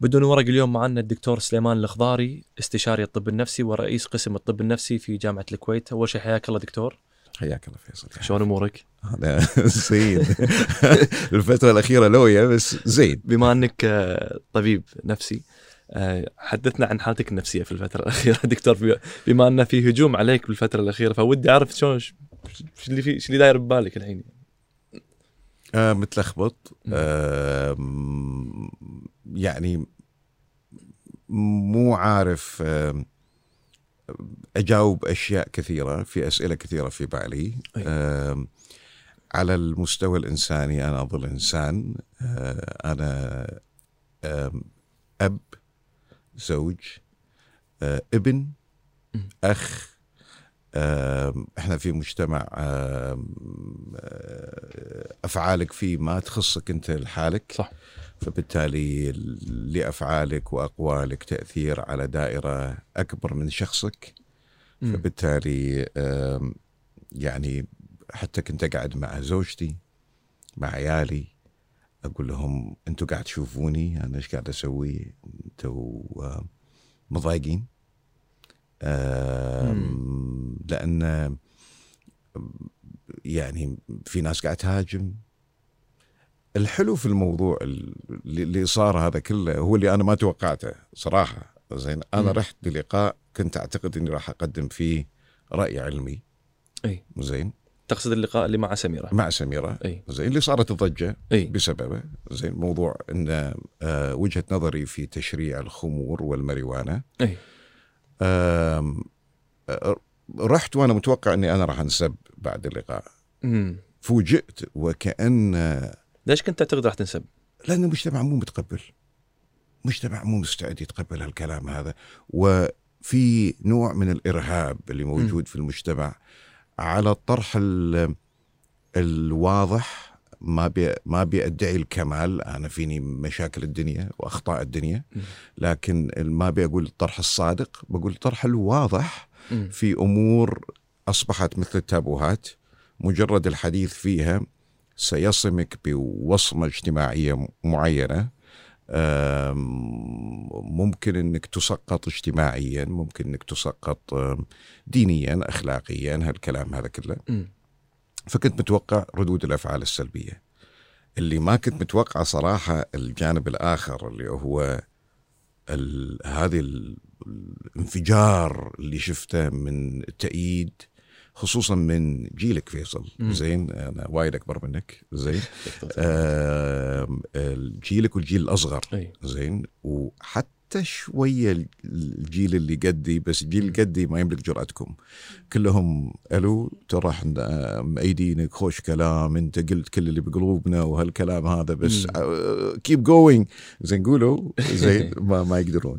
بدون ورق اليوم معنا الدكتور سليمان الخضاري، استشاري الطب النفسي ورئيس قسم الطب النفسي في جامعة الكويت. أول شيء حياك الله دكتور. حياك الله فيصل. شلون أمورك؟ أنا زين. الفترة الأخيرة لوية بس زين. بما أنك طبيب نفسي، حدثنا عن حالتك النفسية في الفترة الأخيرة دكتور، بما أن في هجوم عليك بالفترة الأخيرة، فودي أعرف شو اللي داير ببالك الحين. متلخبط. يعني مو عارف أجاوب أشياء كثيرة، في أسئلة كثيرة في بالي. على المستوى الإنساني أنا أظل إنسان. أنا أب، زوج، ابن، أخ. احنا في مجتمع أفعالك فيه ما تخصك أنت لحالك، صح. فبالتالي لأفعالك وأقوالك تأثير على دائرة أكبر من شخصك. فبالتالي يعني حتى كنت قاعد مع زوجتي مع عيالي أقول لهم أنتوا قاعد تشوفوني أنا إيش قاعد أسوي، أنتوا مضايقين. لأن يعني في ناس قاعد تهاجم. الحلو في الموضوع اللي صار هذا كله هو اللي أنا ما توقعته صراحة. زين، أنا رحت للقاء كنت أعتقد أني راح أقدم فيه رأي علمي. زين، تقصد اللقاء اللي مع سميرة؟ مع سميرة. زين، اللي صارت الضجة بسببه. زين، موضوع أن وجهة نظري في تشريع الخمور والماريوانا. رحت وأنا متوقع أني أنا راح أنسب بعد اللقاء. فوجئت وكأن. ليش كنت تعتقد راح تنسب؟ لأن المجتمع مو متقبل، مجتمع مو مستعد يتقبل هالكلام هذا، وفي نوع من الإرهاب اللي موجود في المجتمع على الطرح الواضح. ما بيأدعي الكمال، أنا فيني مشاكل الدنيا وأخطاء الدنيا، لكن ما بيقول الطرح الصادق، بقول الطرح الواضح في أمور أصبحت مثل التابوهات، مجرد الحديث فيها سيصمك بوصمة اجتماعية معينة. ممكن أنك تسقط اجتماعيا، ممكن أنك تسقط دينيا، أخلاقيا، هالكلام هذا كله. فكنت متوقع ردود الأفعال السلبية. اللي ما كنت متوقع صراحة الجانب الآخر اللي هو هذه الانفجار اللي شفته من التأييد، خصوصا من جيلك فيصل. زين، أنا وايد أكبر منك. زين، جيلك والجيل الأصغر. زين، وحتى شوية الجيل اللي قدي، بس الجيل اللي قدي ما يملك جرأتكم. كلهم قالوا ترى احنا مأيدينك، خوش كلام، انت قلت كل اللي بقلوبنا وهالكلام هذا، بس keep going. زين، قولوا. زين، ما يقدرون.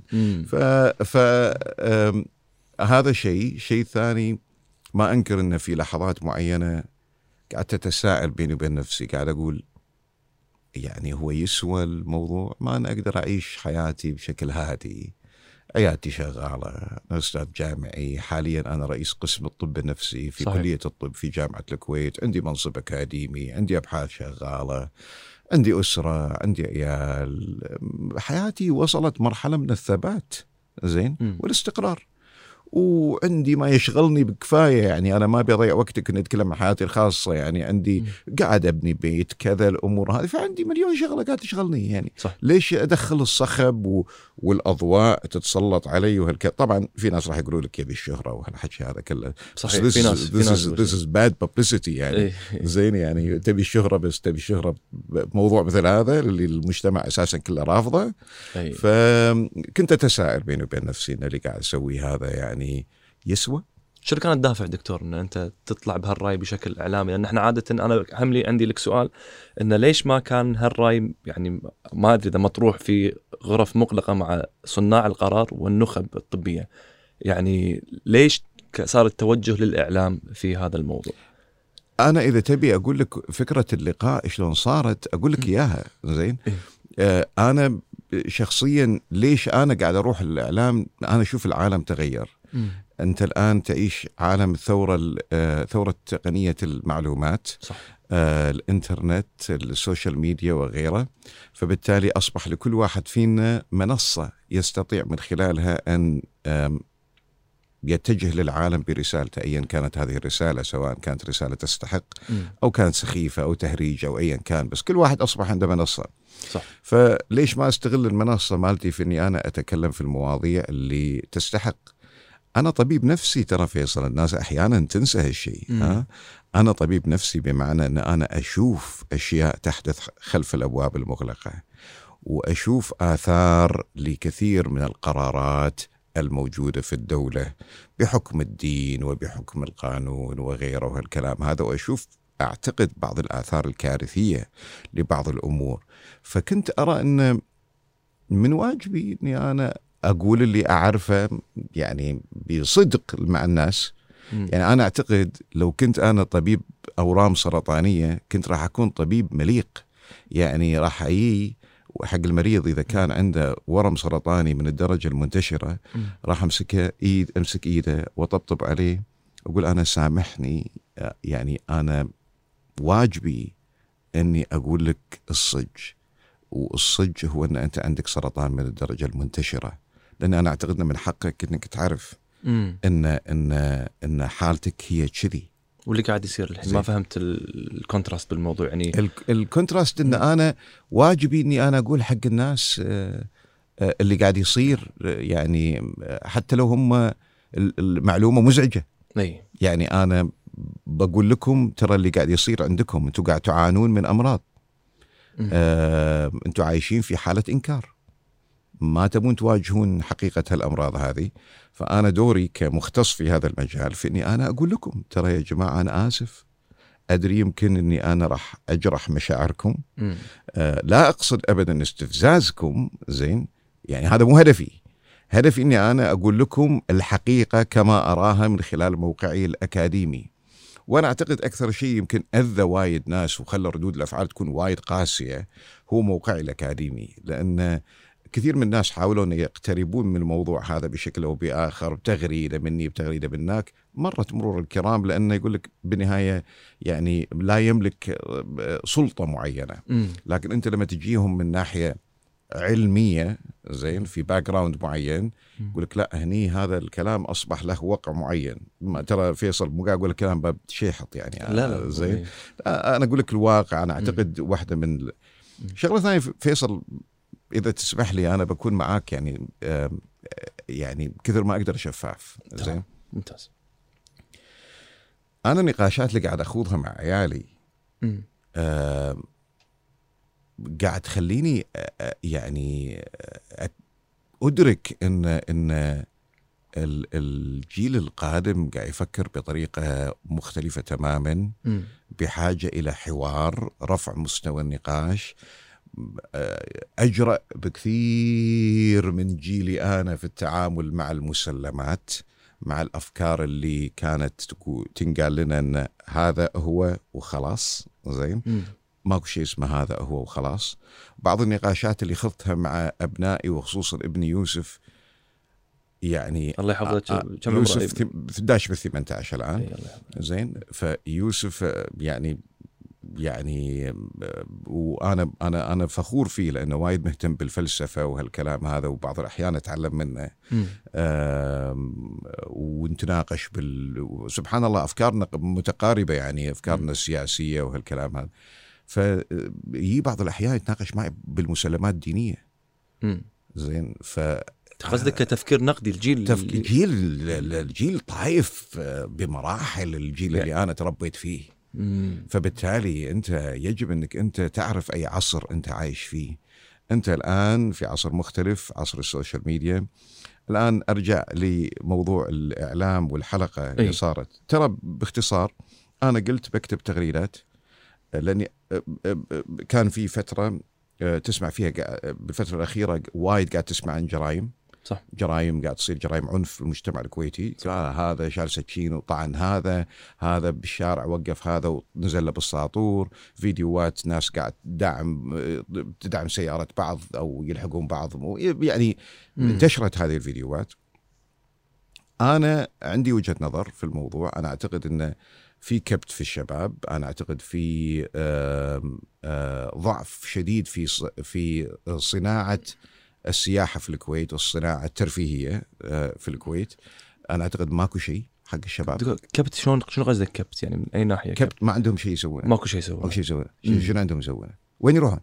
هذا شيء ثاني. ما أنكر أن في لحظات معينة قاعد أتساءل بيني وبين نفسي، قاعد أقول يعني هو يسوى الموضوع؟ ما أنا أقدر أعيش حياتي بشكل هادي، عيادتي شغالة، أنا أستاذ جامعي حاليا، أنا رئيس قسم الطب النفسي في صحيح. كلية الطب في جامعة الكويت، عندي منصب أكاديمي، عندي أبحاث شغالة، عندي أسرة، عندي عيال. حياتي وصلت مرحلة من الثبات. زين، والاستقرار، وعندي ما يشغلني بكفاية. يعني أنا ما بيضيع وقتك إن أتكلم عن حياتي الخاصة. يعني عندي قاعد أبني بيت كذا، الأمور هذه، فعندي مليون شغلة قاعد تشغلني. يعني صح. ليش أدخل الصخب والأضواء تتسلط علي طبعا في ناس راح يقولوا لك يبي الشهرة وهالحكي هذا كله. صحيح. في ناس this is bad publicity يعني. زين، يعني تبي الشهرة، بس تبي الشهرة بموضوع مثل هذا اللي المجتمع أساسا كله رافضه. فكنت أتساءل بيني وبين نفسي إن اللي قاعد أسوي هذا يعني يسوى؟ شو كان الدافع دكتور ان انت تطلع بهالراي بشكل اعلامي؟ لان احنا عاده، انا عندي لك سؤال، ان ليش ما كان هالراي يعني ما ادري اذا مطروح في غرف مغلقه مع صناع القرار والنخب الطبيه؟ يعني ليش صار التوجه للاعلام في هذا الموضوع؟ انا اذا تبي اقول لك فكره اللقاء شلون صارت اقول لك اياها. زين، انا شخصيا ليش انا قاعد اروح للاعلام؟ انا اشوف العالم تغير. أنت الآن تعيش عالم ثورة تقنية المعلومات. صح. الإنترنت، السوشيال ميديا وغيره. فبالتالي أصبح لكل واحد فينا منصة يستطيع من خلالها أن يتجه للعالم برسالته، أيا كانت هذه الرسالة، سواء كانت رسالة تستحق أو كانت سخيفة أو تهريج أو أيا كان، بس كل واحد أصبح عنده منصة. صح. فليش ما أستغل المنصة مالتي في أني أنا أتكلم في المواضيع اللي تستحق؟ أنا طبيب نفسي ترى فيصل، الناس أحيانا تنسى هالشيء. أنا طبيب نفسي بمعنى أن أنا أشوف أشياء تحدث خلف الأبواب المغلقة، وأشوف آثار لكثير من القرارات الموجودة في الدولة بحكم الدين وبحكم القانون وغيره وهالكلام هذا، وأشوف أعتقد بعض الآثار الكارثية لبعض الأمور. فكنت أرى أن من واجبي أني أنا أقول اللي أعرفه يعني بصدق مع الناس. يعني أنا أعتقد لو كنت أنا طبيب أورام سرطانية كنت راح أكون طبيب مليق، يعني راح أجي حق المريض إذا كان عنده ورم سرطاني من الدرجة المنتشرة راح أمسك إيده وطبطب عليه أقول أنا سامحني، يعني أنا واجبي أني أقول لك الصج، والصج هو أن أنت عندك سرطان من الدرجة المنتشرة، لأن أنا أعتقد من حقك أنك تعرف إن حالتك هي كذي. واللي قاعد يصير الحين ما فهمت الكونتراست بالموضوع. يعني الكونتراست إن أنا واجبي إني أنا أقول حق الناس اللي قاعد يصير، يعني حتى لو هم المعلومة مزعجة. يعني أنا بقول لكم ترى اللي قاعد يصير عندكم، أنتوا قاعد تعانون من أمراض، أنتوا عايشين في حالة إنكار، ما تبون تواجهون حقيقة هالأمراض هذه. فأنا دوري كمختص في هذا المجال في أني أنا أقول لكم ترى يا جماعة أنا آسف، أدري يمكن أني أنا راح أجرح مشاعركم، لا أقصد أبدا استفزازكم، زين، يعني هذا مو هدفي. هدفي أني أنا أقول لكم الحقيقة كما أراها من خلال موقعي الأكاديمي. وأنا أعتقد أكثر شيء يمكن أذى وايد ناس وخلى ردود الأفعال تكون وايد قاسية هو موقعي الأكاديمي، لأن كثير من الناس حاولوا أن يقتربون من الموضوع هذا بشكل أو بآخر، بتغريدة مني بتغريدة منك، مرت مرور الكرام، لأنه يقول لك بالنهاية يعني لا يملك سلطة معينة. لكن أنت لما تجيهم من ناحية علمية، زين، في باك جراوند معين، يقول لك لا هني هذا الكلام أصبح له وقع معين. ما ترى فيصل مو قاعد أقول لك كلام باب شيحط يعني، لا زين، أنا أقول لك الواقع. أنا أعتقد واحدة من شغلة ثانية فيصل، إذا تسمح لي أنا بكون معاك يعني كثر ما أقدر شفاف. زين، ممتاز. أنا النقاشات اللي قاعد أخوضها مع عيالي قاعد تخليني يعني أدرك إن الجيل القادم قاعد يفكر بطريقة مختلفة تماما، بحاجة إلى حوار، رفع مستوى النقاش، أجرأ بكثير من جيلي أنا في التعامل مع المسلمات، مع الأفكار اللي كانت تنقال لنا أن هذا هو وخلاص. زين، ماكو شيء اسمه هذا هو وخلاص. بعض النقاشات اللي خضتها مع أبنائي وخصوصا ابني يوسف، يعني الله يحفظك، يوسف 11 ب18 الآن. زين، فيوسف يعني وأنا فخور فيه لأنه وايد مهتم بالفلسفة وهالكلام هذا، وبعض الأحيان أتعلم منه ونتناقش سبحان الله أفكارنا متقاربة، يعني أفكارنا السياسية وهالكلام هذا. فيجي بعض الأحيان يتناقش معي بالمسلمات الدينية. زين، قصدك كتفكير نقدي، الجيل طايف بمراحل الجيل اللي أنا تربيت فيه. فبالتالي أنت يجب أنك أنت تعرف أي عصر أنت عايش فيه. أنت الآن في عصر مختلف، عصر السوشيال ميديا. الآن أرجع لموضوع الإعلام والحلقة اللي صارت. ترى باختصار أنا قلت بكتب تغريدات، لأني كان في فترة تسمع فيها بالفترة الأخيرة وايد قاعد تسمع عن جرائم. صح، جرائم قاعد تصير، جرائم عنف في المجتمع الكويتي. هذا شال سكين وطعن هذا بالشارع وقف هذا ونزل له بالساطور، فيديوهات ناس قاعد تدعم سيارة بعض أو يلحقون بعض، يعني انتشرت هذه الفيديوهات. أنا عندي وجهة نظر في الموضوع. أنا أعتقد أن في كبت في الشباب، أنا أعتقد في ضعف شديد في صناعة السياحة في الكويت والصناعة الترفيهية في الكويت. أنا أعتقد ماكو شيء حق الشباب. كبت شنو قصدك كبت يعني من أي ناحية؟ كبت ما عندهم شيء يسوونه، ماكو شيء يسوونه. شنو عندهم يسوونه؟ وين يروحون؟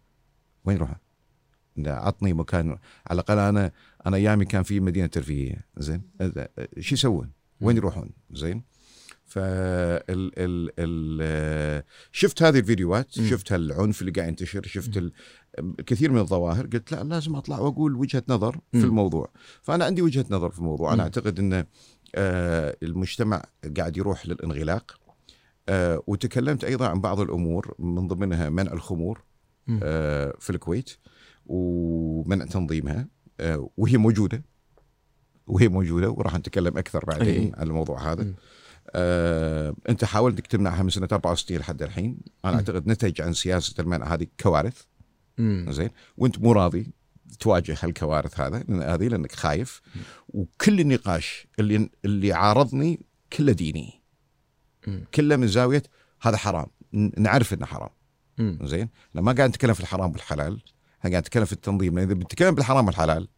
عطني مكان على الأقل. أنا أيامي كان في مدينة ترفيهية، زين شو يسوون؟ وين يروحون؟ زين. شفت هذه الفيديوهات، شفت هالعنف اللي قاعد ينتشر، شفت الكثير من الظواهر، قلت لا، لازم أطلع وأقول وجهة نظر في الموضوع. فأنا عندي وجهة نظر في الموضوع. أنا أعتقد أن المجتمع قاعد يروح للانغلاق، وتكلمت أيضا عن بعض الأمور من ضمنها منع الخمور في الكويت ومنع تنظيمها، وهي موجودة وراح نتكلم أكثر بعدين عن الموضوع هذا. أنت حاولت انك تمنعها من سنة 64 لحد الحين. أنا أعتقد نتج عن سياسة المنع هذه كوارث. زين، وأنت مو راضي تواجه هالكوارث هذه لأنك خايف. وكل النقاش اللي عارضني كله ديني، كله من زاوية هذا حرام، نعرف إنه حرام. زين، لما قاعد نتكلم في الحرام والحلال، قاعد نتكلم في التنظيم. إذا بنتكلم بالحرام والحلال،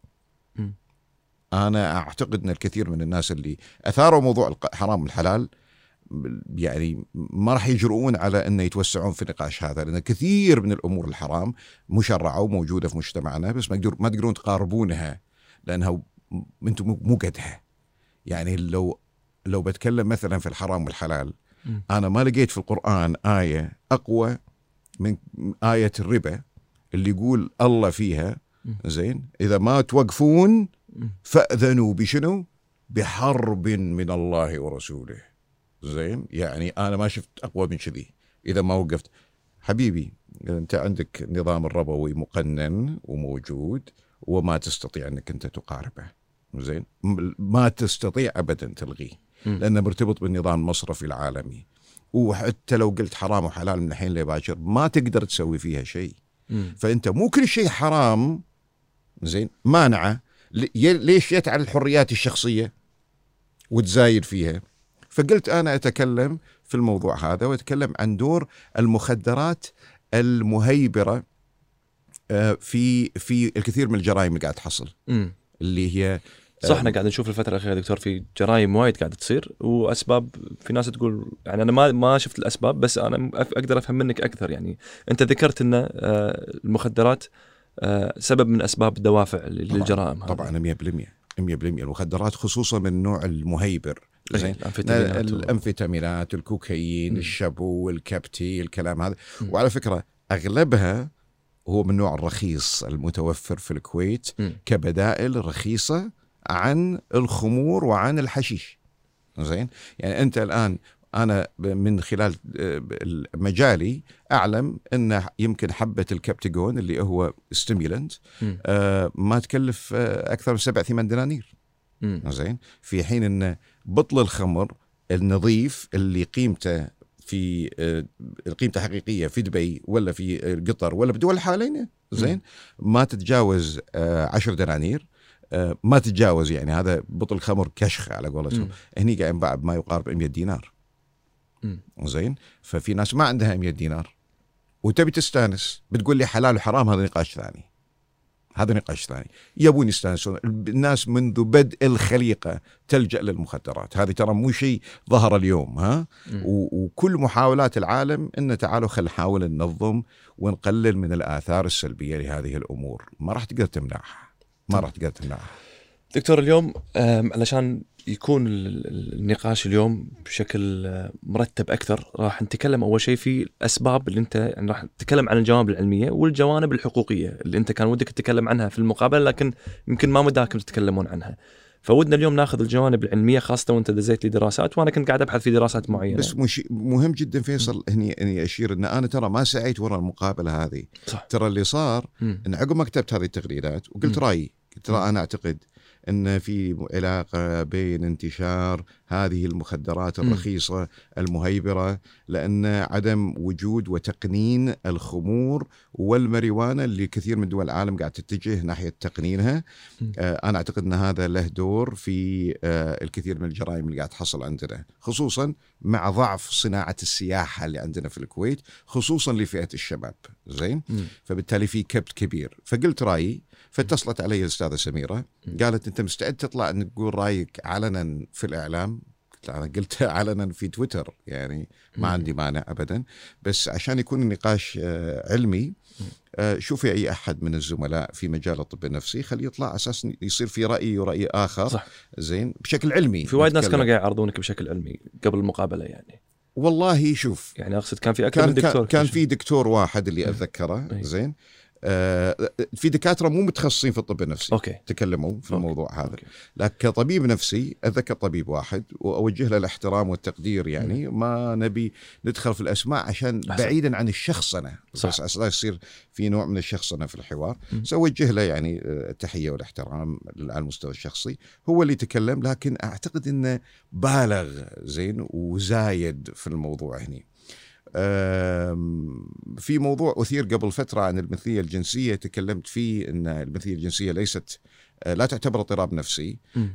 أنا أعتقد أن الكثير من الناس اللي أثاروا موضوع الحرام والحلال يعني ما راح يجرؤون على أن يتوسعون في النقاش هذا، لأن كثير من الأمور الحرام مشرعة وموجودة في مجتمعنا، بس ما تقدرون تقاربونها لأنها أنتم مو قدها. يعني لو بتكلم مثلا في الحرام والحلال، أنا ما لقيت في القرآن آية أقوى من آية الربا اللي يقول الله فيها زين إذا ما توقفون فأذنوا بشنو؟ بحرب من الله ورسوله. زين، يعني أنا ما شفت أقوى من كذي. إذا ما وقفت حبيبي، أنت عندك نظام الربوي مقنن وموجود وما تستطيع أنك أنت تقاربه. زين، ما تستطيع أبدا تلغيه لأنه مرتبط بالنظام المصرفي العالمي. وحتى لو قلت حرام وحلال من الحين لباكر ما تقدر تسوي فيها شيء. فأنت مو كل شيء حرام زين مانعه. ليش يتعل الحريات الشخصية وتزايد فيها؟ فقلت أنا أتكلم في الموضوع هذا وأتكلم عن دور المخدرات المهيبرة في الكثير من الجرائم اللي قاعد تحصل، اللي هي صح. احنا قاعد نشوف الفترة الأخيرة دكتور في جرائم وايد قاعدة تصير، وأسباب في ناس تقول يعني أنا ما شفت الأسباب، بس أنا أقدر أفهم منك أكثر. يعني أنت ذكرت أن المخدرات سبب من أسباب الدوافع للجرائم. طبعا 100% المخدرات خصوصا من النوع المهيبر، زين، الأنفيتامينات، الكوكايين، الشابو، الكبتي، الكلام هذا. وعلى فكرة أغلبها هو من النوع الرخيص المتوفر في الكويت كبدائل رخيصة عن الخمور وعن الحشيش. زين، يعني أنت الآن أنا من خلال مجالي أعلم أن يمكن حبة الكبتاجون اللي هو ستيمولانت ما تكلف أكثر من 7-8 دنانير. زين، في حين أن بطل الخمر النظيف اللي قيمته حقيقية في دبي ولا في قطر ولا بدول الحالين، زين، ما تتجاوز 10 دنانير، ما تتجاوز. يعني هذا بطل خمر كشخ على قولتهم. هني قاعد ينباع بما يقارب 100 دينار. زين، ففي ناس ما عندها 100 دينار وتبي تستانس، بتقول لي حلال وحرام، هذا نقاش ثاني. يبون يستانسون. الناس منذ بدء الخليقة تلجأ للمخدرات. هذه ترى مو شيء ظهر اليوم، وكل محاولات العالم إن تعالوا خل نحاول ننظم ونقلل من الآثار السلبية لهذه الأمور. ما راح تقدر تمنعها. دكتور، اليوم علشان يكون النقاش اليوم بشكل مرتب أكثر، راح نتكلم أول شيء في الأسباب اللي أنت يعني راح نتكلم عن الجوانب العلمية والجوانب الحقوقية اللي أنت كان ودك تتكلم عنها في المقابلة، لكن يمكن ما مداكم تتكلمون عنها. فودنا اليوم ناخذ الجوانب العلمية، خاصة وأنت دزيت لي دراسات وأنا كنت قاعد أبحث في دراسات معينة. بس مهم جدا فيصل هني أشير أن أنا ترى ما سعيت وراء المقابلة هذه. صح. ترى اللي صار أن عقب ما كتبت هذه التغريدات وقلت رأيي، قلت ترى أنا أعتقد أن في علاقة بين انتشار هذه المخدرات الرخيصة المهيبرة، لأن عدم وجود وتقنين الخمور والماريوانا اللي كثير من دول العالم قاعد تتجه ناحية تقنينها. أنا أعتقد أن هذا له دور في الكثير من الجرائم اللي قاعد تحصل عندنا، خصوصا مع ضعف صناعة السياحة اللي عندنا في الكويت، خصوصا لفئة الشباب. زين. فبالتالي في كبت كبير. فقلت رأيي، فاتصلت علي الأستاذة سميرة قالت أنت مستعد تطلع أن تقول رأيك علنا في الإعلام؟ أنا قلت علنا في تويتر، يعني ما عندي مانع أبدا، بس عشان يكون النقاش علمي شوفي أي أحد من الزملاء في مجال الطب النفسي خليه يطلع على أساس يصير في رأي ورأي آخر. صح. زين، بشكل علمي. في وايد ناس كانوا قاعد يعرضونك بشكل علمي قبل المقابلة يعني. والله شوف، يعني أقصد كان في أكثر من دكتور. كان في دكتور واحد اللي أتذكره. زين. في دكاترة مو متخصصين في الطب النفسي تكلموا في الموضوع هذا. لكن كطبيب نفسي أتذكر طبيب واحد وأوجه له الاحترام والتقدير، يعني ما نبي ندخل في الأسماء عشان بعيدا عن الشخصنة، بس أصلا يصير في نوع من الشخصنة في الحوار. سأوجه له يعني التحية والاحترام على المستوى الشخصي. هو اللي تكلم، لكن أعتقد أنه بالغ زين وزايد في الموضوع هنا. في موضوع أثير قبل فترة عن المثلية الجنسية، تكلمت فيه أن المثلية الجنسية لا تعتبر اضطراب نفسي.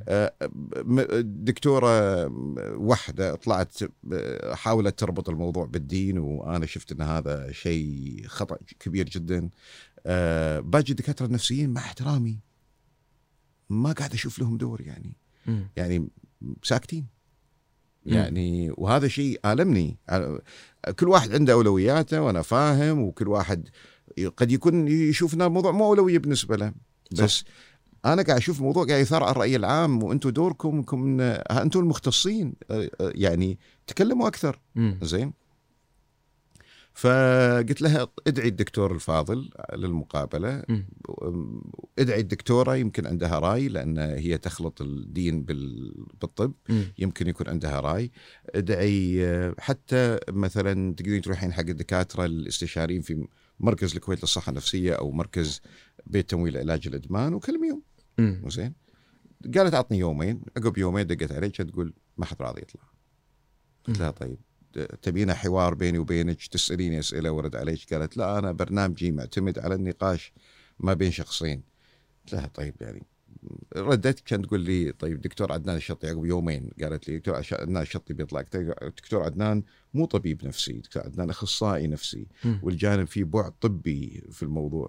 دكتورة واحدة طلعت حاولت تربط الموضوع بالدين، وأنا شفت أن هذا شيء خطأ كبير جدا. باقي الدكاترة النفسيين مع احترامي ما قاعد أشوف لهم دور، يعني ساكتين يعني، وهذا شيء آلمني. كل واحد عنده أولوياته وأنا فاهم، وكل واحد قد يكون يشوف أن الموضوع مو أولوية بالنسبة له، بس أنا قاعد أشوف الموضوع قاعد يثار على الرأي العام، وأنتم دوركم أنتم المختصين يعني تكلموا أكثر. زين. فقلت لها ادعي الدكتور الفاضل للمقابلة، ادعي الدكتورة يمكن عندها رأي، لأن هي تخلط الدين بالطب، يمكن يكون عندها رأي. ادعي حتى مثلا تقدرين تروحين حق الدكاترة الاستشاريين في مركز الكويت للصحة النفسية أو مركز بيت تمويل علاج الإدمان وكلميهم. زين. قالت أعطني يومين. عقب يومين دقت عليك تقول ما حد راضي يطلع. قلت لها طيب تبينا حوار بيني وبينك، تسأليني أسئلة ورد عليك؟ قالت لا، أنا برنامجي معتمد على النقاش ما بين شخصين. قلت لها طيب، يعني ردت كانت تقول لي طيب دكتور عدنان الشطي عقب يومين قالت لي دكتور عدنان الشطي بيطلع. دكتور عدنان مو طبيب نفسي، دكتور عدنان أخصائي نفسي، والجانب فيه بعد طبي في الموضوع.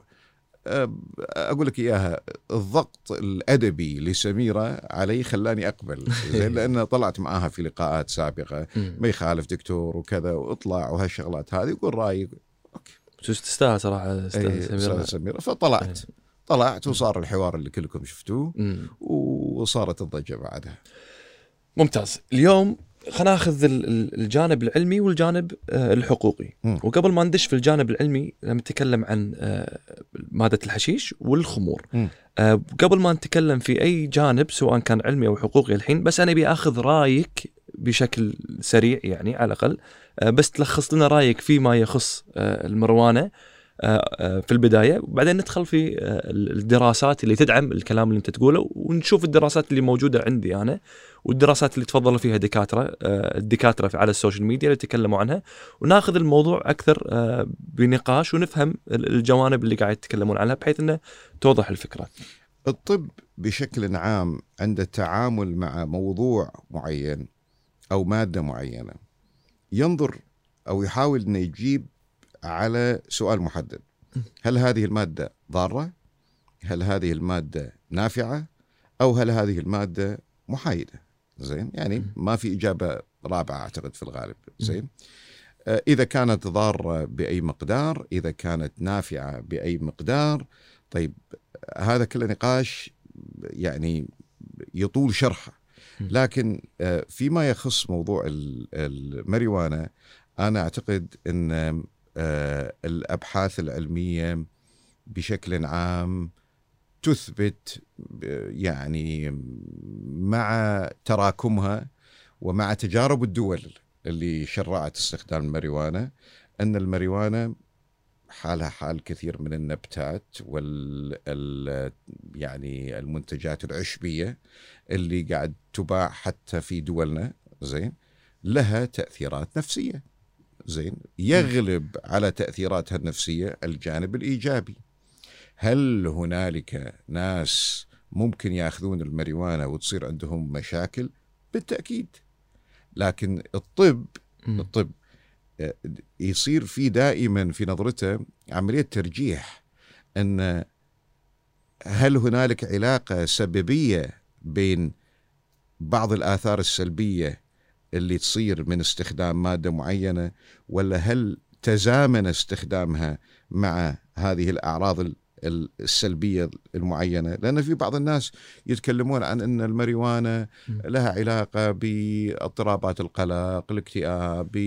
أقول لك إياها، الضغط الأدبي لسميرة علي خلاني أقبل، زين، لأن طلعت معاها في لقاءات سابقة ما يخالف دكتور وكذا، وإطلع وهالشغلات هذه، يقول رأيي شو تستاهل صراحة سميرة. فطلعت وصار الحوار اللي كلكم شفتوه، وصارت الضجة بعدها. ممتاز. اليوم خلينا ناخذ الجانب العلمي والجانب الحقوقي. وقبل ما ندش في الجانب العلمي نتكلم عن مادة الحشيش والخمور. قبل ما نتكلم في أي جانب سواء كان علمي أو حقوقي الحين، بس أنا بأخذ رأيك بشكل سريع، يعني على الأقل بس تلخص لنا رأيك فيما يخص المروانة في البداية، وبعدين ندخل في الدراسات اللي تدعم الكلام اللي انت تقوله، ونشوف الدراسات اللي موجودة عندي أنا والدراسات اللي تفضلوا فيها الدكاترة على السوشيال ميديا اللي تكلموا عنها، وناخذ الموضوع أكثر بنقاش ونفهم الجوانب اللي قاعد يتكلمون عنها بحيث أنه توضح الفكرة. الطب بشكل عام عنده تعامل مع موضوع معين أو مادة معينة، ينظر أو يحاول أن يجيب على سؤال محدد: هل هذه المادة ضارة؟ هل هذه المادة نافعة؟ أو هل هذه المادة محايدة؟ زين، يعني ما في إجابة رابعة أعتقد في الغالب. زين، إذا كانت ضارة بأي مقدار، إذا كانت نافعة بأي مقدار. طيب هذا كله نقاش يعني يطول شرحه، لكن فيما يخص موضوع الماريوانا أنا أعتقد أن الأبحاث العلمية بشكل عام تثبت، يعني مع تراكمها ومع تجارب الدول اللي شرعت استخدام الماريوانا، أن الماريوانا حالها حال كثير من النباتات يعني المنتجات العشبية اللي قاعد تباع حتى في دولنا، زين، لها تأثيرات نفسية، زين، يغلب على تأثيراتها النفسية الجانب الإيجابي. هل هنالك ناس ممكن يأخذون الماريجوانا وتصير عندهم مشاكل؟ بالتأكيد. لكن الطب يصير في دائما في نظرته عملية ترجيح، أن هل هنالك علاقة سببية بين بعض الآثار السلبية اللي تصير من استخدام مادة معينة، ولا هل تزامن استخدامها مع هذه الأعراض السلبية المعينة؟ لأن في بعض الناس يتكلمون عن أن الماريجوانا لها علاقة باضطرابات القلق، الاكتئاب،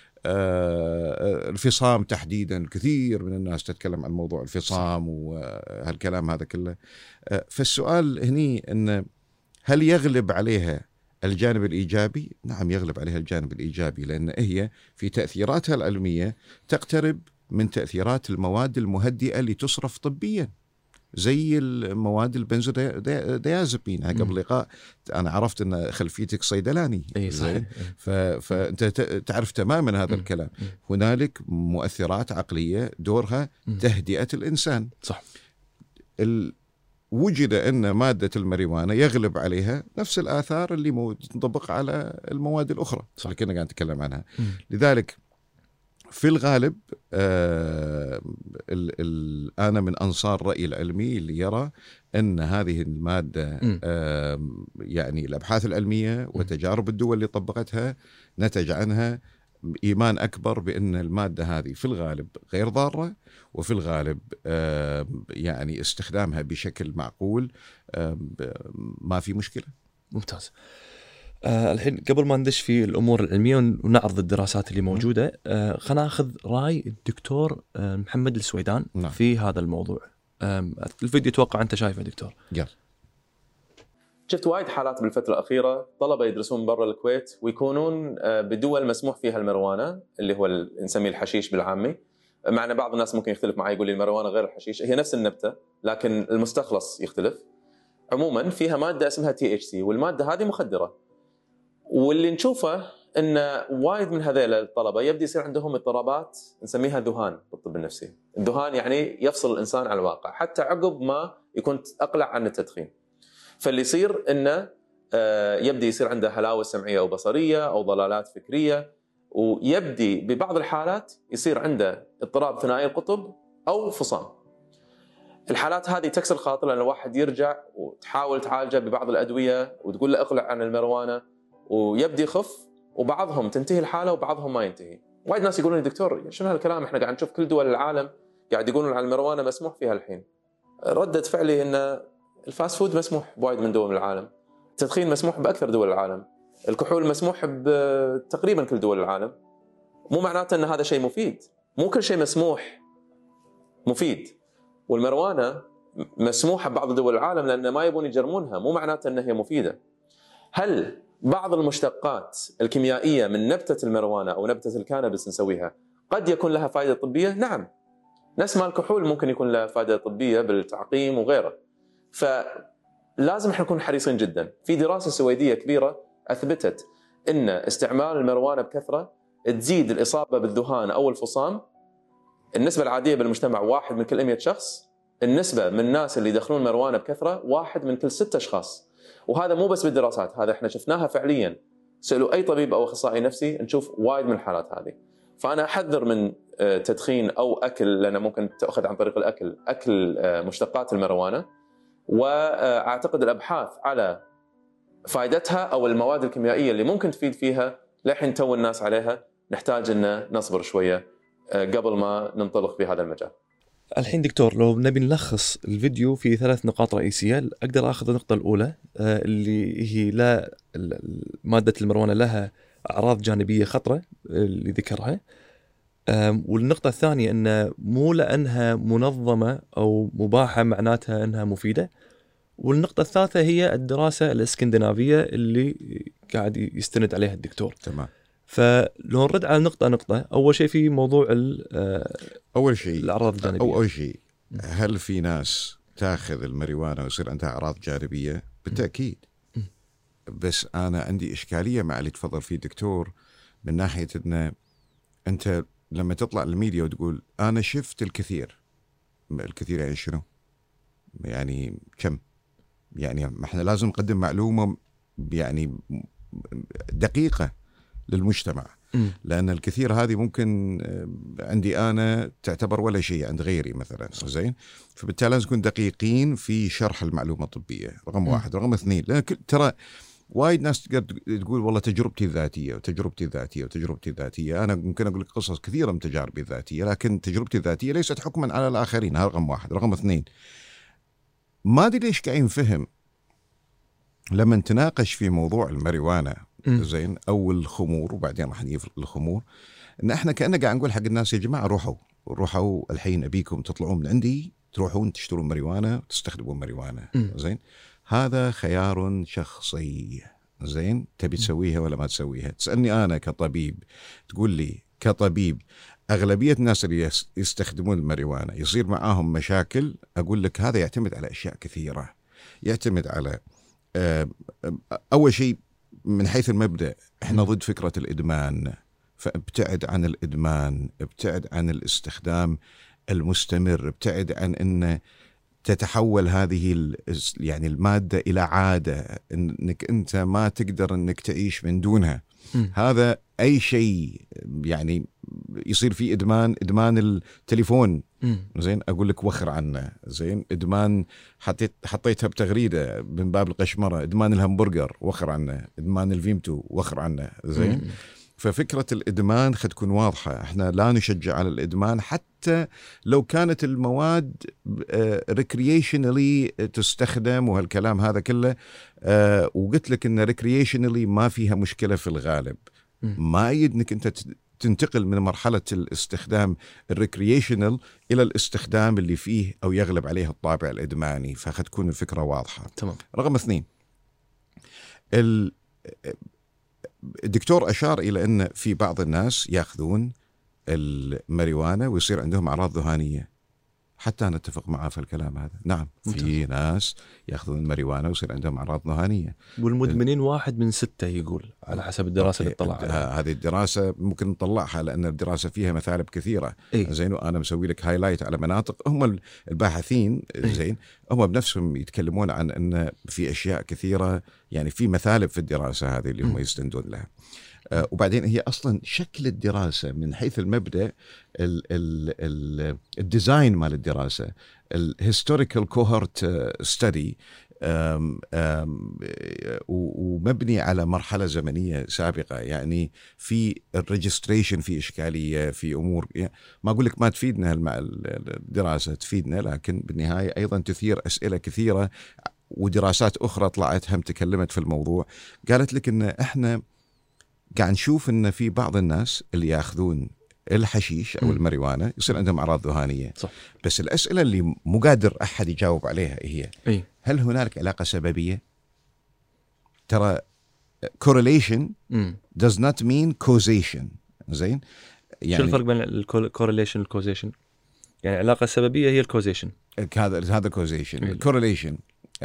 الفصام تحديدا. كثير من الناس تتكلم عن موضوع الفصام وهالكلام هذا كله. فالسؤال هني أن هل يغلب عليها الجانب الإيجابي؟ نعم، يغلب عليها الجانب الإيجابي، لأن هي في تأثيراتها العلمية تقترب من تأثيرات المواد المهدئة اللي تصرف طبيا، زي المواد البنزوديازepine. قبل لقاء أنا عرفت أن خلفيتك صيدلاني. صحيح. فأنت تعرف تماما هذا الكلام. هنالك مؤثرات عقلية دورها تهدئة الإنسان. صح. وجد أن مادة الماريجوانا يغلب عليها نفس الآثار اللي تنطبق على المواد الأخرى اللي كنا قاعد نتكلم عنها. لذلك في الغالب أنا من أنصار الرأي العلمي اللي يرى أن هذه المادة يعني الأبحاث العلمية وتجارب الدول اللي طبقتها نتج عنها إيمان أكبر بأن المادة هذه في الغالب غير ضارة، وفي الغالب يعني استخدامها بشكل معقول ما في مشكلة. ممتاز. الحين قبل ما ندش في الأمور العلمية ونعرض الدراسات اللي موجودة، خلنا ناخذ رأي الدكتور محمد السويدان في هذا الموضوع. الفيديو توقع أنت شايفه دكتور؟ شفت وايد حالات بالفترة الأخيرة طلبة يدرسون برا الكويت ويكونون بدول مسموح فيها الماريجوانا اللي هو نسميه الحشيش بالعامي. معنا بعض الناس ممكن يختلف معي يقول لي الماريجوانا غير الحشيش، هي نفس النبتة لكن المستخلص يختلف. عموما فيها مادة اسمها THC، والمادة هذه مخدرة. واللي نشوفه ان وايد من هذيل الطلبة يبدي يصير عندهم اضطرابات نسميها ذهان بالطب النفسي. الذهان يعني يفصل الإنسان عن الواقع حتى عقب ما يكون أقلع عن التدخين. فاللي يصير انه يبدي يصير عنده هلاوس سمعيه او بصريه او ضلالات فكريه، ويبدي ببعض الحالات يصير عنده اضطراب ثنائي القطب او فصام. الحالات هذه تكسر خاطر، لان الواحد يرجع وتحاول تعالجه ببعض الادويه وتقول له اقلع عن الماريجوانا ويبدي يخف، وبعضهم تنتهي الحاله وبعضهم ما ينتهي. وايد ناس يقولون لي دكتور شنو هالكلام، احنا قاعد نشوف كل دول العالم قاعد يقولون عن الماريجوانا مسموح فيها الحين. ردة فعلي ان الفاست فود مسموح بوايد من دول العالم، التدخين مسموح باكثر دول العالم، الكحول مسموح بتقريبا كل دول العالم. مو معناته ان هذا شيء مفيد، مو كل شيء مسموح مفيد. والماريجوانا مسموحه ببعض دول العالم لان ما يبون يجرمونها، مو معناته انها هي مفيده. هل بعض المشتقات الكيميائيه من نبته الماريجوانا او نبته الكانابis نسويها قد يكون لها فائده طبيه؟ نعم، نفس ما الكحول ممكن يكون له فائده طبيه بالتعقيم وغيره. فلازم احنا نكون حريصين جدا. في دراسه سويديه كبيره اثبتت ان استعمال الماريجوانا بكثره تزيد الاصابه بالذهان او الفصام. النسبه العاديه بالمجتمع 1 من كل 100 شخص، النسبه من الناس اللي يدخلون ماريجوانا بكثره 1 من كل 6 اشخاص. وهذا مو بس بالدراسات، هذا احنا شفناها فعليا. سالوا اي طبيب او اخصائي نفسي نشوف وايد من الحالات هذه. فانا احذر من تدخين او اكل، لانه ممكن تاخذ عن طريق اكل مشتقات الماريجوانا. واعتقد الابحاث على فائدتها او المواد الكيميائيه اللي ممكن تفيد فيها لحين تو الناس عليها، نحتاج ان نصبر شويه قبل ما ننطلق في هذا المجال. الحين دكتور لو نبي نلخص الفيديو في 3 نقاط رئيسيه، اقدر اخذ النقطه الاولى اللي هي لا ماده الماريجوانا لها اعراض جانبيه خطره اللي ذكرها، والنقطة الثانية أن مو لأنها منظمة أو مباحة معناتها أنها مفيدة. والنقطة الثالثة هي الدراسة الاسكندنافية اللي قاعد يستند عليها الدكتور. تمام. فلو نرد على نقطة أول شيء في موضوع أول شيء الأعراض الجانبية. أول شيء هل في ناس تاخذ الماريجوانا ويصير عندها أعراض جانبية؟ بالتأكيد. بس أنا عندي إشكالية مع اللي تفضل فيه دكتور من ناحية أن أنت لما تطلع الميديا وتقول أنا شفت الكثير يعني شنو؟ يعني كم؟ يعني ما احنا لازم نقدم معلومة يعني دقيقة للمجتمع، لأن الكثير هذه ممكن عندي أنا تعتبر ولا شيء عند غيري مثلا. زين، فبالتالي لازم نكون دقيقين في شرح المعلومة الطبية. رقم واحد. رقم اثنين، لأن ترى وايد ناس تقول والله تجربتي الذاتية. أنا ممكن أقول لك قصص كثيرة من تجاربي الذاتية، لكن تجربتي الذاتية ليست حكما على الآخرين. هذا رقم واحد. رقم اثنين، ما أدري ليش قاعد نفهم لما نتناقش في موضوع الماريجوانا زين أو الخمور، وبعدين راح نجي الخمور، إن إحنا كأننا قاعد نقول حق الناس يا جماعة روحوا الحين أبيكم تطلعون من عندي، تروحون تشترون ماريجوانا وتستخدمون ماريجوانا. زين، هذا خيار شخصي. زين، تبي تسويها ولا ما تسويها؟ تسألني أنا كطبيب، تقول لي كطبيب أغلبية الناس اللي يستخدمون الماريجوانا يصير معاهم مشاكل، أقول لك هذا يعتمد على أشياء كثيرة. يعتمد على أول شيء من حيث المبدأ إحنا ضد فكرة الإدمان، فابتعد عن الإدمان، ابتعد عن الاستخدام المستمر، ابتعد عن أن تتحول هذه يعني المادة إلى عادة أنك أنت ما تقدر أنك تعيش من دونها. هذا أي شيء يعني يصير فيه إدمان التليفون. زين، أقول لك وخر عنه. زين، إدمان حطيتها بتغريدة من باب القشمرة. إدمان الهمبرجر وخر عنه. إدمان الفيمتو وخر عنه. زين، ففكرة الإدمان خد تكون واضحة. احنا لا نشجع على الإدمان حتى لو كانت المواد ريكرييشنالي تستخدم وهالكلام هذا كله. وقلت لك إن ريكرييشنالي ما فيها مشكلة في الغالب. ما يدنك أنت تنتقل من مرحلة الاستخدام الريكرييشنال إلى الاستخدام اللي فيه أو يغلب عليه الطابع الإدماني. فخد تكون الفكرة واضحة. تمام. رقم اثنين، الدكتور أشار إلى أن في بعض الناس يأخذون الماريجوانا ويصير عندهم أعراض ذهانية. حتى أنا أتفق معه في الكلام هذا. نعم، في ناس يأخذون الماريجوانا ويصير عندهم أعراض ذهانية، والمدمنين 1 من 6 يقول على حسب الدراسة اللي طلع عليها. هذه الدراسة ممكن نطلعها لأن الدراسة فيها مثالب كثيرة. زين، وأنا مسوي لك هايلايت على مناطق. هم الباحثين زين هم بنفسهم يتكلمون عن أن في أشياء كثيرة، يعني في مثالب في الدراسة هذه اللي هم يستندون لها. وبعدين هي أصلا شكل الدراسة من حيث المبدأ الديزاين مال الدراسة الهيستوريكال كوهورت ستدي، ومبني على مرحلة زمنية سابقة. يعني في الريجستريشن في إشكالية في أمور، يعني ما أقول لك ما تفيدنا الدراسة، تفيدنا، لكن بالنهاية أيضا تثير أسئلة كثيرة. ودراسات أخرى طلعت هم تكلمت في الموضوع، قالت لك إن إحنا قاعد نشوف إن في بعض الناس اللي يأخذون الحشيش أو الماريجوانا يصير عندهم أعراض ذهانية. صح. بس الأسئلة اللي مو قادر أحد يجاوب عليها هي هل هنالك علاقة سببية؟ ترى correlation does not mean causation. زين، يعني شو الفرق بين الcorrelation والcausation؟ يعني العلاقة السببية هي الcausation. هذا causation. correlation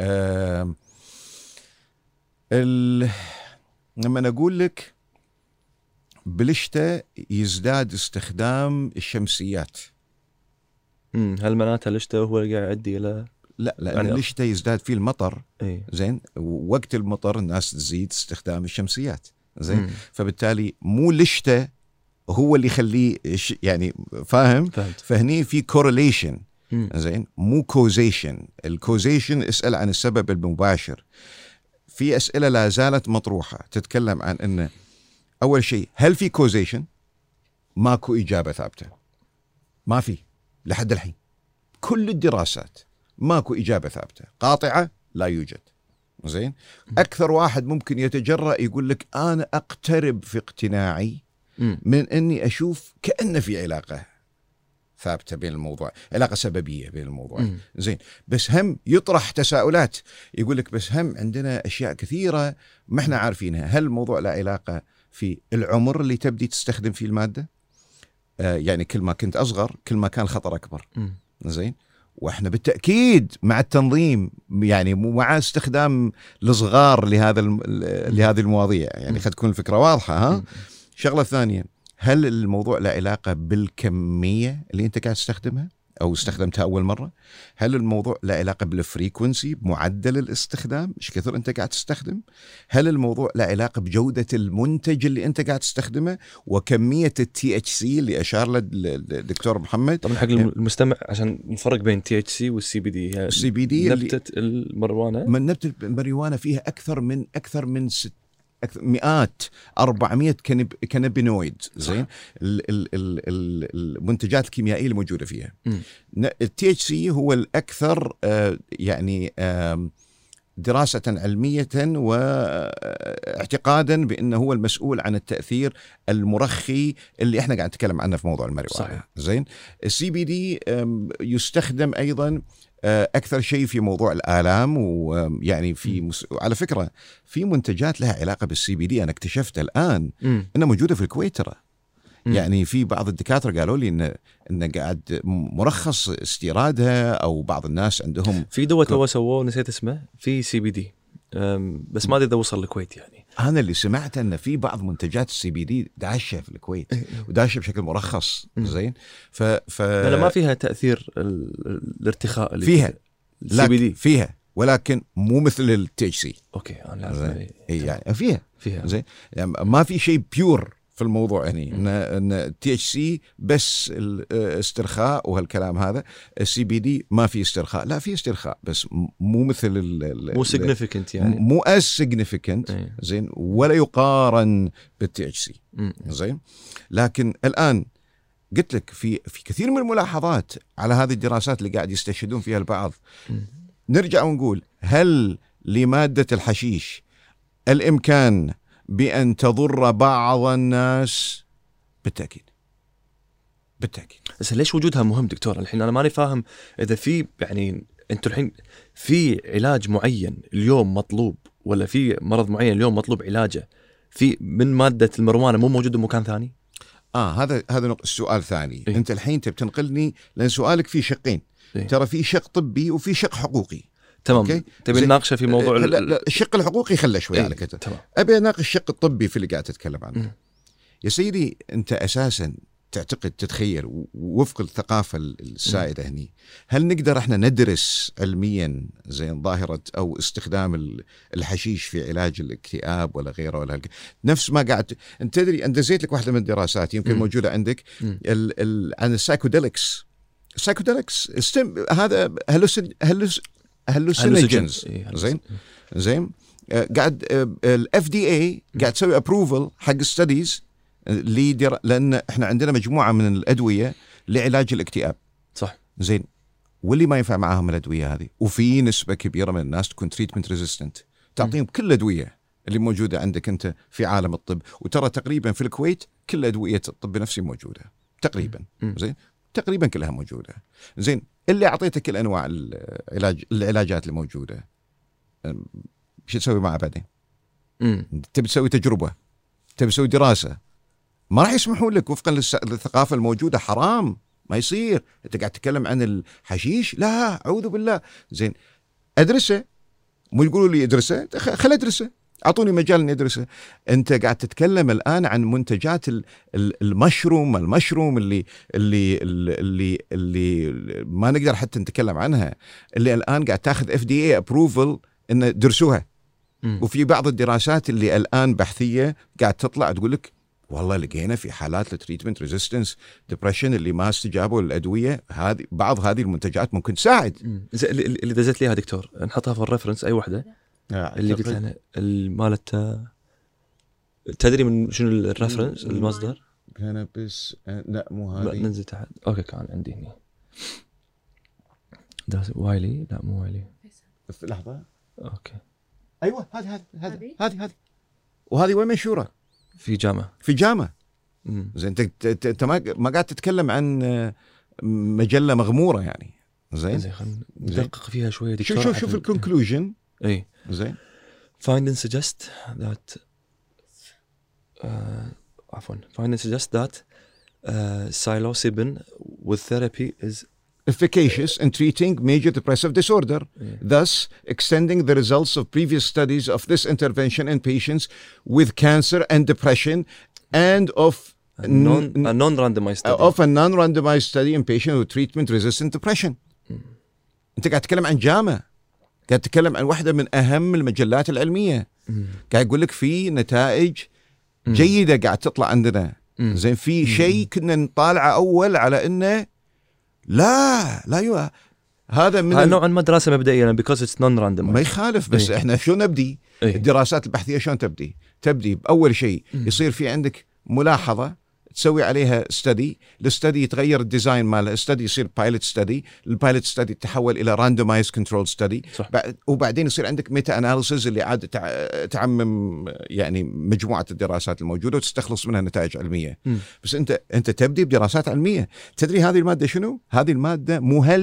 لما نقول لك بالشتاء يزداد استخدام الشمسيات، هل معناتها الشتاء هو اللي قاعد يؤدي إلى لا يعني الشتاء يزداد فيه المطر. زين، ووقت المطر الناس تزيد استخدام الشمسيات. زين، فبالتالي مو الشتاء هو اللي يخليه يعني فاهم. فهني في correlation. زين، مو causation. الكوزيشن اسأل عن السبب المباشر. في أسئلة لا زالت مطروحة تتكلم عن أن أول شيء هل في causation؟ ماكو إجابة ثابتة، ما في لحد الحين. كل الدراسات ماكو إجابة ثابتة قاطعة، لا يوجد. زين، أكثر واحد ممكن يتجرأ يقول لك أنا أقترب في اقتناعي من أني أشوف كأن في علاقة ثابتة بين الموضوع، علاقة سببية بين الموضوع. زين، بس هم يطرح تساؤلات، يقول لك بس هم عندنا أشياء كثيرة ما احنا عارفينها. هل الموضوع له علاقة في العمر اللي تبدي تستخدم فيه المادة. يعني كل ما كنت أصغر كل ما كان الخطر أكبر. زين. واحنا بالتأكيد مع التنظيم، يعني مع استخدام الصغار لهذه المواضيع، يعني خد تكون الفكرة واضحة. ها. شغلة ثانية، هل الموضوع له علاقة بالكمية اللي انت قاعد تستخدمها او استخدمتها اول مرة؟ هل الموضوع له علاقة بالفريكونسي، بمعدل الاستخدام، ايش كثر انت قاعد تستخدم؟ هل الموضوع له علاقة بجودة المنتج اللي انت قاعد تستخدمه وكمية الTHC اللي اشار له الدكتور محمد؟ طبعا حق المستمع عشان نفرق بين THC والCBD. الCBD نبتة المروانة، من نبتة الماريجوانا فيها اكثر من مئات 400 كانابينويد. زين. المنتجات الكيميائيه الموجوده فيها. الTHC هو الاكثر يعني دراسه علميه واعتقادا بانه هو المسؤول عن التاثير المرخي اللي احنا قاعد نتكلم عنه في موضوع الماريجوانا. زين. الCBD يستخدم ايضا أكثر شيء في موضوع الآلام، ويعني على فكرة في منتجات لها علاقة بالCBD أنا اكتشفت الآن أنها موجودة في الكويت ترى. يعني في بعض الدكاترة قالوا لي إن قاعد مرخص استيرادها، أو بعض الناس عندهم في دواء تو سووه نسيت اسمه في CBD، بس ما أدري إذا وصل الكويت. يعني أنا اللي سمعت أن في بعض منتجات الCBD داشة في الكويت وداشة بشكل مرخص. زين. لا ما فيها تأثير الارتخاء اللي فيها CBD فيها، ولكن مو مثل الTHC. اوكي انا يعني فيها زين. يعني ما في شيء بيور في الموضوع يعني ان THC بس الاسترخاء وهالكلام هذا. الCBD ما في استرخاء، لا في استرخاء بس مو مثل مو significant، يعني مو as significant. زين. ولا يقارن بالTHC. زين. لكن الآن قلت لك في كثير من الملاحظات على هذه الدراسات اللي قاعد يستشهدون فيها البعض. نرجع ونقول، هل لمادة الحشيش الإمكان بأن تضر بعض الناس؟ بالتأكيد. بس ليش وجودها مهم دكتور؟ الحين أنا ماني فاهم إذا في، يعني أنتوا الحين في علاج معين اليوم مطلوب، ولا في مرض معين اليوم مطلوب علاجه في من مادة المروانة مو موجود بمكان ثاني؟ هذا السؤال ثاني. أنت الحين تبتنقلني، لأن سؤالك فيه شقين. ترى في شق طبي وفي شق حقوقي. تمام. تبي نناقشه في موضوع لا الشق الحقوقي خله شوي على كده. أبي أناقش الشق الطبي في اللي قاعد تتكلم عنه. يا سيدي، أنت أساسا تعتقد، تتخيل وفق الثقافة السائدة هني، هل نقدر احنا ندرس علميا زين ظاهرة او استخدام الحشيش في علاج الاكتئاب ولا غيره ولا نفس ما قاعد انت تدري؟ انت زيت لك واحدة من الدراسات يمكن موجودة عندك عن السايكوديلكس. هذا هلوسينوجينز. زين. قاعد الFDA قاعد تسوي ابروفل حق ستاديز لأن احنا عندنا مجموعة من الأدوية لعلاج الاكتئاب. صح. زين. واللي ما ينفع معاهم الأدوية هذه، وفي نسبة كبيرة من الناس تكون تريتمنت ريزيستنت، تعطيهم كل الأدوية اللي موجودة عندك أنت في عالم الطب. وترى تقريبا في الكويت كل أدوية الطب النفسي موجودة تقريبا. زين. تقريبا كلها موجودة. زين. اللي أعطيته كل أنواع العلاجات اللي موجودة، شو تسوي معه بعدين؟ تبي تسوي تجربة، تبي تسوي دراسة، ما راح يسمحون لك وفقا للثقافة الموجودة. حرام، ما يصير. انت قاعد تتكلم عن الحشيش، لا اعوذ بالله. زين. ادرسه، مو يقولوا لي ادرسه، خل ادرسه، اعطوني مجال اني ادرسه. انت قاعد تتكلم الان عن منتجات المشروم اللي ما نقدر حتى نتكلم عنها، اللي الان قاعد تاخذ FDA approval ان درسوها. وفي بعض الدراسات اللي الان بحثية قاعد تطلع تقول لك والله لقينا في حالات التريتمنت ريزيستنس ديبريشن اللي ما استجابوا للأدوية هذه، بعض هذه المنتجات ممكن تساعد. اللي دزت ليها دكتور نحطها في الريفرنس أي واحدة اللي قلت أنا مالت. تدري من شنو الريفرنس المصدر؟ كانابيس. لا مو هذه. ننزل تحت. أوكي كان عندي هنا وايلي. لا مو وايلي. في لحظة. أوكي. أيوة هذه وهذه وين منشورة؟ في جامعة. زين. انت ما قاعد تتكلم عن مجلة مغمورة يعني. زين. خلينا ندقق فيها شوية دكتور. شوف الكونكلوجن. اي. زين. findings suggest that عفوا findings suggest that psilocybin with therapy is efficacious in treating major depressive disorder, thus extending the results of previous studies of this intervention in patients with cancer and depression, and of a non-randomized study. Of a non-randomized study in patients with treatment-resistant depression. أنت قاعد تتكلم عن جامعة، قاعد تتكلم عن واحدة من أهم المجلات العلمية، قاعد يقول لك في نتائج جيدة قاعد تطلع عندنا. زين، في شيء كنا نطالعه أول على إنه لا هذا من نوعا ما دراسة مبدئية because it's non-randomized. ما يخالف، بس احنا شو نبدي؟ الدراسات البحثية شلون تبدي بأول شيء يصير في عندك ملاحظة تسوي عليها ستدي، الستدي يتغير الديزاين ماله، الستدي يصير بايلوت ستدي، البايلوت ستدي تتحول الى راندومايز كنترول ستدي، وبعدين يصير عندك ميتا اناليسيز اللي عاد تعمم يعني مجموعه الدراسات الموجوده وتستخلص منها نتائج علميه. بس انت تبدي بدراسات علميه. تدري هذه الماده شنو؟ هذه الماده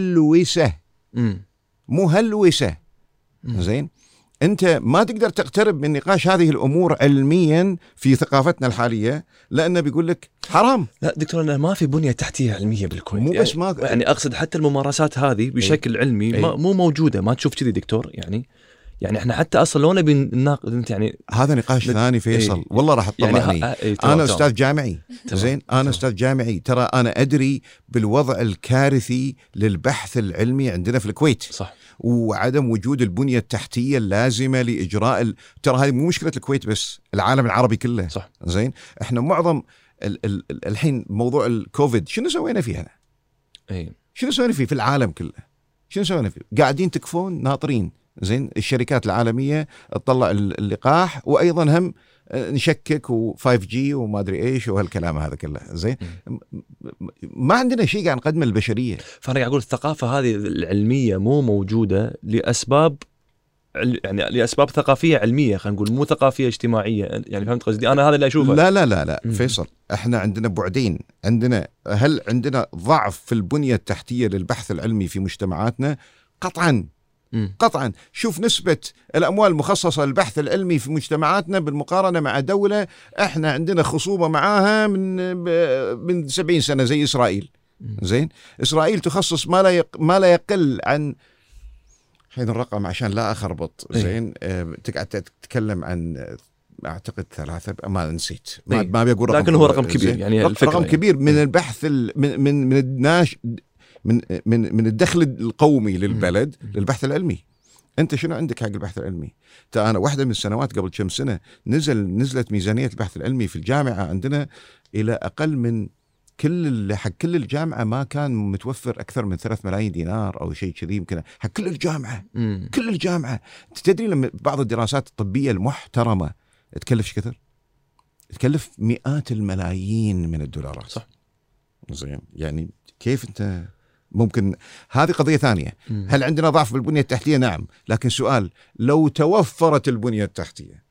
مهلوسه. زين، أنت ما تقدر تقترب من نقاش هذه الأمور علميا في ثقافتنا الحالية، لأنه بيقول لك حرام. لا دكتور، أنا ما في بنية تحتية علمية بالكويت، مو بس ما يعني أقصد حتى الممارسات هذه بشكل علمي مو موجودة. ما تشوف كذي دكتور؟ يعني احنا حتى اصلا لو نبي نناقش يعني هذا نقاش ثاني فيصل. والله راح تطلعني يعني انا استاذ جامعي. زين، انا استاذ جامعي، ترى انا ادري بالوضع الكارثي للبحث العلمي عندنا في الكويت. صح. وعدم وجود البنية التحتية اللازمة لإجراء ترى هذه مو مشكلة الكويت بس، العالم العربي كله. صح. زين، احنا معظم الحين موضوع الكوفيد شنو سوينا فيها؟ شنو سوينا فيه في العالم كله؟ شنو سوينا فيه؟ قاعدين تكفون ناطرين. زين، الشركات العالمية تطلع اللقاح، وأيضا هم نشكك و5G وما أدري إيش وهالكلام هذا كله. زين، ما عندنا شيء قاعد نقدمه للبشرية. فأنا قاعد أقول الثقافة هذه العلمية مو موجودة لأسباب، يعني لأسباب ثقافية علمية، خلينا نقول مو ثقافية اجتماعية. يعني فهمت قصدي؟ أنا هذا اللي أشوفه. لا فيصل، احنا عندنا بعدين. هل عندنا ضعف في البنية التحتية للبحث العلمي في مجتمعاتنا؟ قطعا. شوف نسبة الأموال المخصصة للبحث العلمي في مجتمعاتنا بالمقارنة مع دولة احنا عندنا خصوبة معاها من 70 سنة زي إسرائيل. زين، إسرائيل تخصص ما لا يقل عن حين الرقم عشان لا أخربط. زين، تقعد تتكلم عن أعتقد 3، ما نسيت، ما بيقول رقم، لكن هو رقم كبير. يعني رقم كبير من البحث من الناش من الدخل القومي للبلد للبحث العلمي. أنت شنو عندك حق البحث العلمي؟ أنا واحدة من السنوات قبل كم سنة نزلت ميزانية البحث العلمي في الجامعة عندنا إلى أقل من حق كل الجامعة ما كان متوفر أكثر من 3 ملايين دينار أو شيء كذي، يمكن حق كل الجامعة. كل الجامعة. تدري لما بعض الدراسات الطبية المحترمة تكلف ايش كثر؟ تكلف مئات الملايين من الدولارات. صح. زين، يعني كيف أنت ممكن؟ هذه قضية ثانية. هل عندنا ضعف بالبنية التحتية؟ نعم، لكن سؤال، لو توفرت البنية التحتية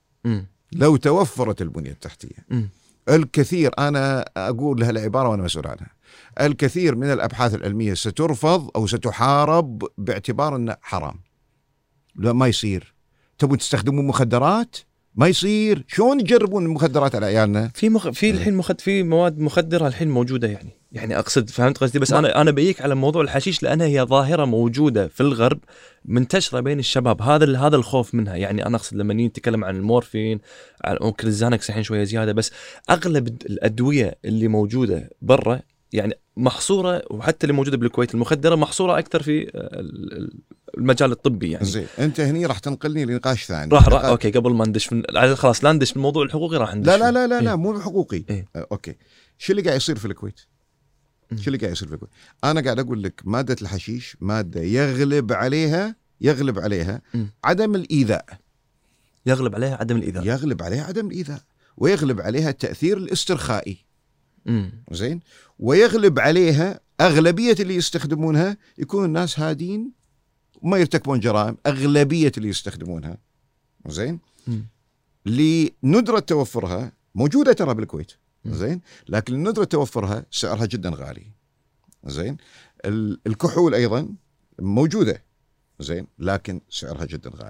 الكثير، أنا أقول لها العبارة وأنا مسؤول عنها، الكثير من الأبحاث العلمية سترفض أو ستحارب باعتبار أنه حرام. لا، ما يصير. تبون تستخدمون مخدرات؟ ما يصير. شلون يجربون المخدرات على عيالنا؟ في الحين في مواد مخدرة الحين موجودة. يعني أقصد، فهمت قصدي؟ بس أنا بيك على موضوع الحشيش، لأنها هي ظاهرة موجودة في الغرب منتشرة بين الشباب. هذا الخوف منها. يعني أنا أقصد لما نتكلم عن المورفين، ممكن الزانكس الحين شوية زيادة، بس أغلب الأدوية اللي موجودة برا يعني محصورة، وحتى اللي موجودة بالكويت المخدرة محصورة أكثر في المجال الطبي. يعني زين، أنت هني راح تنقلني لنقاش ثاني. أوكي، قبل ما ندش خلاص لا ندش بالموضوع الحقوقي، راح ندش. لا مو حقوقي. أوكي، شو اللي قاعد يصير في الكويت؟ أنا قاعد أقول لك مادة الحشيش مادة يغلب عليها عدم الإيذاء. يغلب عليها عدم الإيذاء، ويغلب عليها التأثير الاسترخائي. زين، ويغلب عليها أغلبية اللي يستخدمونها يكون الناس هادين وما يرتكبون جرائم. أغلبية اللي يستخدمونها. زين، لندرة توفرها موجودة ترى بالكويت. زين، لكن ندرة توفرها سعرها جدا غالي. زين، الكحول أيضا موجودة. زين، لكن سعرها جدا غالي.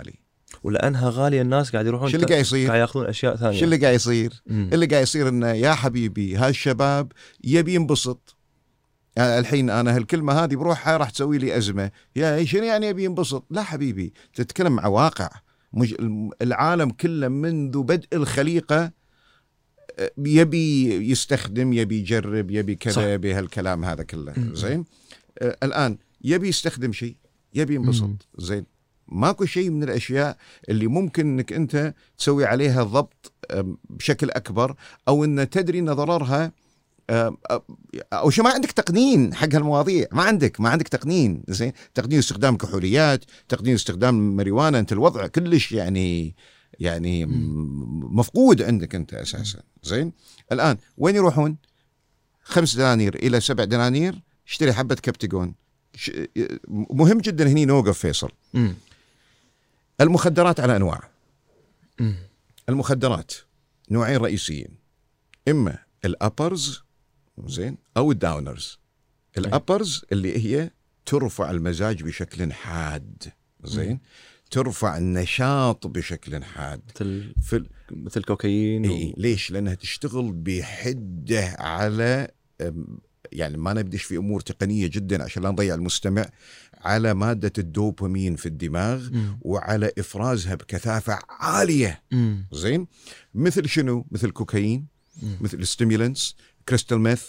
ولانها غاليه الناس قاعد يروحون شو اللي قاعد يصير؟ قاعد ياخذون اشياء ثانيه. شو اللي قاعد يصير؟ مم. اللي قاعد يصير انه يا حبيبي هالشباب يبي ينبسط. يعني الحين انا هالكلمه هذه بروحها راح تسوي لي ازمه، يا شنو يعني يبي ينبسط؟ لا حبيبي، تتكلم مع واقع. العالم كله منذ بدء الخليقه يبي يستخدم، يبي يجرب، يبي كذا، يبي هالكلام هذا كله. زين الان يبي يستخدم شيء، يبي ينبسط. زين ماكو شيء من الاشياء اللي ممكن انك انت تسوي عليها ضبط بشكل اكبر، او ان تدري ان ضررها، او شو ما عندك تقنين حق هالمواضيع، ما عندك تقنين. زين تقنين استخدام كحوليات، تقنين استخدام ماريوانا، انت الوضع كلش يعني مفقود عندك انت اساسا. زين الان وين يروحون؟ 5 دنانير الى 7 دنانير اشتري حبه كبتاجون. مهم جدا هني نوقف فيصل. المخدرات على انواع. المخدرات نوعين رئيسيين، اما الابرز زين او الداونرز. الابرز اللي هي ترفع المزاج بشكل حاد، زين ترفع النشاط بشكل حاد، مثل كوكايين. ليش؟ لانها تشتغل بحده على، يعني ما نبدش في امور تقنيه جدا عشان لا نضيع المستمع، على ماده الدوبامين في الدماغ وعلى افرازها بكثافه عاليه. زين مثل شنو؟ مثل كوكايين، مثل الستيمولانس، كريستال ميث،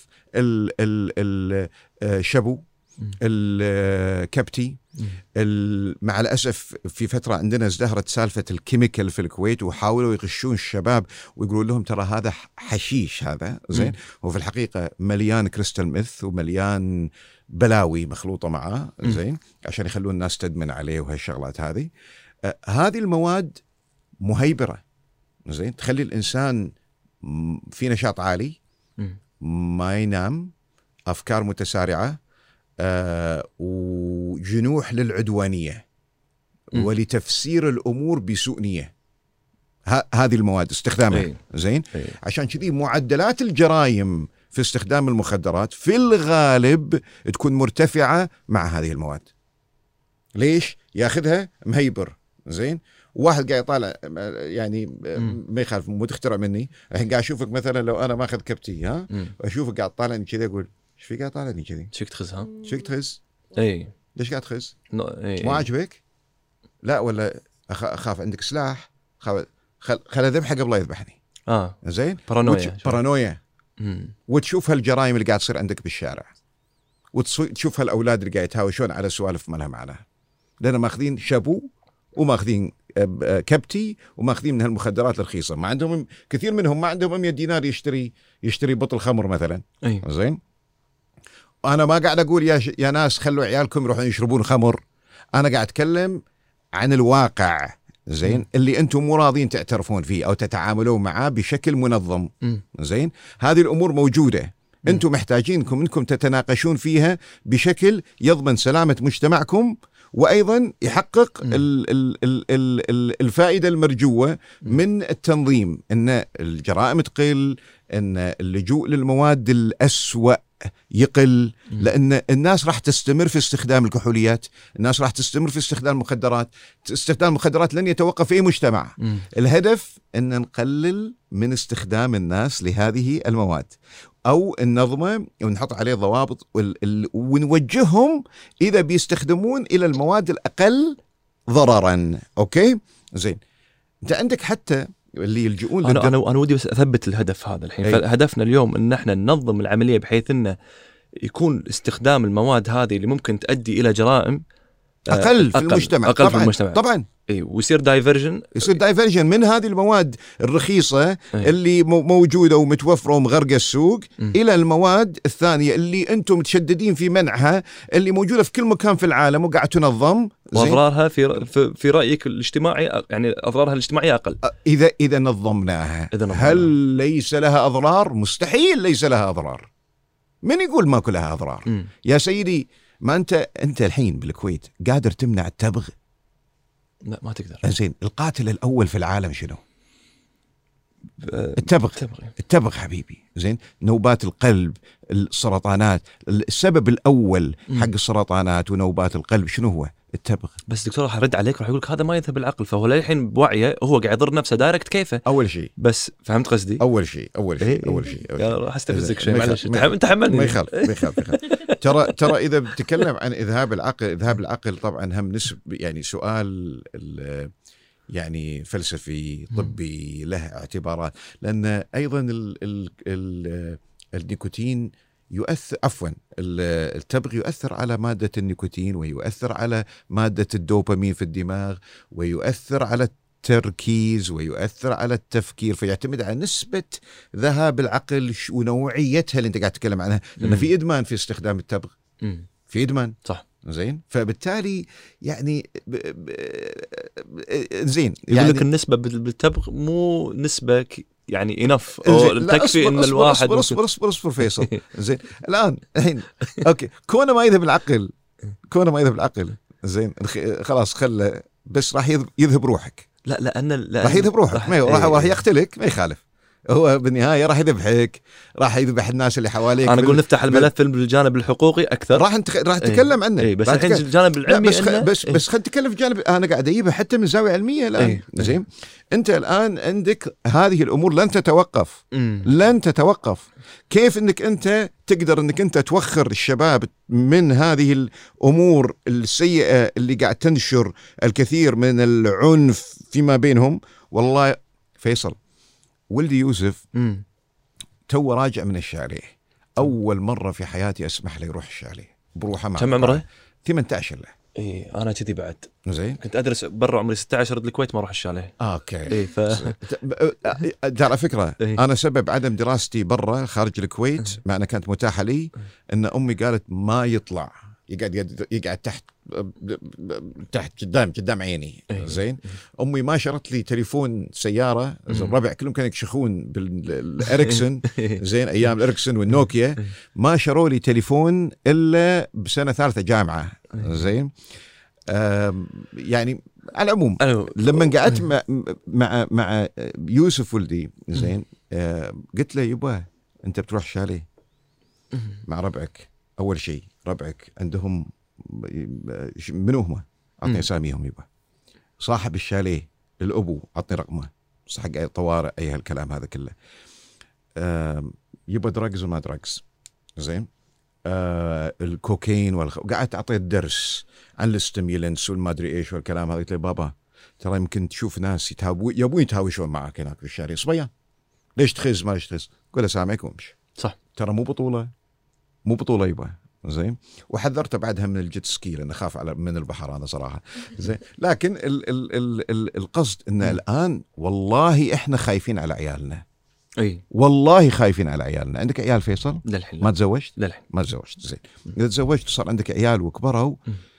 الشابو، الكبتي. مع الأسف في فترة عندنا ازدهرت سالفة الكيميكال في الكويت، وحاولوا يغشون الشباب ويقولون لهم ترى هذا حشيش هذا. زين وفي الحقيقة مليان كريستال ميث ومليان بلاوي مخلوطة معاه، زين عشان يخلون الناس تدمن عليه وهالشغلات هذه. هذه المواد مهيبرة، زين تخلي الإنسان في نشاط عالي، ما ينام، أفكار متسارعة، وجنوح للعدوانية ولتفسير الأمور بسوء نية. هذه المواد استخدامها. زين عشان كذي معدلات الجرائم في استخدام المخدرات في الغالب تكون مرتفعة مع هذه المواد. ليش؟ ياخذها مهيبر. زين واحد قاعد يطالع، يعني ما يخالف، مو تخترع مني. الحين قاعد اشوفك مثلا لو انا ماخذ كبتي واشوفك قاعد طالعني كذا، اقول ايش في قاعد طالعني كذي؟ ايش فيك تخز؟ ايش فيك تخز؟ اي ليش قاعد تخز؟ مو عاجبك؟ لا ولا اخاف عندك سلاح، خل اذبحه قبل لا يذبحني. زين بارانويا. وتشوف هالجرائم اللي قاعد تصير عندك بالشارع، وتشوف هالاولاد اللي قاعد يتهاوشون على سوالف ما لها معنى، لان ماخذين شابو وماخذين كبتي وماخذين من هالمخدرات الرخيصه. ما عندهم كثير منهم ما عندهم 100 دينار يشتري بطل خمر مثلا. زين انا ما قاعد اقول يا ناس خلوا عيالكم يروحون يشربون خمر، انا قاعد اتكلم عن الواقع. زين اللي انتم مو راضين تعترفون فيه او تتعاملون معاه بشكل منظم. زين هذه الامور موجوده، انتم محتاجينكم انكم تتناقشون فيها بشكل يضمن سلامه مجتمعكم، وايضا يحقق الفائده المرجوه من التنظيم، ان الجرائم تقل، ان اللجوء للمواد الأسوأ يقل، لأن الناس راح تستمر في استخدام الكحوليات، الناس راح تستمر في استخدام المخدرات. استخدام المخدرات لن يتوقف في أي مجتمع. الهدف أن نقلل من استخدام الناس لهذه المواد، أو النظمة ونحط عليه ضوابط ونوجههم إذا بيستخدمون إلى المواد الأقل ضررا. أوكي زين أنت عندك حتى اللي يلجؤون أنا ودي بس أثبت الهدف هذا الحين. فهدفنا اليوم أن احنا ننظم العملية بحيث أنه يكون استخدام المواد هذه اللي ممكن تؤدي إلى جرائم أقل في المجتمع. أقل في المجتمع طبعا. ويصير دايفرجن من هذه المواد الرخيصة اللي موجودة ومتوفرة ومغرقة السوق إلى المواد الثانية اللي أنتم متشددين في منعها، اللي موجودة في كل مكان في العالم وقاعد تنظم. وأضرارها في رأيك الاجتماعي، يعني أضرارها الاجتماعية أقل إذا نظمناها. هل ليس لها أضرار؟ مستحيل ليس لها أضرار. من يقول ماكو لها أضرار؟ يا سيدي ما أنت الحين بالكويت قادر تمنع التبغ؟ لا ما تقدر. زين القاتل الأول في العالم شنو؟ التبغ حبيبي. زين نوبات القلب، السرطانات، السبب الأول حق السرطانات ونوبات القلب شنو هو؟ التبغ. بس دكتور راح يرد عليك راح يقول لك هذا ما يذهب العقل، فهو للحين بوعيه هو قاعد يضر نفسه دايركت كيفه. اول شيء بس فهمت قصدي؟ اول شيء راح استفزك شوي معلش انت حملني. ما يخالف ترى اذا بتكلم عن اذهاب العقل طبعا هم نسب يعني سؤال يعني فلسفي طبي له اعتبارات، لان ايضا النيكوتين يؤثر، عفوا التبغ يؤثر على مادة النيكوتين، ويؤثر على مادة الدوبامين في الدماغ، ويؤثر على التركيز، ويؤثر على التفكير، فيعتمد على نسبة ذهاب العقل ونوعيتها اللي انت قاعد تتكلم عنها، لأن في إدمان في استخدام التبغ، في إدمان صح زين. فبالتالي يعني زين يقول لك النسبة بالتبغ مو نسبة يعني انف او تكفي ان الواحد اصبر فيصل. زين الان اوكي كونه ما يذهب العقل زين خلاص خله بس راح يذهب روحك. لا راح يذهب روحك، راح يقتلك، ما يخالف، هو بالنهايه راح يذبحك، راح يذبح الناس اللي حواليك. انا اقول نفتح الملف بالجانب الحقوقي اكثر، راح نتكلم عنه. بس الحين الجانب العلمي بس خلينا نتكلم في جانب انا قاعد اجيبها حتى من زاويه علميه الان. زين انت الان عندك هذه الامور لن تتوقف. كيف انك انت تقدر انك انت توخر الشباب من هذه الامور السيئه اللي قاعد تنشر الكثير من العنف فيما بينهم؟ والله فيصل ولدي يوسف تو راجع من الشاليه، أول مرة في حياتي أسمح له يروح الشاليه، بروحه معه. كم عمره؟ 18 له. أنا كذي بعد. زين. كنت أدرس برا عمري 16 رد الكويت ما أروح الشاليه. أوكي. على فكرة أنا سبب عدم دراستي برا خارج الكويت مع أنها كانت متاحة لي إن أمي قالت ما يطلع، يقعد تحت قدام عيني. زين. امي ما شرت لي تليفون سياره، الربع كلهم كانوا يكشخون بالاريكسون. زين ايام الاريكسون والنوكيا، ما شروا لي تليفون الا بسنه ثالثه جامعه. زين. يعني على العموم لما قعدت مع يوسف ولدي زين، قلت له يبا انت بتروح شاليه مع ربعك، اول شيء ربعك عندهم منو هم؟ عطني اساميهم يبا. صاحب الشاليه الابو عطني رقمه، حق اي طوارئ اي هالكلام هذا كله. يبا درجز وما درجز. زين. الكوكين قعدت اعطيت درس عن الستيمولنتس والما ادري ايش والكلام هذا. قلت له بابا ترى يمكن تشوف ناس يبون يتهاوشون معك هناك في الشارع، صبيان ليش تخز ما ليش تخز؟ قول له سامعك وامشي. صح. ترى مو بطوله يبا. زين. وحذرته بعدها من الجيت سكي لأنه خاف من البحر أنا صراحة. زين. لكن القصد إن الآن والله إحنا خايفين على عيالنا. والله خايفين على عيالنا. عندك عيال فيصل؟ للحين ما تزوجت؟ للحين ما تزوجت. زين. إذا تزوجت صار عندك عيال وكبروا،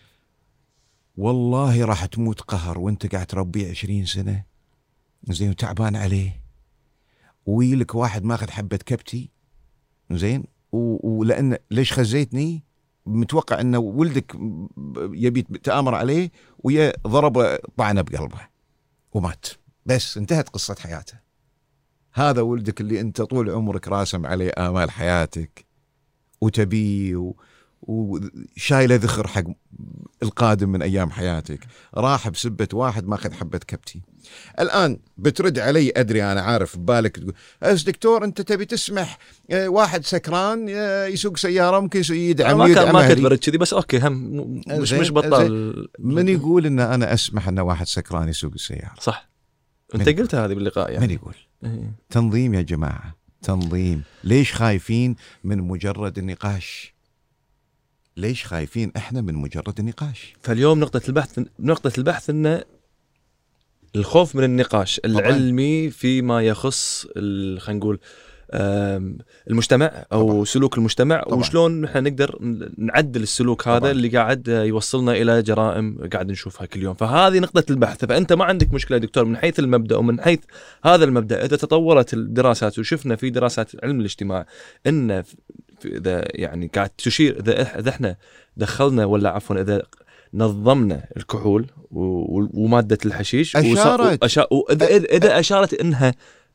والله راح تموت قهر وأنت قاعد تربيه 20 سنة. زين. وتعبان عليه، ويلك واحد ماخذ حبة كبتي. زين. ولأن ليش خزيتني؟ متوقع أن ولدك يبي تآمر عليه ويا ضرب طعنه بقلبه ومات، بس انتهت قصة حياته. هذا ولدك اللي أنت طول عمرك راسم عليه آمال حياتك وتبيه وشايله ذخر حق القادم من أيام حياتك، راح بسبة واحد ما أخذ حبة كبتي. الآن بترد علي أدري أنا عارف ببالك تقول أس دكتور أنت تبي تسمح واحد سكران يسوق سيارة ممكن يدعم ما كنت برد كذي، بس أوكي هم مش بطل. من يقول إن أنا أسمح أن واحد سكران يسوق السيارة؟ صح. أنت قلتها هذه باللقاء يعني. من يقول؟ تنظيم يا جماعة، تنظيم. ليش خايفين من مجرد النقاش؟ ليش خايفين احنا من مجرد النقاش؟ فاليوم نقطة البحث ان الخوف من النقاش العلمي فيما يخص خلينا نقول المجتمع او طبعاً. سلوك المجتمع طبعاً. وشلون نحن نقدر نعدل السلوك هذا طبعاً. اللي قاعد يوصلنا الى جرائم قاعد نشوفها كل يوم. فهذه نقطة البحث. فانت ما عندك مشكلة دكتور من حيث المبدأ ومن حيث هذا المبدأ اذا تطورت الدراسات وشفنا في دراسات علم الاجتماع ان إذا يعني قاعد تشير إذا إحنا دخلنا ولا عفوا إذا نظمنا الكحول ومادة الحشيش إذا أشارت إنها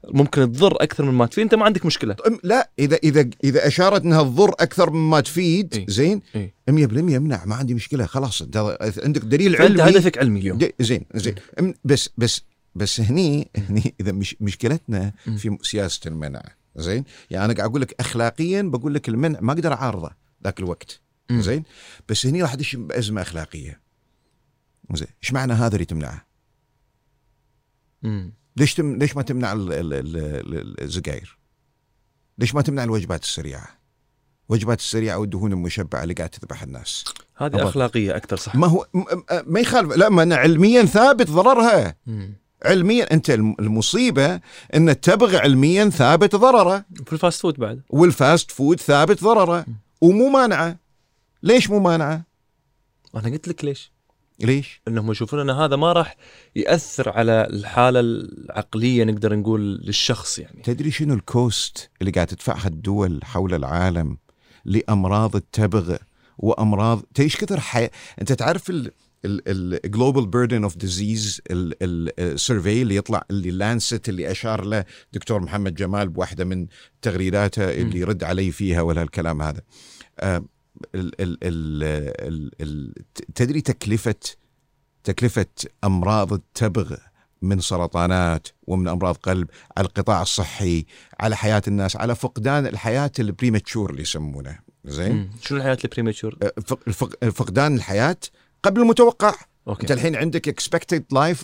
ممكن تضر اكثر مما تفيد، انت ما عندك مشكله. لا، اذا اشارت انها تضر اكثر مما تفيد، إيه؟ زين، 100% امنع، ما عندي مشكله، خلاص انت عندك دليل علمي، هدفك علمي اليوم. زين. بس هني اذا مشكلتنا في سياسه المنع، زين، يعني انا قاعد اقول لك اخلاقيا، بقول لك المنع ما اقدر اعارضه ذاك الوقت، زين، بس هني راح ادش بازمه اخلاقيه. زين، ايش معنى هذا اللي تمنعه؟ ليش ما تمنع السجاير؟ ليش ما تمنع الوجبات السريعه؟ الوجبات السريعه والدهون المشبعه اللي قاعد تذبح الناس، هذه اخلاقيه اكثر، صح؟ ما هو ما يخالف، لا، ما أنا علميا ثابت ضررها. علميا انت المصيبه ان تبغى علميا ثابت ضرره. في الفاست فود بعد، والفاست فود ثابت ضرره ومو مانعه. ليش مو مانعه؟ انا قلت لك ليش؟ انهم يشوفون ان هذا ما راح ياثر على الحاله العقليه، نقدر نقول للشخص. يعني تدري شنو الكوست اللي قاعد تدفعها الدول حول العالم لامراض التبغ وامراض ايش كثر انت تعرف الجلوبال بيردن اوف ديزيز، السيرفي اللي يطلع، اللي لانست، اللي اشار له دكتور محمد جمال بواحده من تغريداته اللي يرد علي فيها ولا الكلام هذا. تدري تكلفة أمراض التبغ من سرطانات ومن أمراض قلب على القطاع الصحي، على حياة الناس، على فقدان الحياة البريماتشور اللي يسمونه، زين؟ شنو الحياة البريماتشور؟ فقدان الحياة قبل المتوقع. أوكي. أنت الحين عندك expected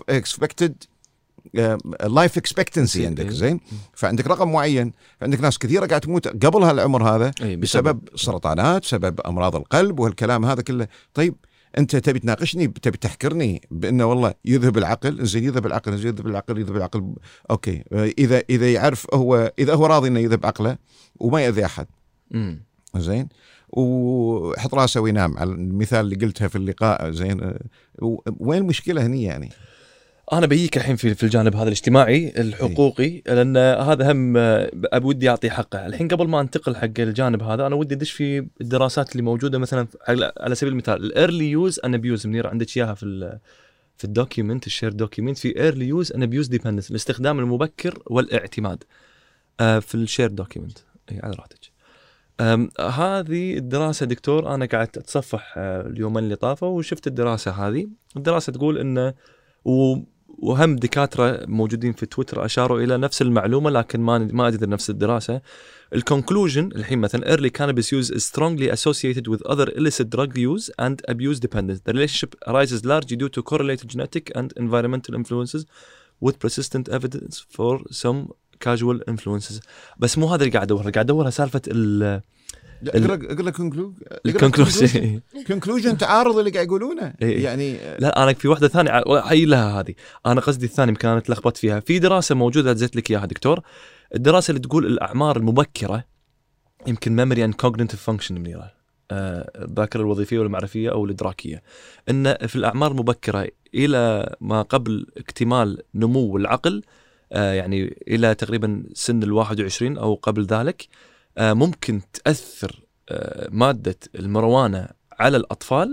life expectancy عندك، زين، فعندك رقم معين، فعندك ناس كثيرة قاعد تموت قبل هالعمر هذا بسبب سرطانات، بسبب أمراض القلب وهالكلام هذا كله. طيب أنت تبي تناقشني، تبي تحكرني بأنه والله يذهب العقل، زين، يذهب العقل، أوكي، إذا يعرف إذا هو راضي إنه يذهب عقله وما يأذي أحد، زين، وحط راسه وينام، على المثال اللي قلتها في اللقاء، زين، وين المشكلة هني يعني؟ أنا بيجيك الحين في الجانب هذا الاجتماعي الحقوقي، لأن هذا هم ودي أعطي حقه. الحين قبل ما أنتقل حق الجانب هذا، أنا ودي أدش في الدراسات اللي موجودة، مثلا على سبيل المثال الإيرلي يوز أند أبيوز. منير عندك إياها في الدوكيومنت، الشير دوكيومنت، في إيرلي يوز أند أبيوز ديبندنس، الاستخدام المبكر والاعتماد، في الشير دوكيومنت. على راحتك. هذه الدراسة دكتور، أنا قاعد أتصفح اليومين اللي طافوا وشفت الدراسة هذه. الدراسة تقول إنه وهم دكاترة موجودين في تويتر أشاروا إلى نفس المعلومة، لكن ما أدري نفس الدراسة. الكونكلوجن الحين مثلا early cannabis use is strongly associated with other illicit drug use and abuse dependence. The relationship arises largely due to correlated genetic and environmental influences with persistent evidence for some casual influences. بس مو هذا اللي قاعد أدورها سالفة اقرا كونكلوجن تعارض اللي قاعد يقولونه. يعني لا، انا في واحده ثانيه حي لها هذه، انا قصدي الثاني كانت لخبطت فيها. في دراسه موجوده زيت لك اياها دكتور، الدراسه اللي تقول الاعمار المبكره، يمكن memory and cognitive function منيره، الذاكره الوظيفيه والمعرفيه او الادراكيه، ان في الاعمار المبكره الى ما قبل اكتمال نمو العقل، يعني الى تقريبا سن 21 او قبل ذلك، ممكن تأثر مادة المروانة على الأطفال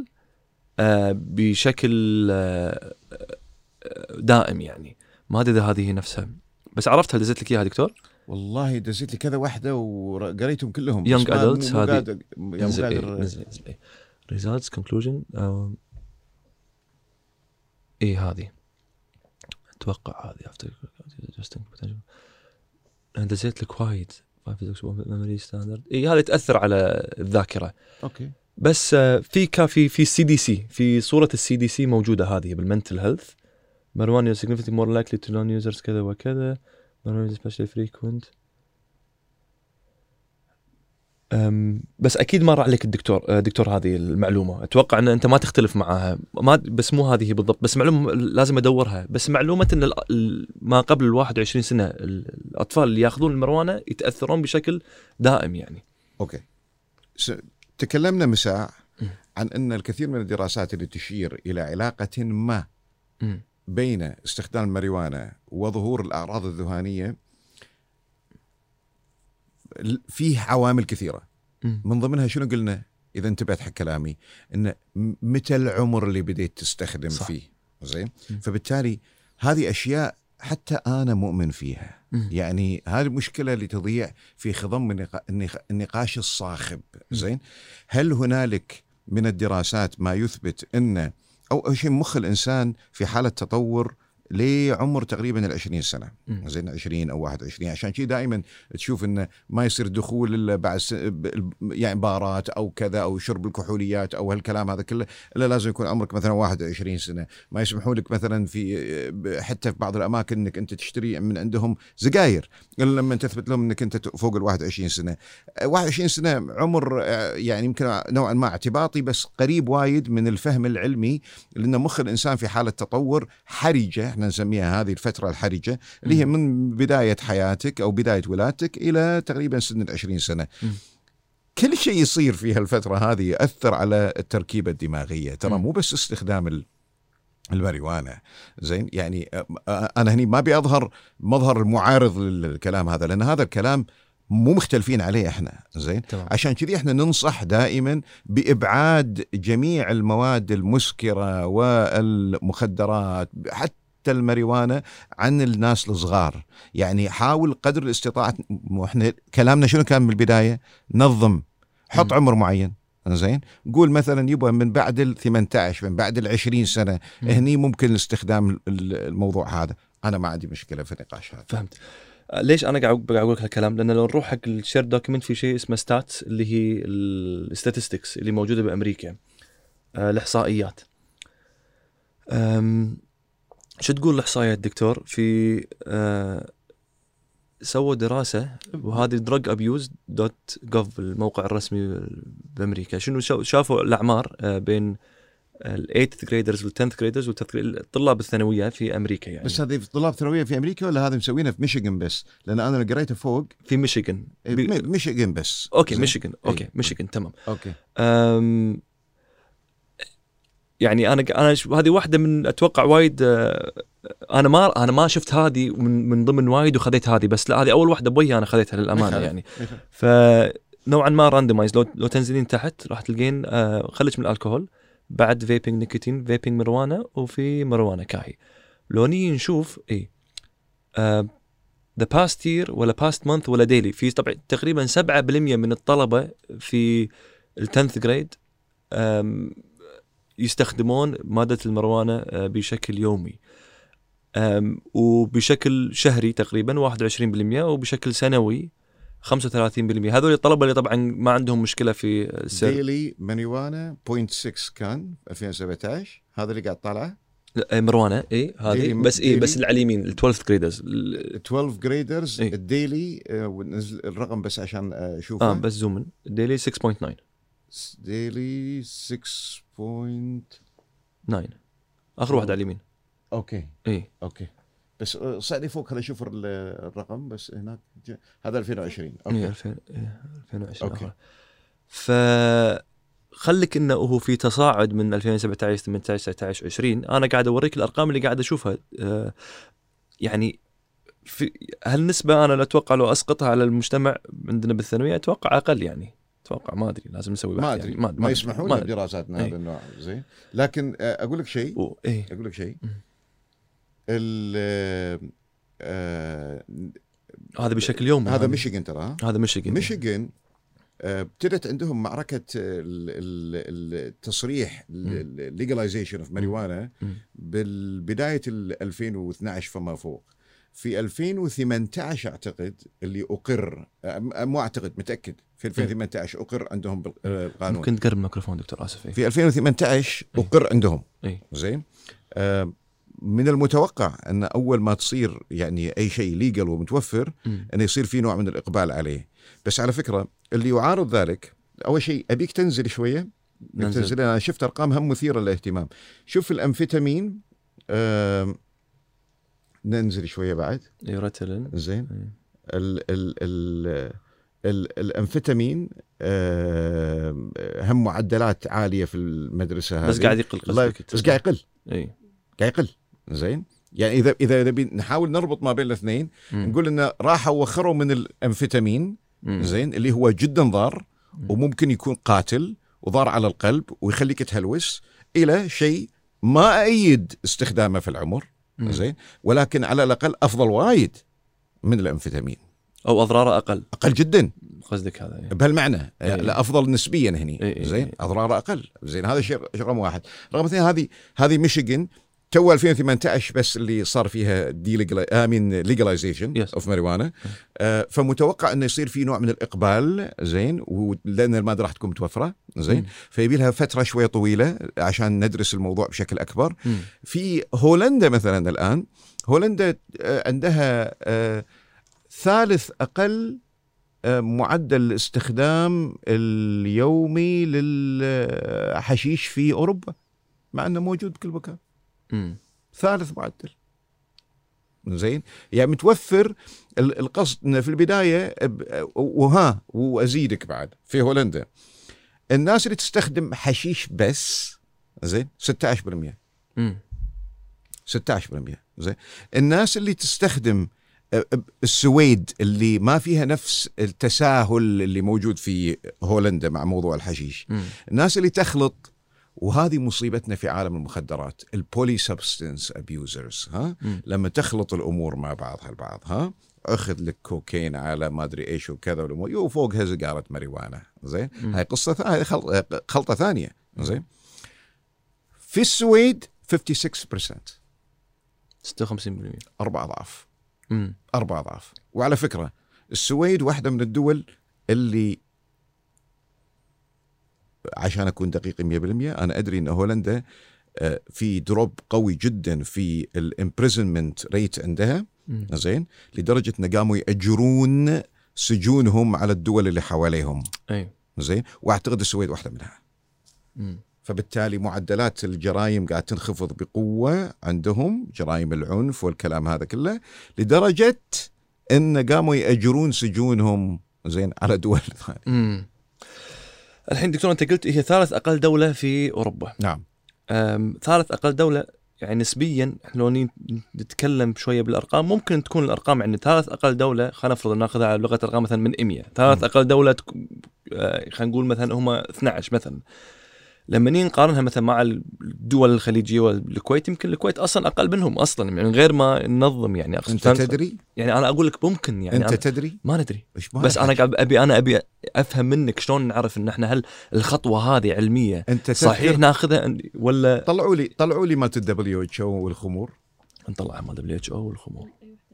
بشكل دائم. يعني ما أدري إذا هذه نفسها، بس عرفتها. دزيت لك إياها دكتور؟ والله دزيت لي كذا واحدة وقريتهم كلهم. young adults هذه نزل results conclusion. إيه هذه أتوقع هذه after adjusting potential. دزيت لك وايد memory standard. إيه هذا تأثر على الذاكرة. أوكي. بس في CDC، في صورة الCDC موجودة هذه بالmental health. marijuana is significantly more likely to non-users كذا وكذا. marijuana is especially frequent. بس أكيد ما راح لك دكتور هذه المعلومة. أتوقع أن أنت ما تختلف معها، بس مو هذه بالضبط، بس معلومة لازم أدورها. بس معلومة أن ما قبل 21 سنة الأطفال اللي يأخذون المروانة يتأثرون بشكل دائم يعني. أوكي. تكلمنا مساء عن أن الكثير من الدراسات اللي تشير إلى علاقة ما بين استخدام الماريجوانا وظهور الأعراض الذهانية فيه عوامل كثيرة. من ضمنها شنو قلنا؟ إذا انتبهت حق كلامي، إن متى العمر اللي بديت تستخدم صح. فيه، زين. فبالتالي هذه أشياء حتى أنا مؤمن فيها، يعني هذه المشكلة اللي تضيع في خضم النقاش الصاخب. زين، هل هنالك من الدراسات ما يثبت أن أو شيء مخ الإنسان في حالة تطور لعمر تقريبا 20 سنة، زين 20 أو 21، عشان شيء دائما تشوف إنه ما يصير دخول إلا بعد يعني بارات أو كذا أو شرب الكحوليات أو هالكلام هذا كله، إلا لازم يكون عمرك مثلا 21 سنة. ما يسمحوا لك مثلا في حتى في بعض الأماكن إنك أنت تشتري من عندهم سجاير إلا لما تثبت لهم إنك أنت فوق 21 سنة. 21 سنة عمر يعني يمكن نوعا ما اعتباطي، بس قريب وايد من الفهم العلمي، لأن مخ الإنسان في حالة تطور حرجة، احنا نسميها هذه الفترة الحرجة، اللي هي من بداية حياتك أو بداية ولادتك إلى تقريبا سن 20 سنة. كل شيء يصير في هالفترة هذه يأثر على التركيبة الدماغية. ترى مو بس استخدام الماريجوانا، زين، يعني أنا هني ما بيظهر مظهر المعارض للكلام هذا، لأن هذا الكلام مو مختلفين عليه احنا، زين. عشان كذي احنا ننصح دائما بإبعاد جميع المواد المسكرة والمخدرات حتى الماريجوانا عن الناس الصغار. يعني حاول قدر الاستطاعة، احنا كلامنا شنو كان من البداية؟ نظم، حط عمر معين، زين، قول مثلا يبقى من بعد 18 من بعد 20 سنة هني ممكن استخدام الموضوع هذا. انا ما عندي مشكلة في النقاش هذا. فهمت ليش انا قاعد اقول لك هالكلام؟ لان لو نروح حق الشير دوكيمنت في شيء اسمه ستاتس، اللي هي الستاتستكس اللي موجوده بامريكا، الاحصائيات. شو تقول الاحصائيات دكتور؟ في سووا دراسه، وهذه drugabuse.gov الموقع الرسمي بامريكا. شنو شافوا الاعمار بين ال8th graders وال10th graders والطلاب الثانويه في امريكا يعني. بس هذه طلاب ثانويه في امريكا ولا هذا مسوينه في ميشيغان بس؟ لان انا قريته فوق في ميشيغان. ميشيغان بس. اوكي ميشيغان، اوكي ميشيغان، تمام. اوكي. يعني انا هذه واحده من اتوقع وايد. انا ما شفت هذه من ضمن وايد وخذيت هذه، بس لا، هذه اول واحده بوي انا خذيتها للامانه يعني. فنوعا ما راندمايز. لو تنزلين تحت راح تلقين خليج من الكحول، بعد فيبينج نيكوتين، فيبينج مروانة، وفي مروانة كاهي. لو نيجي نشوف the past year ولا past month ولا daily، في طبعا تقريبا 7% من الطلبة في ال10th grade يستخدمون مادة المروانة بشكل يومي، وبشكل شهري تقريبا 21%، وبشكل سنوي 35%. هذول الطلبة اللي طبعا ما عندهم مشكلة في السر. ديلي ماريجوانا 0.6 كان 2017، هذا اللي قاعد طالعه. مروانة هذه بس بس اللي على اليمين ال12 جريدرز. 12 جريدرز الديلي، ونزل الرقم بس عشان اشوفه. بس زومن. ديلي 6.9. ديلي 6.9 اخر واحد على اليمين. اوكي. اوكي، بس صعدي فوق خلينا نشوف الرقم بس هناك. هذا 2020. اوكي 2020. اوكي. فخليك انه هو في تصاعد من 2017 18 19 20. انا قاعد اوريك الارقام اللي قاعد اشوفها. يعني في هالنسبه انا لا اتوقع لو اسقطها على المجتمع عندنا بالثانويه اتوقع اقل يعني. اتوقع ما ادري، لازم نسوي ما ادري يعني. ما يسمحون بدراساتنا هذا النوع. زين، لكن اقول لك شيء. اقول لك شيء. هذا بشكل يومي. هذا ميشيغان، ترى هذا ميشيغان ابتدت عندهم معركة التصريح legalization of marijuana بالبداية 2012 فما فوق. في 2018 اعتقد اللي اقر، مو اعتقد، متأكد، في 2018 اقر عندهم بالقانون. ممكن تقرب الميكروفون دكتور؟ اسف. في 2018 اقر عندهم. زين. من المتوقع أن أول ما تصير يعني أي شيء ليجل ومتوفر أن يصير في نوع من الإقبال عليه. بس على فكرة اللي يعارض ذلك، أول شيء أبيك تنزل شوية. تنزل. أنا شفت أرقام هم مثيرة للاهتمام. شوف الأمفيتامين، ننزل شوية بعد. يوريتلين. زين. الأمفيتامين هم معدلات عالية في المدرسة هذه، بس قاعد يقل. بس قاعد يقل. قاعد يقل. زين، يعني اذا نحاول نربط ما بين الاثنين، نقول انه راحوا وخروا من الامفيتامين، زين، اللي هو جدا ضار وممكن يكون قاتل وضار على القلب ويخليك تهلوس، الى شيء ما ايد استخدامه في العمر، زين، ولكن على الاقل افضل وايد من الأنفيتامين، او اضراره اقل جدا. قصدك هذا يعني. بهالمعنى لا أفضل نسبيا هني. زين أضراره أقل. زين هذا شيء رقم واحد. رقم اثنين هذه ميشيغان تو 2018 بس اللي صار فيها ليجلايزيشن اوف ماريجوانا. فمتوقع انه يصير في نوع من الاقبال. زين لان الماده راح تكون متوفره. زين فيبي لها فتره شويه طويله عشان ندرس الموضوع بشكل اكبر. في هولندا مثلا الان هولندا عندها ثالث اقل معدل الاستخدام اليومي للحشيش في اوروبا، مع انه موجود بكل مكان. ثالث معدل. زين يعني متوفر. القصد انه في البدايه وازيدك بعد في هولندا الناس اللي تستخدم حشيش بس زين 16%. 16%. زين الناس اللي تستخدم السويد اللي ما فيها نفس التساهل اللي موجود في هولندا مع موضوع الحشيش. الناس اللي تخلط، وهذه مصيبتنا في عالم المخدرات، البولي سبستنس ابيوزرز. لما تخلط الامور مع بعضها البعض، اخذ لك كوكين على ما ادري ايش وكذا والامور وفوقها سيجاره ماريجوانا. زين هاي قصه هاي خلطه ثانيه. زين في السويد 56%. 56%. 4 أضعاف. 4 أضعاف. وعلى فكره السويد واحده من الدول اللي، عشان أكون دقيق 100%، أنا أدري أن هولندا في دروب قوي جدا في الامبريزنمنت ريت عندها. زين لدرجة أن قاموا يأجرون سجونهم على الدول اللي حواليهم. زين وأعتقد السويد واحدة منها. فبالتالي معدلات الجرائم قاعد تنخفض بقوة عندهم، جرائم العنف والكلام هذا كله، لدرجة أن قاموا يأجرون سجونهم زين على دول ثانية. الحين دكتور أنت قلت هي ثالث أقل دولة في أوروبا. نعم. ثالث أقل دولة يعني نسبيا لو نتكلم شوية بالأرقام، ممكن تكون الأرقام يعني ثالث أقل دولة، خلينا نفرض ناخذها على لغة الأرقام مثلا من 100. ثالث أقل دولة خلينا نقول مثلا هم 12 مثلا. لما نقارنها مثلا مع الدول الخليجية والكويت، يمكن الكويت أصلا أقل منهم أصلا من غير ما ننظم. يعني أنت تدري؟ يعني أنا أقول لك ممكن يعني أنت تدري؟ ما ندري. بس أنا قاعد أبي أفهم منك شلون نعرف إن إحنا هل الخطوة هذه علمية صحيح ناخذها ولا؟ طلعوا لي مالت WHO والخمور. نطلع مال WHO والخمور.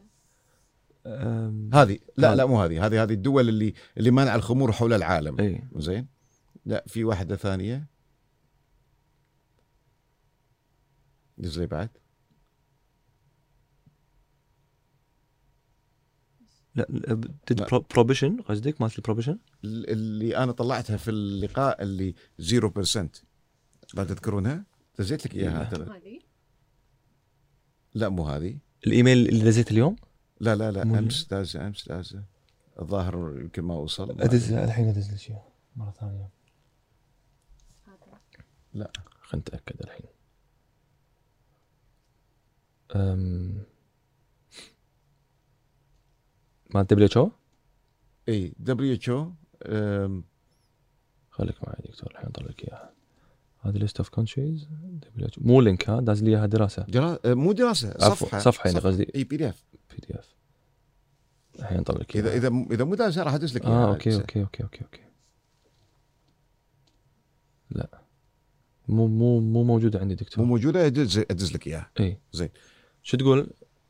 هذه لا مو هذه الدول اللي مانع الخمور حول العالم. زين لا في واحدة ثانية زي بعد. لا بروبيشن قصدك مالت البروبيشن اللي انا طلعتها في اللقاء اللي 0%. لا تذكرونها؟ دزيت لك اياها اعتقد. لا مو هذه. الايميل اللي دزيت اليوم؟ لا امس دازه الظاهر يمكن ما وصل. الحين ادز لك اياها مره ثانيه. لا خلينا نتاكد الحين. مع WHO؟ اي WHO. خليك معي دكتور الحين اطلع لك اياها. هذه ليست اوف كونتريز WHO مو لينك، داز لي اياها دراسه. مو دراسه، صفحه يعني قصدي. اي PDF. الحين اطلع لك اياها. اذا مو دراسه راح ادز لك اياها. اوكي. لا مو موجوده عندي دكتور. مو موجوده، ادز لك اياها. اي زين شو تقول؟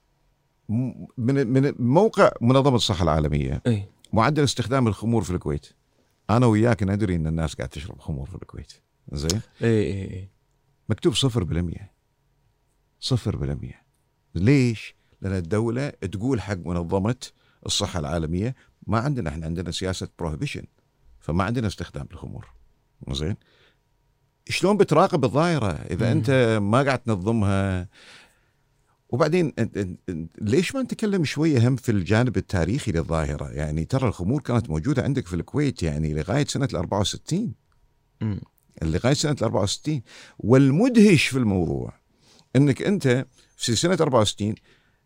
من موقع منظمه الصحه العالميه. اي معدل استخدام الخمور في الكويت، انا وياك ندري ان الناس قاعد تشرب خمور في الكويت. زين اي مكتوب 0%. 0%. ليش؟ لان الدوله تقول حق منظمه الصحه العالميه ما عندنا، احنا عندنا سياسه بروهيبيشن، فما عندنا استخدام الخمور. زين شلون بتراقب الظاهره اذا انت ما قاعد تنظمها؟ وبعدين ليش ما نتكلم شويه هم في الجانب التاريخي للظاهره؟ يعني ترى الخمور كانت موجوده عندك في الكويت يعني لغايه سنه 64. لغايه سنه 64. والمدهش في الموضوع انك انت في سنه 64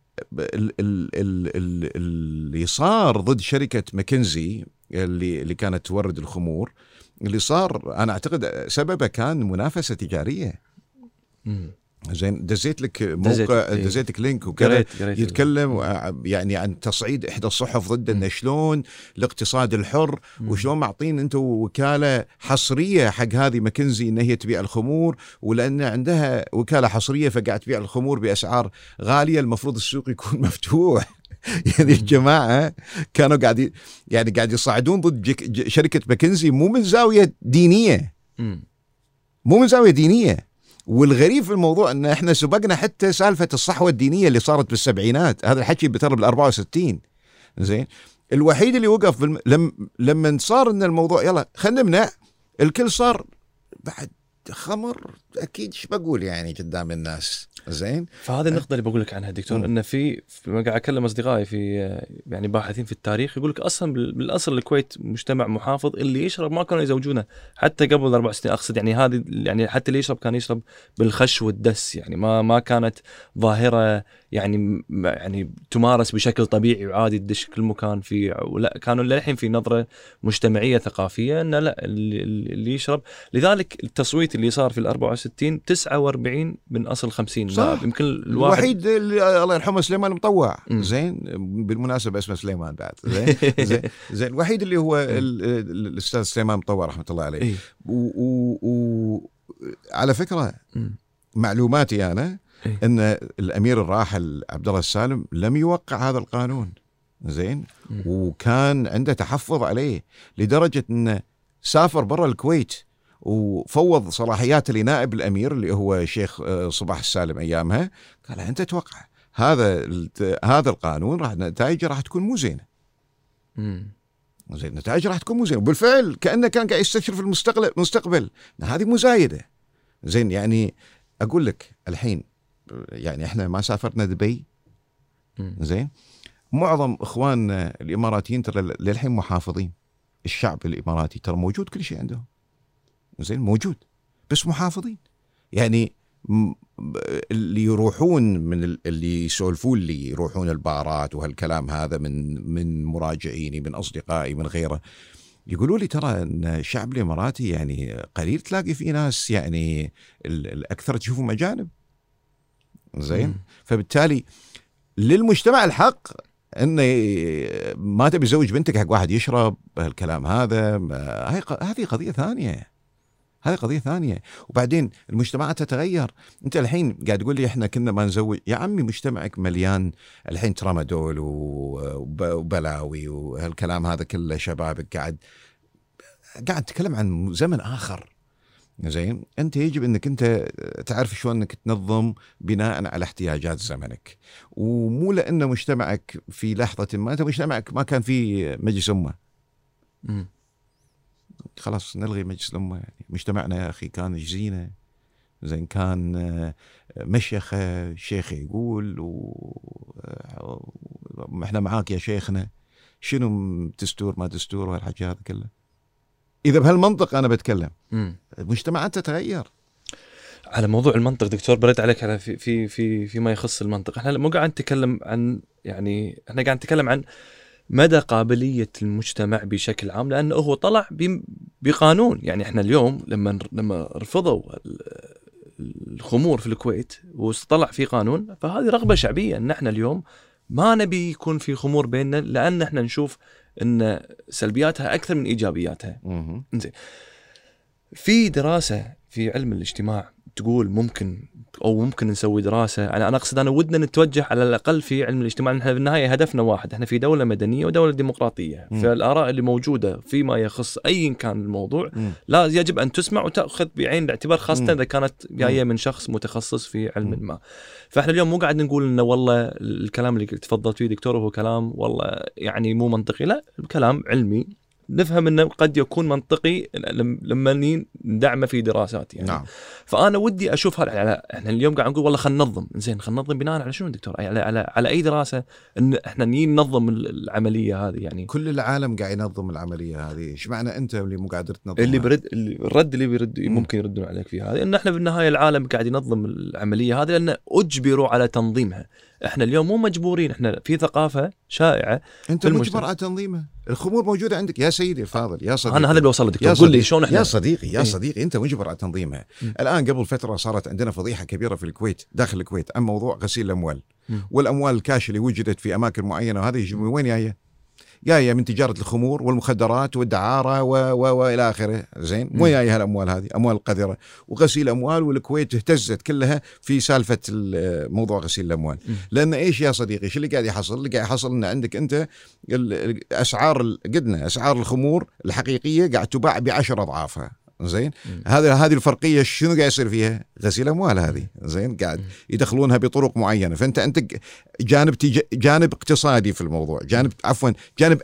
اللي صار ضد شركه ماكنزي اللي كانت تورد الخمور، اللي صار انا اعتقد سببه كان منافسه تجاريه. زين دزيت لك موقع، دزيت لك لينك وكذا يتكلم يعني عن تصعيد إحدى الصحف ضد إن شلون الاقتصاد الحر وشلون معطين أنتم وكالة حصرية حق هذه ماكنزي إن هي تبيع الخمور، ولأن عندها وكالة حصرية فقاعد تبيع الخمور بأسعار غالية، المفروض السوق يكون مفتوح. يعني الجماعة كانوا قاعد يصعدون ضد شركة ماكنزي مو من زاوية دينية، مو من زاوية دينية. والغريب في الموضوع ان احنا سبقنا حتى سالفة الصحوة الدينية اللي صارت بالسبعينات، هذا الحكي بتر بال64. زين الوحيد اللي وقف لما صار ان الموضوع يلا خلينا نمنع، الكل صار بعد خمر اكيد ايش بقول يعني قدام الناس. زين فهذه النقطة اللي بقول لك عنها دكتور، انه في ما قاعد اكلم اصدقائي في يعني باحثين في التاريخ، يقول لك اصلا بالاصل الكويت مجتمع محافظ، اللي يشرب ما كانوا يزوجونه حتى قبل 4 سنين، اقصد يعني هذه يعني حتى اللي يشرب كان يشرب بالخش والدس، يعني ما كانت ظاهرة يعني تمارس بشكل طبيعي وعادي تدش كل مكان في، ولا كانوا للحين في نظرة مجتمعية ثقافية ان لا اللي يشرب. لذلك التصويت اللي صار في 64 49 من اصل 50 نائب، يمكن الوحيد اللي الله يرحمه سليمان المطوع. زين بالمناسبة اسمه سليمان بعد. زين الوحيد اللي هو الاستاذ سليمان المطوع رحمة الله عليه. وعلى فكرة معلوماتي انا ان الامير الراحل عبد الله السالم لم يوقع هذا القانون. زين وكان عنده تحفظ عليه لدرجة انه سافر برا الكويت وفوض صلاحياته لنائب الامير اللي هو شيخ صباح السالم ايامها، قال انت توقع هذا القانون راح نتائجه راح تكون مو زينه. زين نتائجه راح تكون مو زينه، وبالفعل كانه كان قاعد يستشرف المستقبل هذه مزايده. زين يعني اقول لك الحين يعني احنا ما سافرنا دبي. زين معظم اخواننا الاماراتيين ترى للحين محافظين، الشعب الاماراتي ترى موجود كل شيء عندهم. زين موجود بس محافظين. يعني اللي يروحون من اللي يسولفون اللي يروحون البارات وهالكلام هذا من مراجعيني من اصدقائي من غيره، يقولوا لي ترى ان الشعب الاماراتي يعني قليل تلاقي فيه ناس، يعني الاكثر تشوفهم اجانب. زين فبالتالي للمجتمع الحق انه ما تبي تزوج بنتك حق واحد يشرب هالكلام هذا، هذه قضيه ثانيه. هذه قضية ثانية. وبعدين المجتمعات تتغير. انت الحين قاعد تقول لي احنا كنا ما نزوج، يا عمي مجتمعك مليان الحين ترامادول وبلاوي وهالكلام هذا كله، شبابك قاعد تتكلم عن زمن آخر. زين انت يجب انك انت تعرف شلون انك تنظم بناء على احتياجات زمنك، ومو لأن مجتمعك في لحظة ما انت مجتمعك ما كان فيه مجلس أمة خلاص نلغي مجلس الأمة. يعني مجتمعنا يا أخي كان زينة. زين كان مشيخة شيخ يقول احنا معاك يا شيخنا، شنو دستور ما دستور وهالحكي هذا كله. إذا بهالمنطق أنا بتكلم المجتمعات تتغير. على موضوع المنطق دكتور برد عليك على في ما يخص المنطق. احنا مو قاعد نتكلم عن يعني احنا قاعد نتكلم عن مدى قابلية المجتمع بشكل عام، لأنه هو طلع بقانون. يعني احنا اليوم لما رفضوا الخمور في الكويت وطلع في قانون، فهذه رغبة شعبية ان احنا اليوم ما نبي يكون في خمور بيننا، لأن احنا نشوف ان سلبياتها أكثر من إيجابياتها. زين في دراسة في علم الاجتماع تقول ممكن نسوي دراسة، أنا أقصد أنا ودنا نتوجه على الأقل في علم الاجتماع، نحن في النهاية هدفنا واحد، احنا في دولة مدنية ودولة ديمقراطية. فالآراء اللي موجودة فيما يخص أي كان الموضوع لا يجب أن تسمع وتأخذ بعين الاعتبار، خاصة إذا كانت جاية من شخص متخصص في علم ما. فإحنا اليوم مو قاعد نقول إنه والله الكلام اللي تفضلت فيه دكتور هو كلام والله يعني مو منطقي، لا الكلام علمي نفهم انه قد يكون منطقي لما ندعمه في دراسات يعني. نعم. فانا ودي اشوف احنا اليوم قاعد نقول والله خلينا ننظم. زين خلينا ننظم بناء على شنو دكتور؟ على اي دراسه ان احنا ننظم العمليه هذه؟ يعني كل العالم قاعد ينظم العمليه هذه، ايش معنى انت اللي مو قادر تنظمها؟ الرد اللي بيرد ممكن يردون عليك في هذا، ان احنا في النهايه العالم قاعد ينظم العمليه هذه لان اجبروا على تنظيمها. احنا اليوم مو مجبورين، احنا في ثقافه شائعه انت مجبر على تنظيمها. الخمور موجوده عندك يا سيدي الفاضل، يا صديقي. انا هذا اللي وصل دكتور، قول لي شلون احنا. يا صديقي انت مجبر على تنظيمها. الان قبل فتره صارت عندنا فضيحه كبيره في الكويت، داخل الكويت، عن موضوع غسيل الاموال. والاموال الكاش اللي وجدت في اماكن معينه، وهذه يجي من وين؟ جايه من تجاره الخمور والمخدرات والدعاره والى اخره. زين، مو جايه هالاموال هذه، اموال القذره وغسيل اموال. والكويت اهتزت كلها في سالفه موضوع غسيل الاموال. لان ايش يا صديقي؟ شو اللي قاعد يحصل؟ اللي قاعد يحصل ان عندك انت اسعار، قدنا اسعار الخمور الحقيقيه قاعد تباع ب10 اضعافها. زين، هذه الفرقيه شنو قاعد يصير فيها؟ غسيل اموال هذه. زين، قاعد يدخلونها بطرق معينه. فانت جانب اقتصادي في الموضوع، جانب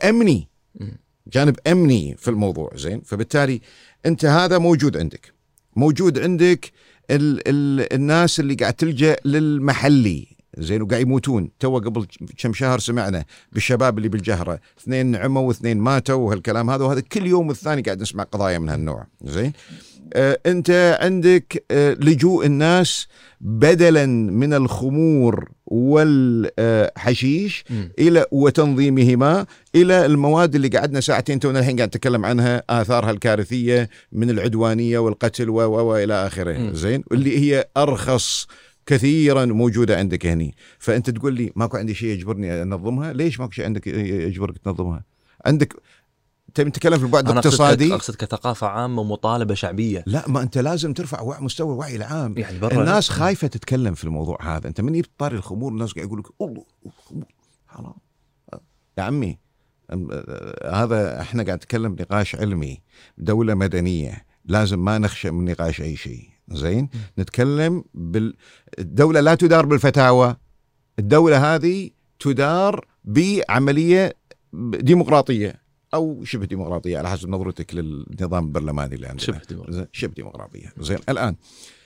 امني في الموضوع. زين، فبالتالي انت هذا موجود عندك الناس اللي قاعد تلجأ للمحلي. زين، وقاعد يموتون. تو قبل كم شهر سمعنا بالشباب اللي بالجهرة 2 نعموا و2 ماتوا وهالكلام هذا، وهذا كل يوم والثاني قاعد نسمع قضايا من هالنوع. زين، انت عندك لجوء الناس بدلا من الخمور والحشيش الى وتنظيمهما الى المواد اللي قعدنا ساعتين تونا الحين قاعد نتكلم عنها، اثارها الكارثيه من العدوانيه والقتل والى اخره. زين، واللي هي ارخص كثيرا موجودة عندك هني. فأنت تقول لي ماكو عندي شيء يجبرني أنظمها. ليش ماكو شيء عندك يجبرك تنظمها؟ عندك تتكلم في البعد الاقتصادي. أقصد كثقافة عامة ومطالبة شعبية. لا، ما أنت لازم ترفع مستوى الوعي العام. يعني الناس خايفة تتكلم في الموضوع هذا. أنت من يبطاري الخمور الناس قاعد يقول لك الله الخمور حرام. يا عمي، هذا احنا قاعد نتكلم نقاش علمي، دولة مدنية، لازم ما نخشى من نقاش أي شيء. زين، نتكلم الدولة لا تدار بالفتاوى، الدولة هذه تدار بعملية ديمقراطية أو شبه ديمقراطية على حسب نظرتك للنظام البرلماني اللي عندنا. شبه ديمقراطية. زين، الآن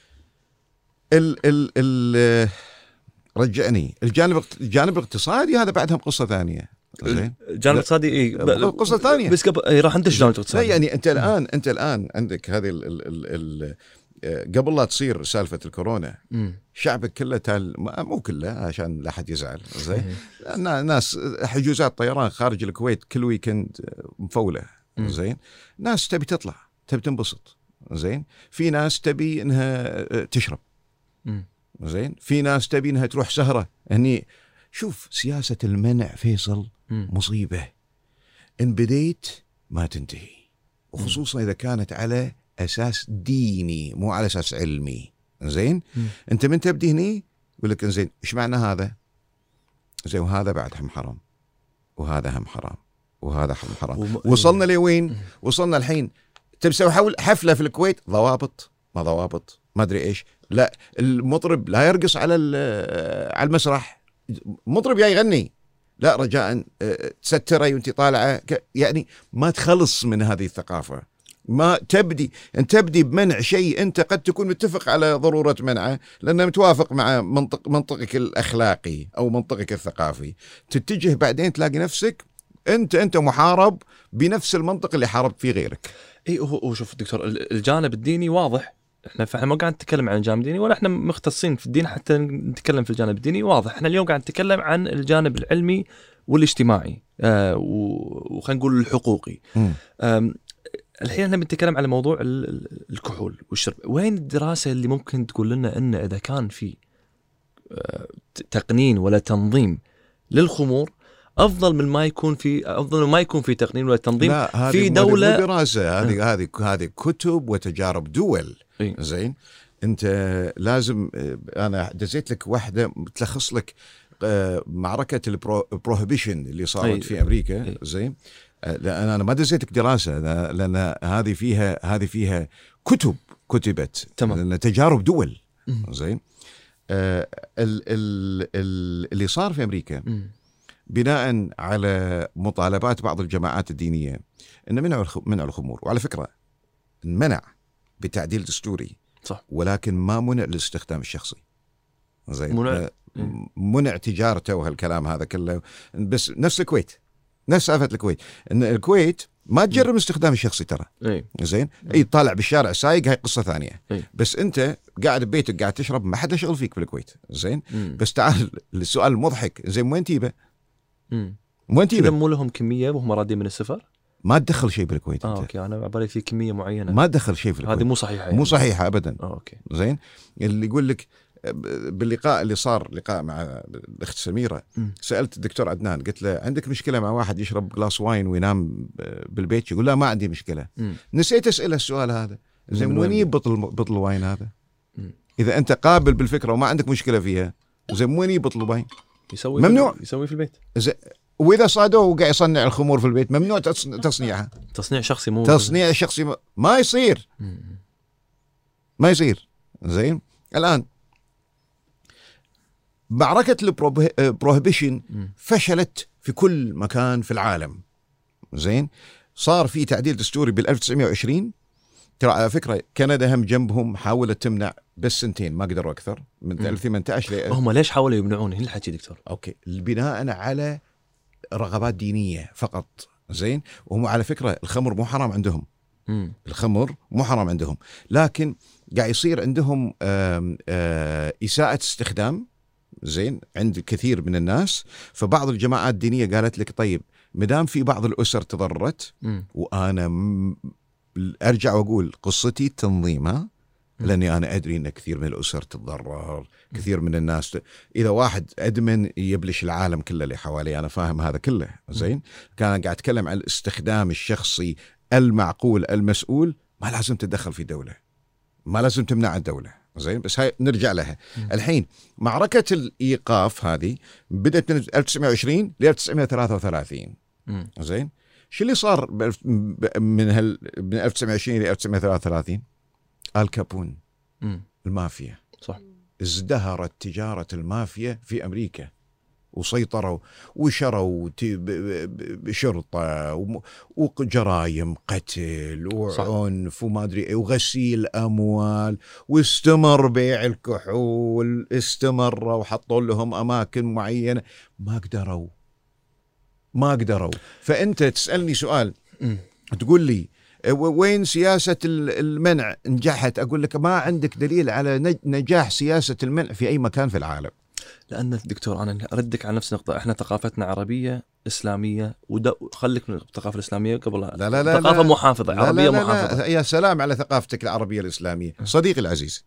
رجعني الجانب الاقتصادي، هذا بعدها قصة ثانية. زين، الجانب الاقتصادي قصة ثانية. بس قبل راح ندش الجانب الاقتصادي. يعني انت الآن عندك هذه قبل لا تصير سالفة الكورونا، شعبك كله مو كله عشان لا أحد يزعل. زين، ناس حجوزات طيران خارج الكويت كل ويكند مفولة. زين، ناس تبي تطلع، تبي تنبسط. زين، في ناس تبي انها تشرب. زين، في ناس تبي انها تروح سهرة هني. شوف، سياسة المنع فيصل مصيبة، إن بديت ما تنتهي، وخصوصا إذا كانت على أساس ديني مو على أساس علمي. زين، أنت من تبدي هني يقول لك زين إيش معنى هذا؟ زين، وهذا بعد هم حرام، وهذا هم حرام، وهذا هم حرام. وصلنا لوين؟ وصلنا الحين تبسوي حفلة في الكويت، ضوابط ما ضوابط ما أدري إيش. لا، المطرب لا يرقص على المسرح، مطرب جاي يغني، لا رجاء تستري وانت طالعة. يعني ما تخلص من هذه الثقافة. ما تبدي بمنع شيء انت قد تكون متفق على ضرورة منعه لانه متوافق مع منطقك الاخلاقي او منطقك الثقافي، تتجه بعدين تلاقي نفسك انت محارب بنفس المنطق اللي حاربت فيه غيرك. اي، هو شوف دكتور، الجانب الديني واضح. فاحنا ما قاعد نتكلم عن الجانب الديني، ولا احنا مختصين في الدين حتى نتكلم في الجانب الديني. واضح احنا اليوم قاعد نتكلم عن الجانب العلمي والاجتماعي وخلينا نقول الحقوقي. الحين احنا بنتكلم على موضوع الكحول والشرب. وين الدراسة اللي ممكن تقول لنا ان اذا كان في تقنين ولا تنظيم للخمور افضل من ما يكون في تقنين ولا تنظيم في دولة؟ دراسة هذه كتب وتجارب دول. زين، انت لازم، انا دزيت لك واحدة تلخص لك معركة البروهيبيشن اللي صارت في امريكا. زين، لأن أنا ما دزيتك دراسة، لأن هذه فيها كتبت، لأن تجارب دول. زين، اللي صار في أمريكا بناء على مطالبات بعض الجماعات الدينية إن منع الخمور. وعلى فكرة منع بتعديل دستوري، صح، ولكن ما منع الاستخدام الشخصي. زين، منع تجارته وهالكلام هذا كله. بس نفس الكويت، نفس سالفة الكويت، ان الكويت ما تجرب الاستخدام الشخصي ترى. زين، اي طالع بالشارع سايق، هاي قصة ثانية. بس انت قاعد ببيتك قاعد تشرب، ما حدا شغل فيك بالكويت. زين، بس تعال السؤال المضحك، زين وين تيبه؟ وين تجيبه؟ مو لهم كميه وهم رادين من السفر؟ ما تدخل شيء بالكويت انت. اوكي، انا على بالي في كميه معينه. ما تدخل شيء في الكويت. هذه مو صحيحه يعني. مو صحيحه ابدا. اوكي. زين. اللي يقول لك باللقاء اللي صار لقاء مع الاخت سميره، سالت الدكتور عدنان قلت له عندك مشكله مع واحد يشرب جلاس واين وينام بالبيت؟ يقول لا ما عندي مشكله. نسيت اساله السؤال هذا. زين وين يبطل بطل الواين هذا؟ اذا انت قابل بالفكره وما عندك مشكله فيها، زين وين يبطل الواين؟ يسوي ممنوع يسوي في البيت. واذا صادوه وقاعد يصنع الخمور في البيت ممنوع تصنيعها. تصنيع شخصي، مو تصنيع شخصي ما يصير. ما يصير. زين. الان معركة البروهيبيشن فشلت في كل مكان في العالم. زين. صار في تعديل دستوري بال1920. ترى على فكرة كندا هم جنبهم حاولت تمنع بس سنتين، ما قدروا أكثر من 2018. هم ليش حاولوا يمنعون؟ هنا الحكي دكتور. أوكي. البناء على رغبات دينية فقط. زين. وهم على فكرة الخمر مو حرام عندهم. الخمر مو حرام عندهم، لكن قاعد يصير عندهم إساءة استخدام. زين. عند كثير من الناس. فبعض الجماعات الدينية قالت لك طيب مدام في بعض الأسر تضررت، وأنا أرجع وأقول قصتي تنظيمها، لأني أنا أدري أن كثير من الأسر تتضرر، كثير من الناس إذا واحد أدمن يبلش العالم كله اللي حواليه، أنا فاهم هذا كله. زين. كان قاعد أتكلم عن الاستخدام الشخصي المعقول المسؤول. ما لازم تتدخل في دولة، ما لازم تمنع الدولة. زين. بس هاي نرجع لها. الحين معركة الإيقاف هذه بدأت من 1920 ل 1933. زين. شو اللي صار من 1920 ل 1933؟ الكابون، المافيا. صح. ازدهرت تجارة المافيا في أمريكا، وسيطروا وشروا شرطة وجرايم قتل وعنف وما أدري وغسيل أموال، واستمر بيع الكحول، استمر وحطوا لهم أماكن معينة. ما قدروا. فأنت تسألني سؤال تقول لي وين سياسة المنع نجحت؟ أقول لك ما عندك دليل على نجاح سياسة المنع في أي مكان في العالم. لأن دكتور أنا أردك على نفس النقطة، إحنا ثقافتنا عربية إسلامية، خليك من الثقافة الإسلامية قبل. لا ثقافة محافظة، عربية محافظة. يا سلام على ثقافتك العربية الإسلامية. صديقي العزيز،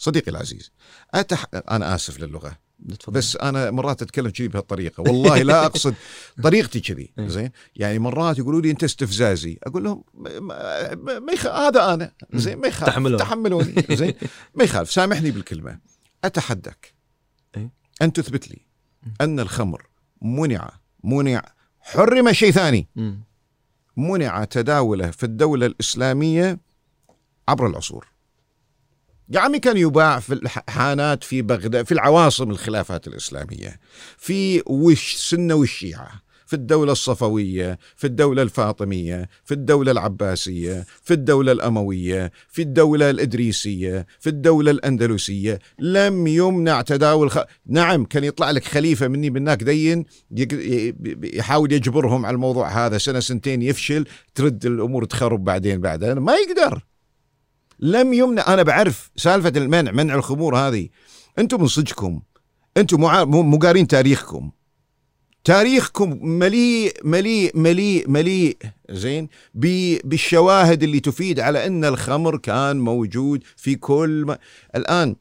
أنا آسف للغة، بس أنا مرات أتكلم كذي بهالطريقة، والله لا أقصد طريقتي كذي. زين. يعني مرات يقولوا لي أنت استفزازي، أقول لهم هذا أنا. زين. ما يخالف، تحملوني. زين. ما يخالف، سامحني بالكلمة. أتحدك أن تثبت لي أن الخمر منع حرم شيء ثاني، منع تداوله في الدولة الإسلامية عبر العصور. يا عمي كان يباع في الحانات في بغداد، في العواصم الخلافات الإسلامية، في السنة والشيعة، في الدولة الصفوية، في الدولة الفاطمية، في الدولة العباسية، في الدولة الأموية، في الدولة الإدريسية، في الدولة الأندلسية. لم يمنع تداول نعم كان يطلع لك خليفة مني بالناك دين يحاول يجبرهم على الموضوع هذا، سنة سنتين يفشل، ترد الأمور تخرب بعدين ما يقدر. لم يمنع. أنا بعرف سالفة منع الخمور هذه. أنتم من صدقكم، أنتم مو قارين تاريخكم مليء مليء مليء مليء. زين. بالشواهد اللي تفيد على أن الخمر كان موجود في كل الآن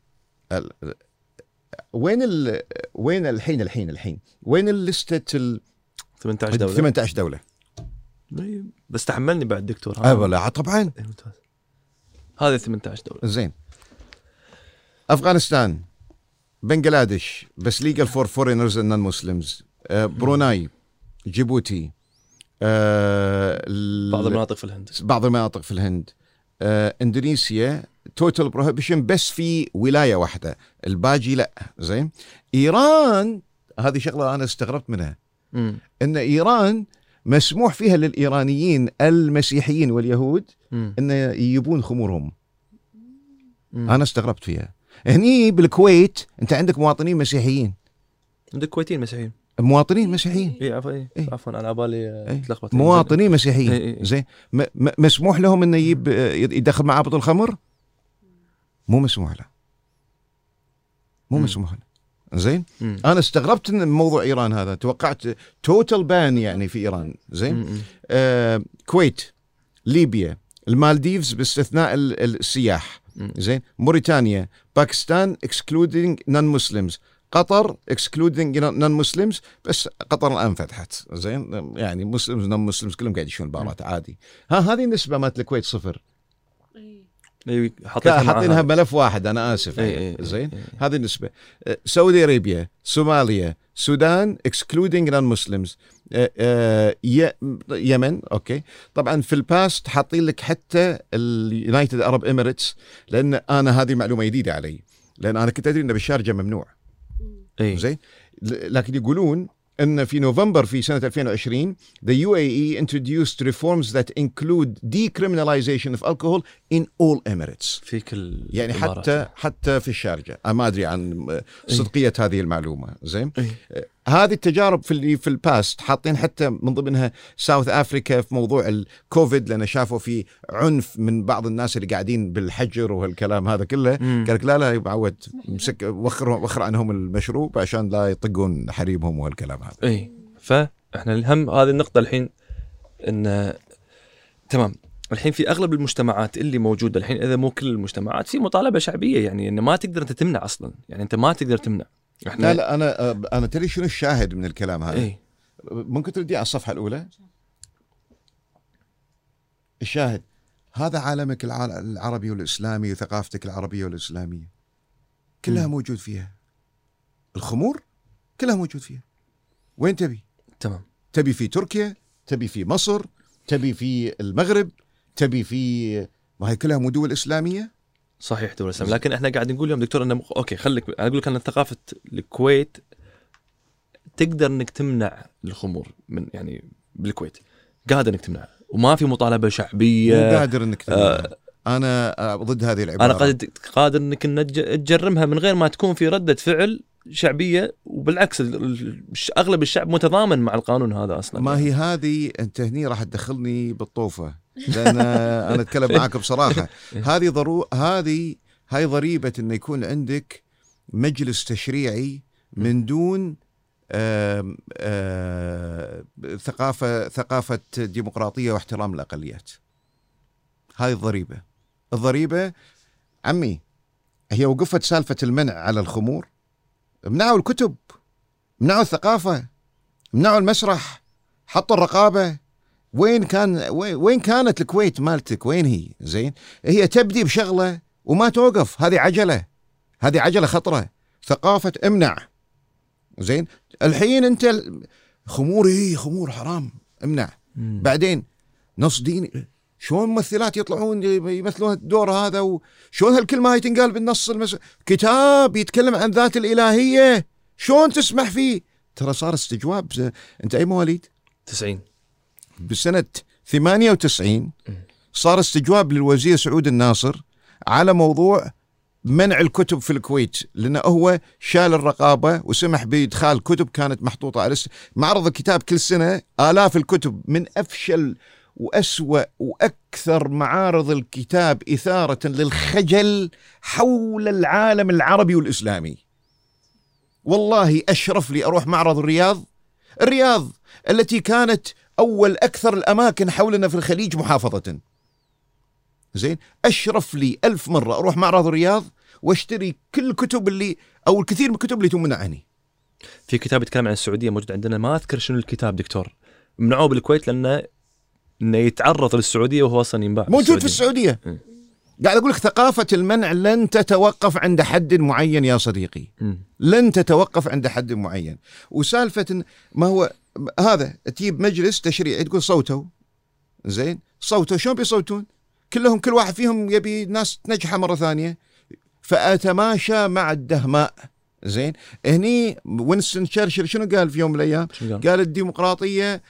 وين الحين وين الليستة 18 دولة. بس تحملني بعد دكتور. لا طبعا هذه 18 دولة. زين. أفغانستان، بنغلاديش بس legal for foreigners and non-Muslims، بروناي، جيبوتي، بعض المناطق في الهند، إندونيسيا total prohibition بس في ولاية واحدة، الباقي لا. زين. إيران، هذه شغلة أنا استغربت منها، إن إيران مسموح فيها للإيرانيين المسيحيين واليهود إن يجيبون خمورهم. أنا استغربت فيها. هني بالكويت أنت عندك مواطنين مسيحيين، عندك كويتيين مسيحيين، مواطنين مسيحيين. عفوا أنا عبالي تلخبط. مواطنين مسيحيين. زين. مسموح لهم إنه يدخل معابط الخمر؟ مو مسموح له. زين. انا استغربت من موضوع ايران هذا، توقعت توتال بان يعني في ايران. زين. كويت، ليبيا، المالديفز باستثناء السياح. زين. موريتانيا، باكستان excluding non-Muslims، قطر excluding non-Muslims، بس قطر الآن فتحت. زين. يعني مسلمز non-Muslims كلهم قاعد يشون البارات عادي. هذه النسبة مالت الكويت 0. حاطينها ملف واحد، أنا آسف. زين. هذه النسبة. سعودي أرابيا، صوماليا، سودان excluding non-Muslims، يمن. أوكي. طبعا في الباست حاطين لك حتى اليونايتد أرب إميريتس، لأن أنا هذه معلومة جديدة علي، لأن أنا كنت أدري إن بالشارجة ممنوع. زين. لكن يقولون أن في نوفمبر في سنة 2020 the UAE introduced reforms that include decriminalization of alcohol in all Emirates. في كل يعني حتى في الشارجة. أنا ما أدري عن صدقية هذه المعلومة. زين. هذه التجارب في الباست حاطين حتى من ضمنها ساوث أفريكا في موضوع الكوفيد، لأن شافوا في عنف من بعض الناس اللي قاعدين بالحجر والكلام هذا كله. قال لك لا يبعود مسك وخر عنهم المشروب عشان لا يطقون حريمهم والكلام هذا. فإحنا الهم هذه النقطة الحين إن تمام. الحين في أغلب المجتمعات اللي موجودة الحين، إذا مو كل المجتمعات، في مطالبة شعبية، يعني إن ما تقدر أنت تمنع أصلا، يعني أنت ما تقدر تمنع. لا أنا تدري شنو الشاهد من الكلام هذا؟ ممكن تردي على الصفحة الأولى. الشاهد هذا عالمك العربي والإسلامي وثقافتك العربية والإسلامية كلها موجود فيها. الخمور كلها موجود فيها. وين تبي؟ تمام. تبي في تركيا، تبي في مصر، تبي في المغرب، تبي في، ما هي كلها دول إسلامية. صحيح دول الإسلام. لكن احنا قاعد نقول اليوم دكتور انه اوكي خليك، انا اقول لك ان ثقافه الكويت تقدر انك تمنع الخمور من، يعني بالكويت قادر انك تمنع وما في مطالبه شعبيه. مو قادر انك تمنع. انا ضد هذه العباره. انا قادر انك تجرمها من غير ما تكون في رده فعل شعبيه، وبالعكس اغلب الشعب متضامن مع القانون هذا اصلا. ما هي هذه، انت هني راح تدخلني بالطوفه، لأن أنا أتكلم معك بصراحة. هاي ضريبة إنه يكون عندك مجلس تشريعي من دون ثقافة ديمقراطية واحترام الأقليات. هاي الضريبة عمي هي وقفت سالفة المنع على الخمور. منعوا الكتب، منعوا الثقافة، منعوا المسرح، حطوا الرقابة. وين كانت الكويت مالتك؟ وين هي؟ زين. هي تبدي بشغلة وما توقف. هذه عجلة خطرة. ثقافة امنع. زين. الحين انت خمور حرام، امنع. بعدين نص ديني، شلون ممثلات يطلعون يمثلون الدور هذا، وشلون هالكلمة هاي تنقال بالنص كتاب يتكلم عن ذات الإلهية، شلون تسمح فيه؟ ترى صار استجواب. انت اي مواليد؟ 90. بسنة 98 صار استجواب للوزير سعود الناصر على موضوع منع الكتب في الكويت، لأنه هو شال الرقابة وسمح بإدخال كتب كانت محطوطة على معرض الكتاب. كل سنة آلاف الكتب، من أفشل وأسوأ وأكثر معارض الكتاب إثارة للخجل حول العالم العربي والإسلامي. والله أشرف لي أروح معرض الرياض التي كانت أول أكثر الأماكن حولنا في الخليج محافظة. زين. أشرف لي 1000 مرة أروح معرض الرياض واشتري كل الكتب اللي، أو الكثير من الكتب اللي تمنع عني. في كتاب يتكلم عن السعودية موجود عندنا، ما أذكر شنو الكتاب دكتور، منعوه بالكويت لأنه يتعرض للسعودية وهو أصلا ينباع موجود في السعودية. قاعد أقول لك ثقافة المنع لن تتوقف عند حد معين يا صديقي. لن تتوقف عند حد معين. وسالفة ما هو هذا، تجيب مجلس تشريعي تقول صوتوا. زين. صوتوا شلون بيصوتون؟ كل واحد فيهم يبي ناس تنجحه مرة ثانية، فأتماشى مع الدهماء. زين. هني وينستون تشرشل شنو قال في يوم من الأيام؟ قال الديمقراطية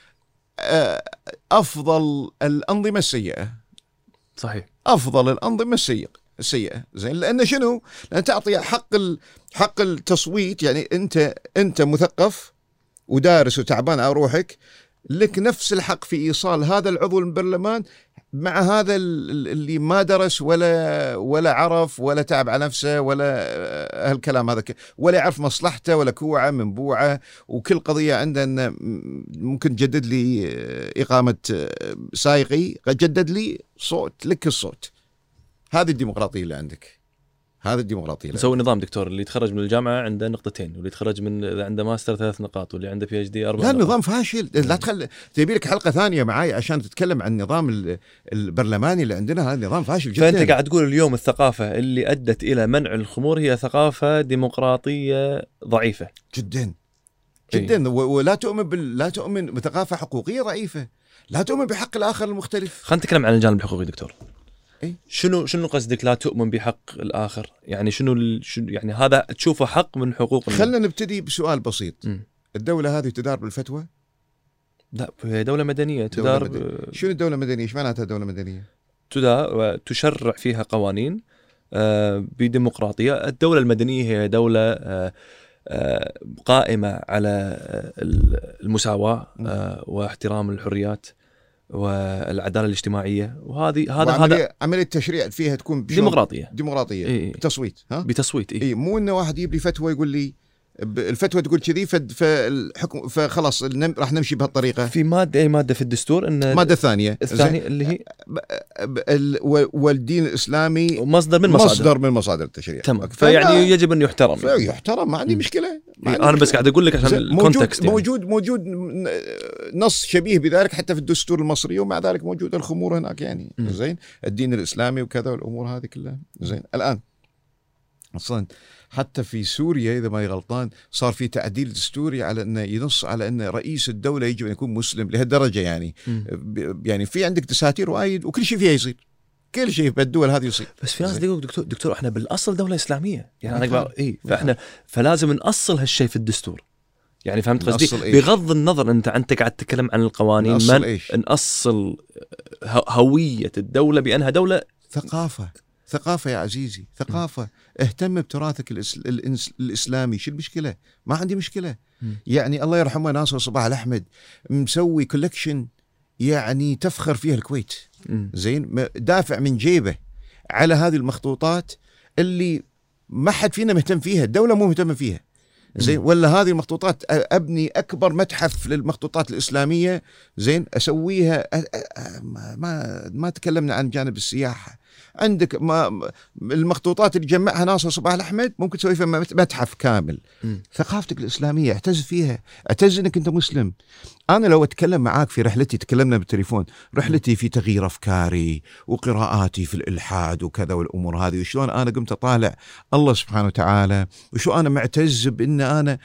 أفضل الأنظمة السيئة. صحيح. أفضل الأنظمة السيئة. زين. لأن شنو؟ لأن تعطي حق التصويت. يعني أنت مثقف ودارس وتعبان على روحك، لك نفس الحق في إيصال هذا العضو البرلمان مع هذا اللي ما درس ولا عرف ولا تعب على نفسه ولا هالكلام هذا ولا يعرف مصلحته ولا كوعه من بوعه، وكل قضية عنده أنه ممكن تجدد لي إقامة سائقي، جدد لي صوت لك الصوت. هذه الديمقراطية اللي عندك، هذا الديمقراطية. نسوي نظام دكتور اللي يتخرج من الجامعة عنده 2 نقطة، واللي يتخرج من إذا عنده ماستر 3 نقاط، واللي عنده PhD 4 لا نقاط. نظام فاشل. لا تخلي تبي لك حلقة ثانية معاي عشان تتكلم عن النظام البرلماني اللي عندنا. هذا نظام فاشل جدا. فأنت قاعد تقول اليوم الثقافة اللي أدت إلى منع الخمور هي ثقافة ديمقراطية ضعيفة جدا جدا. ولا تؤمن لا تؤمن بثقافة حقوقية ضعيفة، لا تؤمن بحق الآخر المختلف. خلينا نتكلم عن الجانب الحقوقي دكتور. إيه؟ شنو قصدك لا تؤمن بحق الآخر؟ يعني شنو يعني هذا تشوفه حق من حقوق خلنا نبتدي بسؤال بسيط. الدولة هذه تدار بالفتوى؟ لا، هي دولة مدنية تدار. شنو الدولة المدنية؟ ايش معناتها دولة مدنية؟ تدار وتشرع فيها قوانين بديمقراطية. الدولة المدنية هي دولة قائمة على المساواة واحترام الحريات والعدالة الاجتماعية، هذا عملية التشريع فيها تكون ديمقراطية إيه؟ بتصويت. بتصويت. إيه؟ مو إنه واحد يجيب لي فتوى يقول لي الفتوى تقول كذي فالحكم فخلاص راح نمشي بهالطريقة. في مادة في الدستور إن المادة الثانية اللي هي والدين الإسلامي مصدر من مصادر التشريع. تمام. فيعني يجب أن يحترم. ما عندي مشكلة. أنا بس قاعد أقول لك عشان الكونتكست. موجود نص شبيه بذلك حتى في الدستور المصري، ومع ذلك موجود الخمور هناك يعني. زين الدين الإسلامي وكذا والأمور هذه كلها. زين الآن أصلاً حتى في سوريا إذا ما غلطان صار في تعديل دستوري على أنه ينص على أن رئيس الدولة يجب أن يكون مسلم لهالدرجة يعني. يعني في عندك دساتير وايد وكل شيء فيها يصير، كل شيء بالدول هذه يصير. بس في ناس يقول دكتور احنا بالأصل دولة إسلامية يعني. أنا فإحنا فلازم نأصل هالشيء في الدستور. يعني فهمت قصدي؟ بغض النظر أنت قاعد تتكلم عن القوانين، نأصل هوية الدولة بأنها دولة ثقافة يا عزيزي، ثقافة. اهتم بتراثك الإسلامي. شو المشكلة؟ ما عندي مشكلة. يعني الله يرحمه ناصر صباح الأحمد مسوي كولكشن يعني تفخر فيها الكويت. زين دافع من جيبه على هذه المخطوطات اللي ما حد فينا مهتم فيها، الدولة مو مهتمة فيها. زين ولا هذه المخطوطات أبني أكبر متحف للمخطوطات الإسلامية. زين أسويها. ما تكلمنا عن جانب السياحة. عندك المخطوطات اللي جمعها ناصر صباح الأحمد ممكن تسوي فيها متحف كامل. ثقافتك الإسلامية اعتز فيها، اعتز أنك أنت مسلم. أنا لو أتكلم معاك في رحلتي، تكلمنا بالتليفون، رحلتي في تغيير أفكاري وقراءاتي في الإلحاد وكذا والأمور هذه، وشلون أنا قمت أطالع الله سبحانه وتعالى، وشو أنا معتز بأن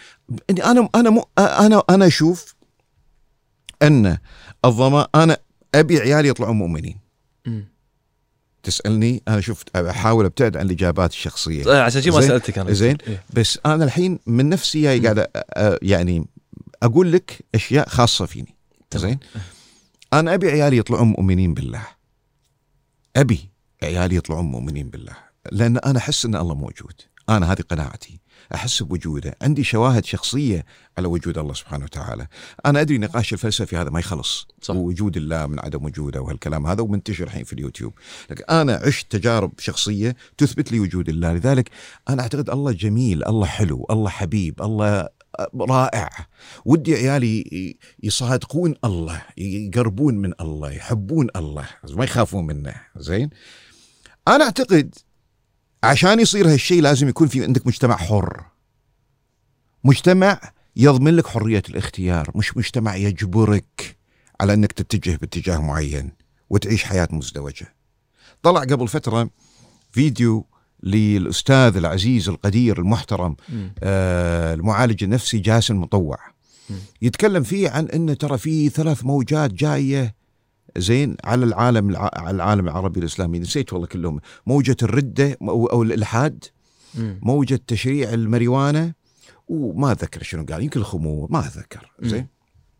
أنا أشوف أن الضمان أنا أبي عيالي يطلعون مؤمنين. تسألني أنا شفت أحاول أبتعد عن الإجابات الشخصية عشان شيء ما سألتك أنا. زين بس أنا الحين من نفسي قاعد يعني أقول لك أشياء خاصة فيني. زين أنا أبي عيالي يطلعون مؤمنين بالله، أبي عيالي يطلعون مؤمنين بالله، لأن أنا أحس أن الله موجود. أنا هذه قناعتي، أحس بوجوده، عندي شواهد شخصية على وجود الله سبحانه وتعالى. أنا أدري نقاش الفلسفي هذا ما يخلص، وجود الله من عدم وجوده وهالكلام هذا ومنتشر الحين في اليوتيوب، لكن أنا عشت تجارب شخصية تثبت لي وجود الله. لذلك أنا أعتقد الله جميل، الله حلو، الله حبيب، الله رائع. ودي عيالي يصادقون الله، يقربون من الله، يحبون الله، ما يخافون منه. زين أنا أعتقد عشان يصير هالشيء لازم يكون في عندك مجتمع حر، مجتمع يضمن لك حرية الاختيار، مش مجتمع يجبرك على أنك تتجه باتجاه معين وتعيش حياة مزدوجة. طلع قبل فترة فيديو للأستاذ العزيز القدير المحترم المعالج النفسي جاسم مطوع، يتكلم فيه عن أنه ترى فيه 3 موجات جاية زين على العالم العربي الإسلامي. نسيت والله كلهم. موجة الردة أو الإلحاد، موجة تشريع الماريوانا، وما أذكر شنو قال، يمكن الخمور، ما أذكر. زين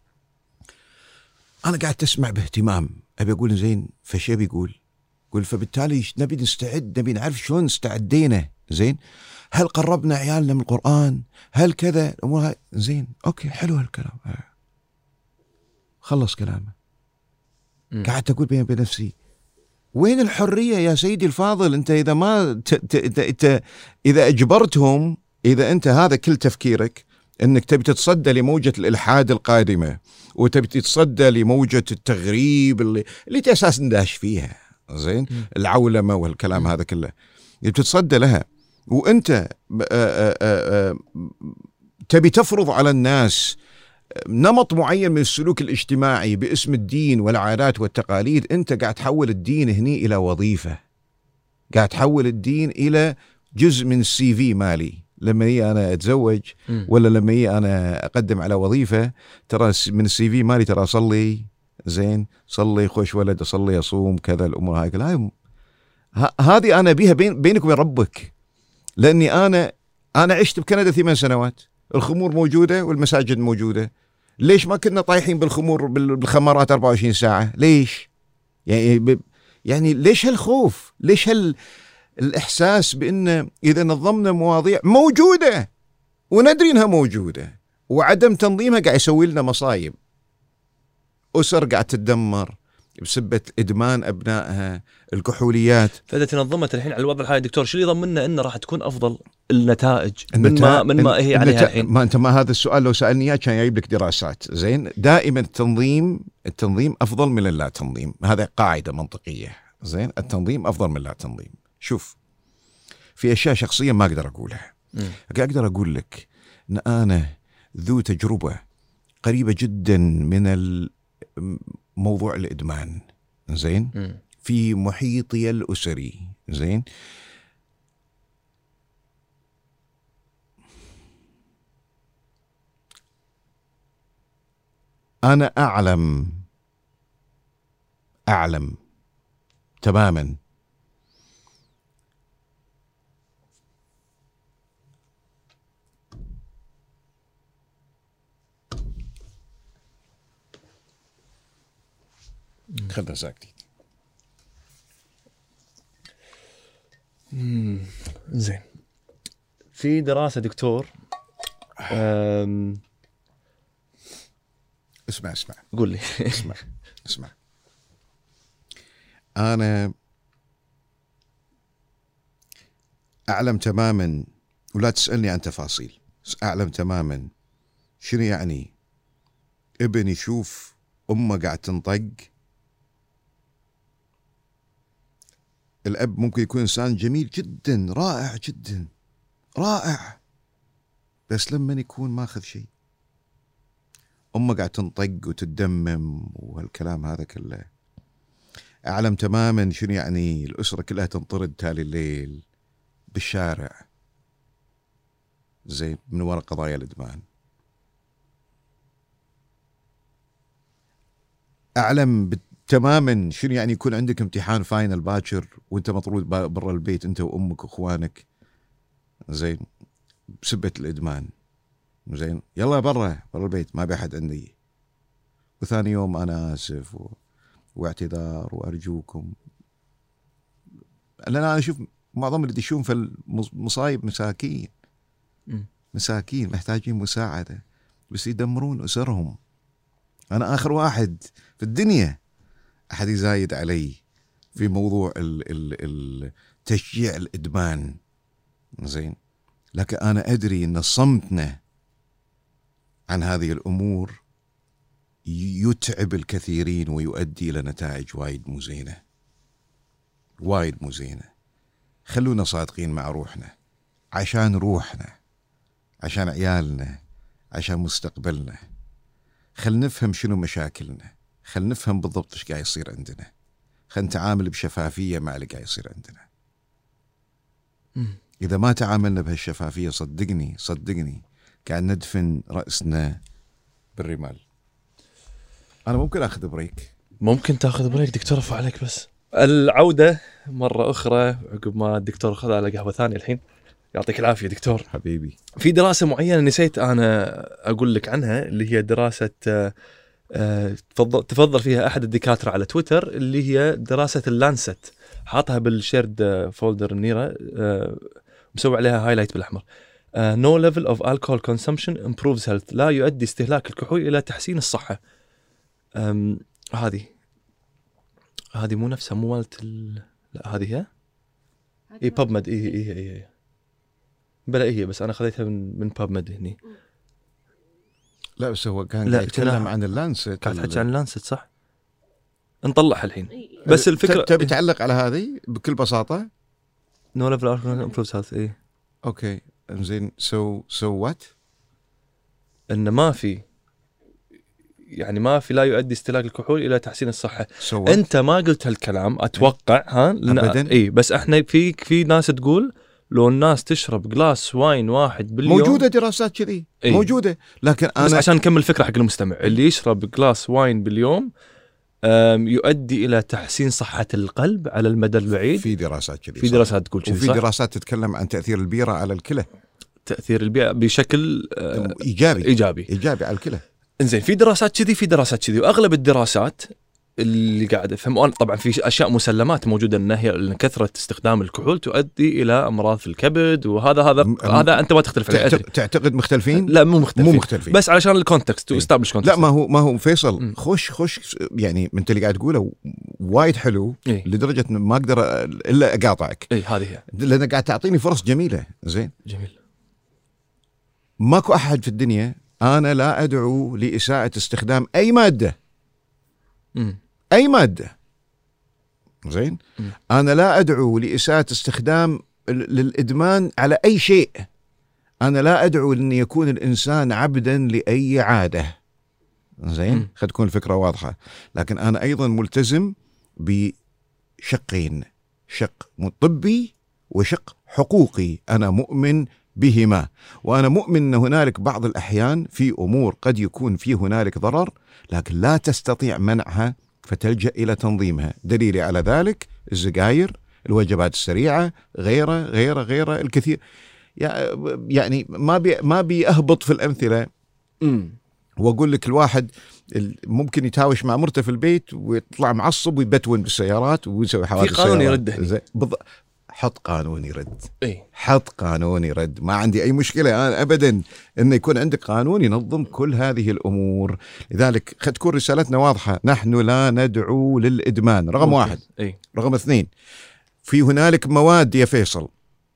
أنا قاعد تسمع باهتمام، أبي أقول زين فشي بيقول فبالتالي نبي نستعد، نبي نعرف شلون استعدينا. زين هل قربنا عيالنا من القرآن؟ هل كذا الأمور؟ زين أوكي حلو هالكلام. خلص كلامه. قاعد أقول بيني وبين نفسي وين الحرية يا سيدي الفاضل؟ أنت إذا ما إذا أجبرتهم، إذا أنت هذا كل تفكيرك أنك تبي تتصدى لموجة الإلحاد القادمة، وتبي تتصدى لموجة التغريب اللي أنت أساسا داش فيها، زين، العولمة والكلام هذا كله تتصدى لها، وأنت تبي تفرض على الناس نمط معين من السلوك الاجتماعي باسم الدين والعادات والتقاليد. أنت قاعد تحول الدين هني إلى وظيفة، قاعد تحول الدين إلى جزء من السي في مالي. لما هي أنا أتزوج ولا لما هي أنا أقدم على وظيفة، ترى من السي في مالي ترى صلي، زين، صلي، خوش ولد، صلي، أصوم، كذا، الأمور هاي كلها. هذه أنا بيها بينك وبين ربك، لأني أنا عشت بكندا 8 سنوات، الخمور موجودة والمساجد موجودة. ليش ما كنا طايحين بالخمور بالخمارات 24 ساعة؟ ليش؟ يعني ليش هالخوف؟ ليش الإحساس بأن إذا نظمنا مواضيع موجودة وندري أنها موجودة وعدم تنظيمها قاعد يسوي لنا مصايب، أسر قاعد تتدمر بسبة إدمان أبنائها، الكحوليات. فإذا تنظمت الحين على الوضع الحالي دكتور، شو اللي يضمننا أنه راح تكون أفضل النتائج من ما هي عليها الحين؟ ما أنت ما هذا السؤال لو سألني إياه كان جايب لك دراسات. زين، دائما التنظيم أفضل من اللا تنظيم، هذا قاعدة منطقية. زين، التنظيم أفضل من اللا تنظيم. شوف، في أشياء شخصية ما أقدر أقولها، أقدر أقول لك أن أنا ذو تجربة قريبة جدا من موضوع الإدمان، زين، في محيطي الأسري. زين، أنا أعلم تماما خذها ساكتين. زين، في دراسة دكتور اسمع قول لي. اسمع أنا أعلم تماما، ولا تسألني عن تفاصيل، أعلم تماما شنو يعني ابن يشوف أمه قاعد تنطق. الأب ممكن يكون إنسان جميل جدا، رائع جدا، رائع، بس لما يكون ماخذ شيء، أمه قاعد تنطق وتدمم وهالكلام هذا كله. أعلم تماما شنو يعني الأسرة كلها تنطرد تالي الليل بالشارع، زي من وراء قضايا الإدمان. أعلم تماما شنو يعني يكون عندك امتحان فاينل باكر وانت مطرود برا البيت انت وامك واخوانك، زين، بسبة الإدمان. زين، يلا برا البيت، ما بأحد عندي، وثاني يوم أنا آسف واعتذار وأرجوكم. لأن أنا أشوف معظم اللي يدشون في المصايب مساكين محتاجين مساعدة، بس يدمرون أسرهم. أنا آخر واحد في الدنيا أحد يزايد علي في موضوع تشجيع الإدمان، زين، لكن أنا أدري أن صمتنا عن هذه الأمور يتعب الكثيرين ويؤدي إلى نتائج وايد مو زينة. خلونا صادقين مع روحنا، عشان روحنا، عشان عيالنا، عشان مستقبلنا. خل نفهم شنو مشاكلنا، خل نفهم بالضبط ايش قاعد يصير عندنا، خل نتعامل بشفافية مع اللي قاعد يصير عندنا. إذا ما تعاملنا بهالشفافية، صدقني قاعد ندفن رأسنا بالرمال. أنا ممكن أخذ بريك؟ ممكن تأخذ بريك دكتور، أرفع عليك بس. العودة مرة أخرى عقب ما الدكتور أخذ على قهوة ثانية الحين. يعطيك العافية دكتور حبيبي. في دراسة معينة نسيت أنا أقول لك عنها، اللي هي دراسة تفضل فيها أحد الدكاترة على تويتر، اللي هي دراسة اللانست، حاطها بالشيرد فولدر النيرة، مسوي عليها هايلايت بالأحمر. No level of alcohol consumption improves health. لا يؤدي استهلاك الكحول إلى تحسين الصحة. هذه هذه مو نفسها، مو مالت لا هذه هي اي باب مد. اي بلا هي، بس انا خذيتها من باب مد هني. لا بس هو كان يتكلم عن اللانست. كان تحكي عن اللانست صح؟ نطلعها الحين. بس الفكره تبي تعلق على هذه بكل بساطه. نو ليفل امبروفز هيلث. اي اوكي زين. سو وات؟ انه ما في، يعني ما في، لا يؤدي استهلاك الكحول الى تحسين الصحه. انت ما قلت هالكلام اتوقع ها ابدا. اي بس احنا في ناس تقول لو الناس تشرب جلاس واين واحد باليوم. موجوده دراسات كذي موجوده، لكن انا بس عشان نكمل الفكره حق المستمع، اللي يشرب جلاس واين باليوم يؤدي الى تحسين صحه القلب على المدى البعيد. في دراسات كذي، في دراسات تقول كذي، وفي دراسات تتكلم عن تاثير البيره على الكلى، تاثير البيئه بشكل ايجابي على الكلى. انزين في دراسات كذي، واغلب الدراسات اللي قاعد افهم طبعا في اشياء مسلمات موجوده، ان كثره استخدام الكحول تؤدي الى امراض في الكبد، وهذا انت ما تختلف عليه. تعتقد مختلفين؟ لا مو مختلفين، بس علشان الكونتكست واستابلش كونتكست. لا ما هو فيصل خش يعني من انت اللي قاعد تقوله وايد حلو لدرجه ما اقدر الا اقاطعك. هذه هي، لان قاعد تعطيني فرص جميله. زين جميل. ماكو احد في الدنيا انا لا ادعو لاساءه استخدام اي ماده. أي مادة. زين. أنا لا أدعو لإساءة استخدام للإدمان على أي شيء. أنا لا أدعو أن يكون الإنسان عبدا لأي عادة. زين. خد تكون الفكرة واضحة. لكن أنا أيضا ملتزم بشقين، شق طبي وشق حقوقي. أنا مؤمن بهما، وأنا مؤمن أن هنالك بعض الأحيان في أمور قد يكون في هنالك ضرر لكن لا تستطيع منعها فتلجأ إلى تنظيمها. دليلي على ذلك السجاير، الوجبات السريعة، غيره الكثير. يعني ما بي أهبط في الأمثلة وأقول لك الواحد ممكن يتهاوش مع مرته في البيت ويطلع معصب ويبتون بالسيارات ويسوي حوادث. في قانون يرده. حط قانون يرد. حط قانون يرد، ما عندي أي مشكلة أنا أبدا إنه يكون عندك قانون ينظم كل هذه الأمور. لذلك قد تكون رسالتنا واضحة، نحن لا ندعو للإدمان، رقم واحد. رقم اثنين، في هنالك مواد يا فيصل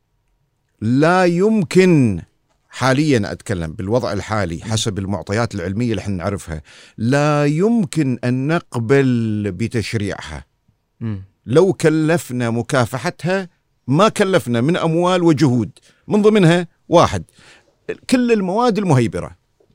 لا يمكن حاليا، أتكلم بالوضع الحالي حسب المعطيات العلمية اللي احنا نعرفها، لا يمكن أن نقبل بتشريعها. لو كلفنا مكافحتها ما كلفنا من أموال وجهود، من ضمنها واحد كل المواد المهيبرة.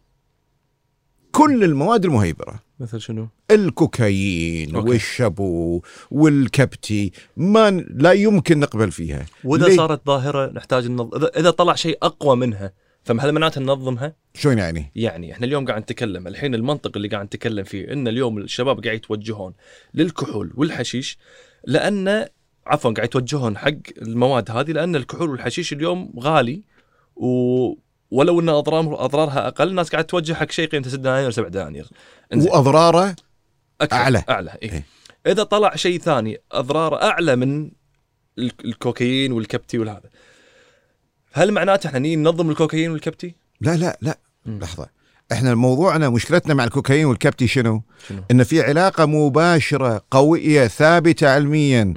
كل المواد المهيبرة مثل شنو؟ الكوكايين والشابو والكبتي لا يمكن نقبل فيها. وإذا صارت ظاهرة نحتاج إذا طلع شيء أقوى منها، فهل معناته ننظمها؟ شلون يعني؟ يعني احنا اليوم قاعد نتكلم، الحين المنطق اللي قاعد نتكلم فيه ان اليوم الشباب قاعد يتوجهون للكحول والحشيش، لأن عفوا قاعد يتوجهون حق المواد هذه لأن الكحول والحشيش اليوم غالي، ولو ان اضرارها اقل، الناس قاعد توجه حق شيء قيمته 6 دنانير 7 دنانير، واضراره اعلى. إيه. اذا طلع شيء ثاني اضراره اعلى من الكوكايين والكبتي والهذا، هل معناته احنا ننظم الكوكايين والكبتي؟ لا لحظه، احنا موضوعنا مشكلتنا مع الكوكايين والكبتي شنو؟ ان في علاقه مباشره قويه ثابته علميا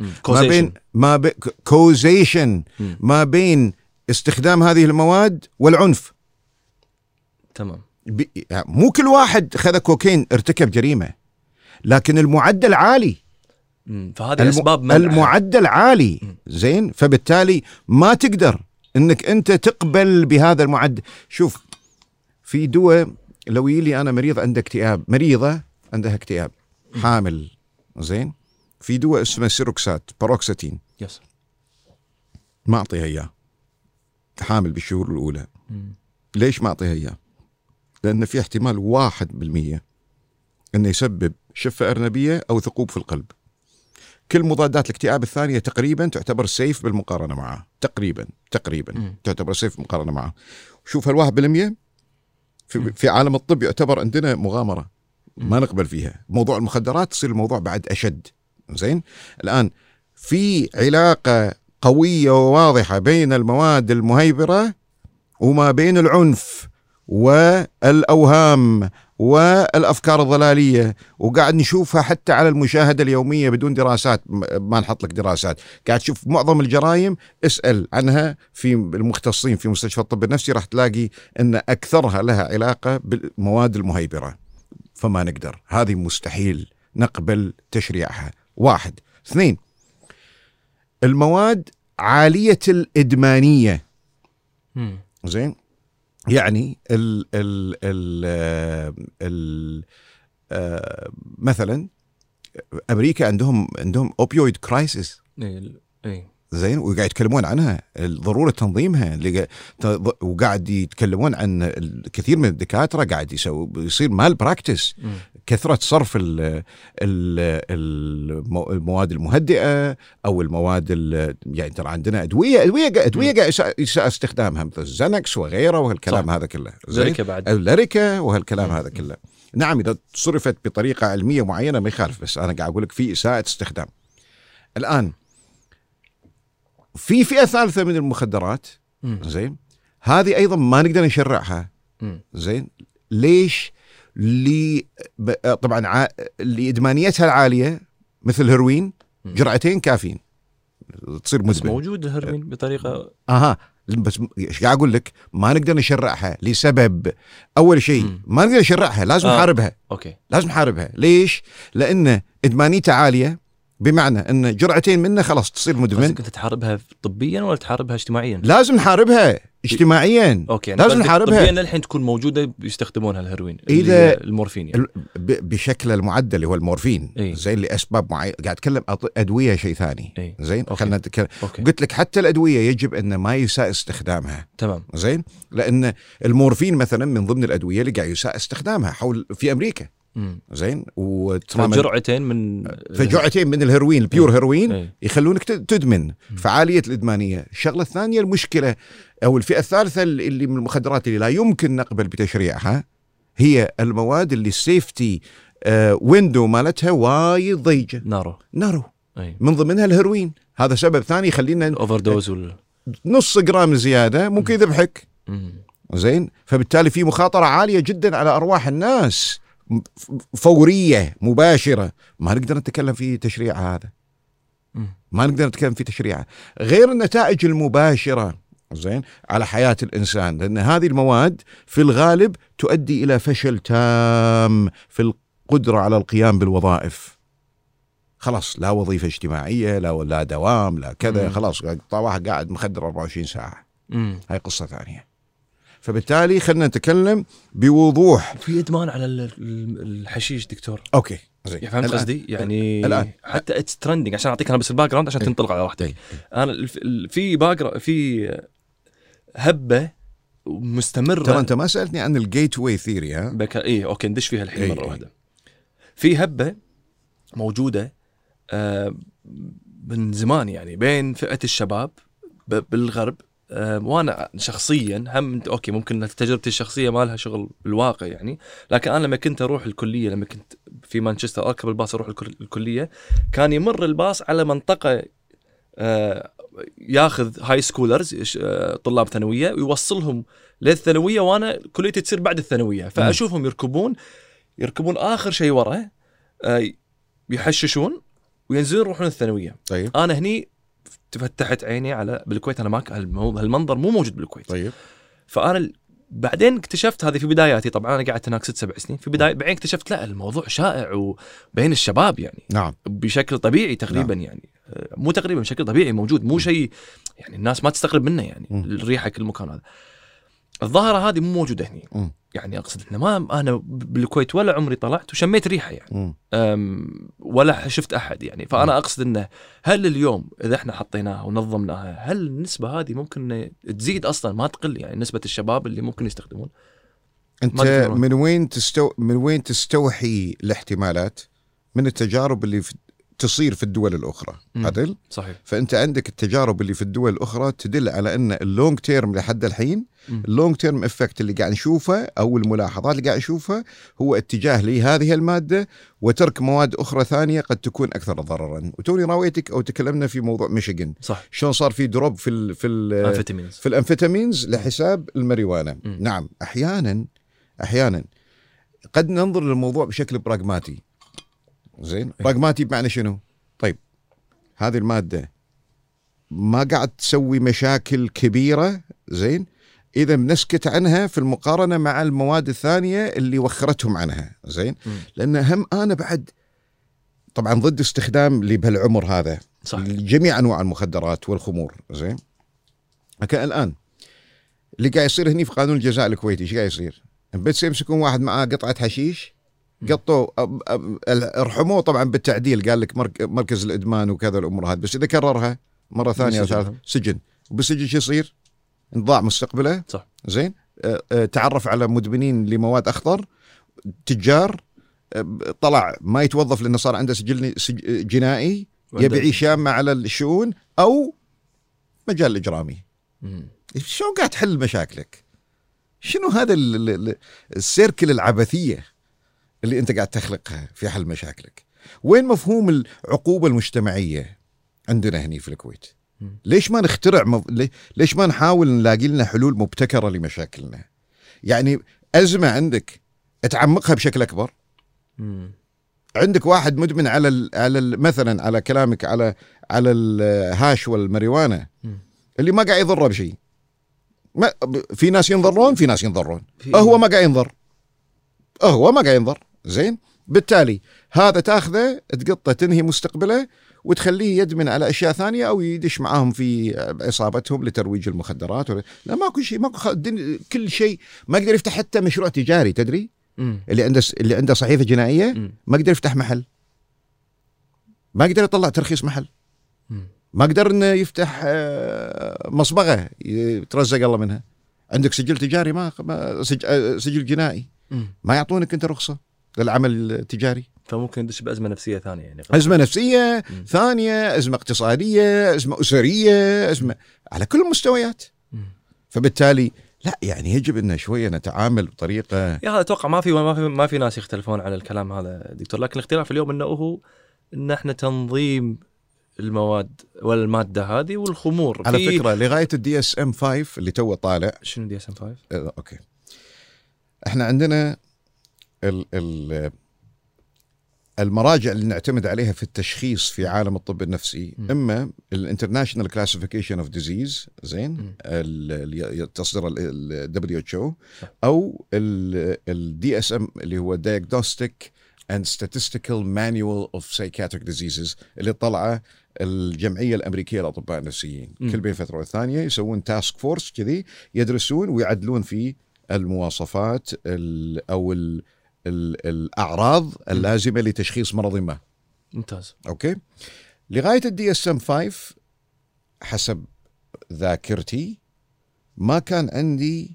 كوزيشن ما بين استخدام هذه المواد والعنف. تمام. مو كل واحد خذ كوكايين ارتكب جريمه، لكن المعدل عالي. فهذه اسباب منع. المعدل عالي. زين، فبالتالي ما تقدر انك انت تقبل بهذا المعدل. شوف، في دواء لو يلي انا مريض عنده اكتئاب، مريضه عندها اكتئاب حامل، زين، في دواء اسمه سيروكسات باروكسيتين، يس، ما اعطيها اياه حامل بالشهور الاولى. ليش ما اعطيها اياه؟ لان في احتمال 1% انه يسبب شفه ارنبيه او ثقوب في القلب. كل مضادات الاكتئاب الثانيه تقريبا تعتبر سيف بالمقارنه معه، تقريبا تعتبر سيف بالمقارنه معه. شوف هال1% في عالم الطب يعتبر عندنا مغامره ما نقبل فيها. موضوع المخدرات تصير الموضوع بعد اشد. زين، الان في علاقه قويه وواضحه بين المواد المهيبره وما بين العنف والأوهام والأفكار الضلالية، وقاعد نشوفها حتى على المشاهدة اليومية بدون دراسات. ما نحط لك دراسات، قاعد تشوف معظم الجرائم اسأل عنها في المختصين في مستشفى الطب النفسي راح تلاقي أن أكثرها لها علاقة بالمواد المهيبرة. فما نقدر، هذه مستحيل نقبل تشريعها. 1. 2. المواد عالية الإدمانية. زين، يعني مثلا أمريكا عندهم اوبيويد كرايسيس. زين، وقاعد يتكلمون عنها ضرورة تنظيمها، وقاعد يتكلمون عن الكثير من الدكاترة قاعد يصير مال براكتس، كثرة صرف المواد المهدئة أو المواد يعني ترى عندنا أدوية قاعد يساء استخدامها مثل الزنكس وغيره وهالكلام هذا كله، اللاريكا وهالكلام هذا كله. نعم، إذا صرفت بطريقة علمية معينة ما يخالف، بس أنا قاعد أقول لك في إساءة استخدام. الآن في فئة ثالثة من المخدرات، زين، هذه أيضا ما نقدر نشرعها. زين، ليش؟ طبعا لإدمانيتها العالية، مثل الهيروين 2 جرعتين كافيين تصير مدمن. موجود الهيروين بطريقة بس ايش قاعد اقول لك، ما نقدر نشرعها لسبب. اول شيء ما نقدر نشرعها، لازم نحاربها. لازم نحاربها. ليش؟ لان ادمانيتها عالية، بمعنى ان 2 جرعتين منه خلاص تصير مدمن. انت تحاربها طبيا ولا تحاربها اجتماعيا؟ لازم نحاربها اجتماعيا. يعني لازم نحاربها. طبيا الحين تكون موجوده بيستخدمونها الهيروين، اذا المورفين يعني بشكل المعدل اللي هو المورفين. زين، لاسباب معينه. قاعد اتكلم ادويه شيء ثاني. زين، خلينا نتكلم. قلت لك حتى الادويه يجب ان ما يساء استخدامها. تمام. زين، لان المورفين مثلا من ضمن الادويه اللي قاعد يساء استخدامها في امريكا. زين، فجرعتين من الهيروين البيور هيروين يخلونك تدمن. فعالية الإدمانية. الشغلة الثانية، المشكلة أو الفئة الثالثة اللي من المخدرات اللي لا يمكن نقبل بتشريعها، هي المواد اللي السيفتي ويندو مالتها وايد ضيقة، نارو. من ضمنها الهيروين. هذا سبب ثاني يخلينا اوفردوز نص جرام زيادة ممكن يذبحك. زين، فبالتالي في مخاطرة عالية جدا على أرواح الناس، فورية مباشرة. ما نقدر نتكلم في تشريع هذا، ما نقدر نتكلم في تشريعه، غير النتائج المباشرة زين على حياة الإنسان، لأن هذه المواد في الغالب تؤدي إلى فشل تام في القدرة على القيام بالوظائف. خلاص، لا وظيفة اجتماعية، لا دوام، لا كذا، خلاص واحد قاعد مخدر 24 ساعة. هاي قصة ثانية. فبالتالي خلنا نتكلم بوضوح. في إدمان على الحشيش دكتور. أوكي، زين، فهمت قصدي؟ يعني الآن حتى اتس ترندنج، عشان أعطيك أنا بس الباك جراوند عشان تنطلق على راحتك. أنا في هبة مستمرة. ترى أنت ما سألتني عن الجيت واي ثيري. أوكي ندش فيها الحين مرة واحدة. في هبة موجودة من زمان يعني بين فئة الشباب بالغرب. وانا شخصيا هم اوكي ممكن تجربتي الشخصيه ما لها شغل بالواقع يعني، لكن انا لما كنت اروح الكليه، لما كنت في مانشستر اركب الباص اروح الكليه، كان يمر الباص على منطقه ياخذ هاي سكولرز طلاب ثانويه ويوصلهم للثانويه، وانا كليتي تصير بعد الثانويه، فاشوفهم يركبون اخر شيء ورا، يحششون وينزلون يروحون الثانويه. طيب. انا هني تفتحت عيني على بالكويت، انا ماك هالمنظر مو موجود بالكويت. طيب. فانا بعدين اكتشفت هذه في بداياتي، طبعا انا قعدت هناك 6-7 سنين في بعدين اكتشفت لا الموضوع شائع وبين الشباب يعني. نعم. بشكل طبيعي تقريبا. نعم. يعني مو تقريبا بشكل طبيعي موجود، مو شيء يعني الناس ما تستغرب منه يعني. الريحه كل مكان. هذا الظاهره هذه مو موجوده هنا. يعني اقصد ان ما انا بالكويت ولا عمري طلعت وشميت ريحه يعني ولا شفت احد يعني. فانا اقصد انه هل اليوم اذا احنا حطيناها ونظمناها، هل النسبه هذه ممكن تزيد اصلا ما تقل يعني، نسبه الشباب اللي ممكن يستخدمون؟ انت من وين تستوحي الاحتمالات؟ من التجارب اللي تصير في الدول الأخرى. عدل؟ صحيح. فأنت عندك التجارب اللي في الدول الأخرى تدل على أن اللونج تيرم لحد الحين، اللونج تيرم إفكت اللي قاعد نشوفه أو الملاحظات اللي قاعد نشوفها هو اتجاه لهذه المادة وترك مواد أخرى ثانية قد تكون أكثر ضررا. وتوني راويتك أو تكلمنا في موضوع ميشيغان، صح، شلون صار في دروب في الأنفيتامينز لحساب الماريوانا. نعم، أحيانا قد ننظر للموضوع بشكل براغماتي. زين، براغماتي بمعنى شنو؟ طيب هذه المادة ما قاعد تسوي مشاكل كبيرة، زين، إذا بنسكت عنها في المقارنة مع المواد الثانية اللي وخرتهم عنها، زين. لأن هم أنا بعد طبعا ضد استخدام اللي بهالعمر هذا صح. جميع أنواع المخدرات والخمور، زين. لكن الآن اللي قاعد يصير هني في قانون الجزاء الكويتي ايش قاعد يصير؟ بس يمسكون واحد معاه قطعة حشيش، قطوه ارحموه طبعا بالتعديل، قال لك مركز الإدمان وكذا الأمور هذه، بس إذا كررها مرة ثانية أو ثالثة سجن. وبالسجن شو يصير؟ انضاع مستقبله. صح. زين، تعرف على مدمنين لمواد أخطر، تجار، طلع ما يتوظف لأنه صار عنده سجل جنائي، يبيع شامة على الشؤون أو مجال إجرامي. شلون قاعد تحل مشاكلك؟ شنو هذا السيركل العبثية اللي أنت قاعد تخلقها في حل مشاكلك؟ وين مفهوم العقوبة المجتمعية عندنا هني في الكويت؟ ليش ما نخترع ليش ما نحاول نلاقي لنا حلول مبتكرة لمشاكلنا؟ يعني أزمة عندك تعمقها بشكل أكبر. عندك واحد مدمن على مثلا على كلامك على الهاش والماريوانا اللي ما قاعد يضره بشيء. في ناس ينضرون، في ناس ينضرون، هو ما قاعد ينضر، هو ما قاعد ينضر. زين، بالتالي هذا تاخذه تقطه تنهي مستقبله وتخليه يدمن على أشياء ثانية أو يدش معاهم في عصابتهم لترويج المخدرات لا ماكو شيء، ماكو كل شيء. ما يقدر يفتح حتى مشروع تجاري، تدري؟ اللي عنده صحيفة جنائية ما يقدر يفتح محل، ما يقدر يطلع ترخيص محل، ما يقدر إنه يفتح مصبغة يترزق الله منها. عندك سجل تجاري، ما سجل جنائي، ما يعطونك أنت رخصة للعمل التجاري. فممكن يدش بأزمة نفسية ثانية، يعني أزمة نفسية ثانية، أزمة اقتصادية، أزمة أسرية، أزمة على كل المستويات. فبالتالي لا، يعني يجب أن شوية نتعامل بطريقة. يا هذا أتوقع ما في ناس يختلفون على الكلام هذا دكتور، لكن الاختلاف اليوم إن إحنا تنظيم المواد والمادة هذه والخمور. على فكرة لغاية DSM-5 اللي توه طالع. شنو DSM-5؟ أوكي، إحنا عندنا المراجع اللي نعتمد عليها في التشخيص في عالم الطب النفسي إما الانترناشنال كلاسيفيكيشن اوف ديزيز، زين، اللي تصدر ال WHO، أو ال DSM اللي هو Diagnostic and Statistical Manual of Psychiatric Diseases اللي طلعه الجمعية الأمريكية للأطباء النفسيين. كل بين فترة والثانية يسوون تاسك فورس كذي، يدرسون ويعدلون في المواصفات أو الأعراض اللازمة لتشخيص مرض ما. ممتاز. أوكي، لغاية DSM-5 حسب ذاكرتي ما كان عندي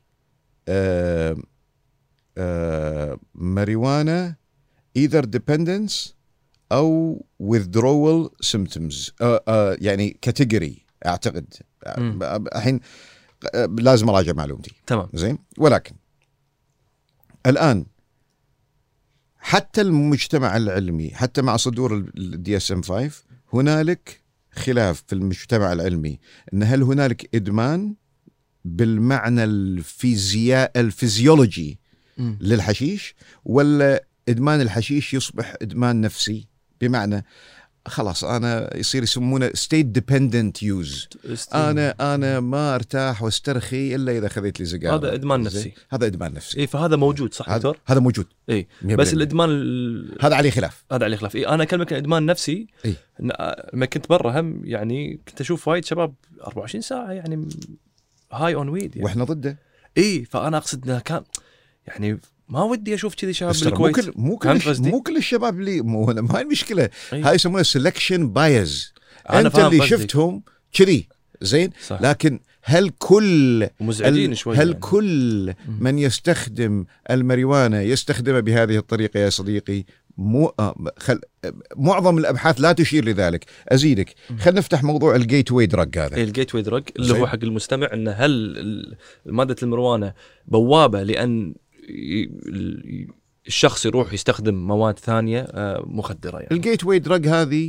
ماريوانا either dependence أو withdrawal symptoms، يعني category أعتقد. الحين لازم أراجع معلومتي. تمام. زين، ولكن الآن حتى المجتمع العلمي، حتى مع صدور DSM-5 هنالك خلاف في المجتمع العلمي إن هل هنالك إدمان بالمعنى الفيزيولوجي للحشيش، ولا إدمان الحشيش يصبح إدمان نفسي، بمعنى خلاص أنا يصير يسمونه state dependent use. أنا ما أرتاح واسترخي إلا إذا خذيت لي سيجارة. هذا إدمان نفسي. هذا إدمان نفسي. إيه، فهذا موجود صح دكتور؟ هذا موجود. إيه، بس الإدمان هذا عليه خلاف. هذا عليه خلاف. إيه، أنا أكلمك عن إدمان نفسي. إيه؟ لما كنت برا هم يعني كنت أشوف وايد شباب 24 ساعة يعني هاي أون ويد يعني. وإحنا ضده. إيه، فأنا أقصد إنه كان يعني ما ودي اشوف كذي شباب بالكويت. مو كل الشباب اللي ما هي المشكله. أيه. هاي يسمونها سelection bias. انت اللي شفتهم كذي، زين، صح. لكن هل كل شوي هل يعني. كل من يستخدم الماريوانا يستخدمها بهذه الطريقه يا صديقي؟ معظم الابحاث لا تشير لذلك. ازيدك، خلينا نفتح موضوع الجيت واي دراج هذا. الجيت واي دراج اللي هو حق المستمع، انه هل ماده المروانه بوابه لان الشخص يروح يستخدم مواد ثانية مخدرة يعني. الجيت واي دراج هذه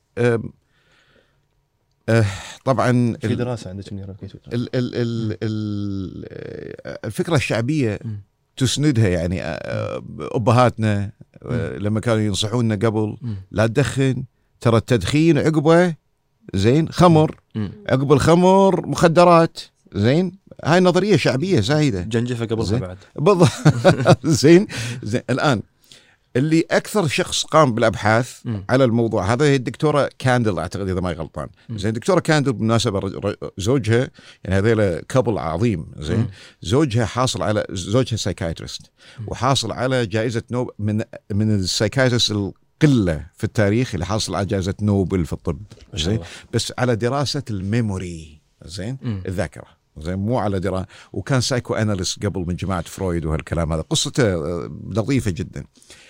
طبعا في دراسة عندك الفكرة الشعبية تسندها. يعني ابهاتنا لما كانوا ينصحوننا قبل لا تدخن، ترى التدخين عقبه زين خمر، عقب الخمر مخدرات. زين هاي نظريه شعبيه زايده. جنجفه قبلها بعد بالضبط. زين الان اللي اكثر شخص قام بالابحاث على الموضوع هذا هي الدكتوره كاندل، اعتقد اذا ما غلطان. زين الدكتوره كاندل بالمناسبه زوجها، يعني هذول كابل عظيم. زين زوجها سايكايترست، وحاصل على جائزه نوبل من السايكايترست القله في التاريخ اللي حاصل على جائزه نوبل في الطب. زين بس على دراسه الميموري، زين الذاكره، زين مو على دراسه. وكان سايكو اناليست قبل من جماعه فرويد وهالكلام هذا، قصته لطيفه جدا.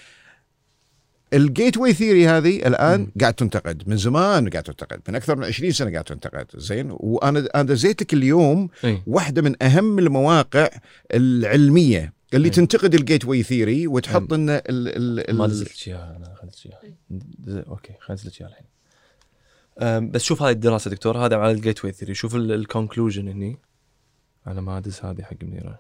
الجيت واي ثيوري هذه الان قاعد تنتقد من زمان، قاعد تنتقد من اكثر من 20 سنه قاعد تنتقد. زين وانا دزيت لك اليوم واحده من اهم المواقع العلميه اللي تنتقد الجيت واي ثيوري وتحط ان ما نزلت اياها. انا اخذت اياها. اوكي خلينا نزلت اياها الحين. بس شوف هاي الدراسه دكتور، هذا على الجيت واي ثيوري. شوف الكونكلوجن هني على ما ادز هذه حق منيره.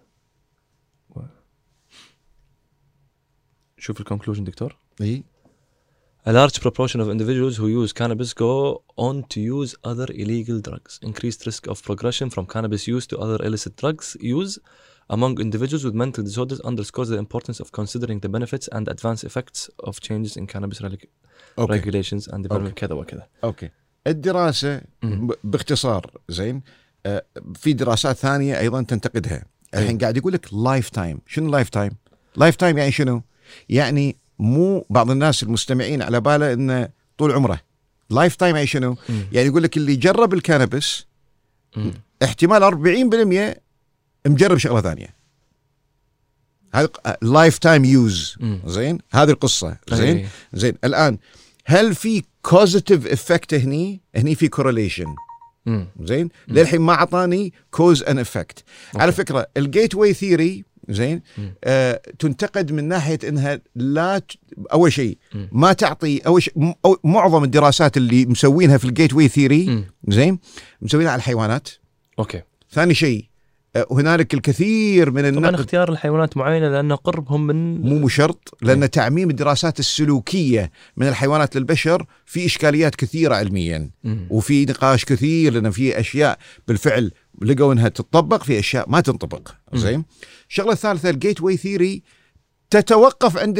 شوف الكونكلوجن دكتور. اي A large proportion of individuals who use cannabis go on to use other illegal drugs. Increased risk of progression from cannabis use to other illicit drugs use among individuals with mental disorders underscores the importance of considering the benefits and adverse effects of changes in cannabis regulations and development. كذا وكذا. اوكي الدراسة باختصار. زين في دراسات ثانية أيضا تنتقدها. الحين قاعد يقول لك لايف تايم. شنو لايف تايم؟ لايف تايم يعني شنو؟ يعني مو بعض الناس المستمعين على باله انه طول عمره. لايف تايم يعني شنو؟ يعني يقول لك اللي جرب الكانابس احتمال 40% مجرب شغله ثانيه. هذا لايف تايم يوز. زين هذه القصه. زين الان هل في كوزيتيف افكت هني في كورليشن. زين للحين ما اعطاني كوز ان افكت. على فكره الجيت واي ثيوري زين تنتقد من ناحيه انها لا اول شيء ما تعطي اول شيء معظم الدراسات اللي مسوينها في الجيت واي ثيوري زين مسوينها على الحيوانات. اوكي ثاني شيء هنالك الكثير من النقد. طبعا اختيار الحيوانات معينه لانه قربهم من مو شرط، لان تعميم الدراسات السلوكيه من الحيوانات للبشر في اشكاليات كثيره علميا وفي نقاش كثير، لان في اشياء بالفعل لقوا انها تطبق، في اشياء ما تنطبق. زين الشغله الثالثه الجيت واي ثيوري تتوقف عند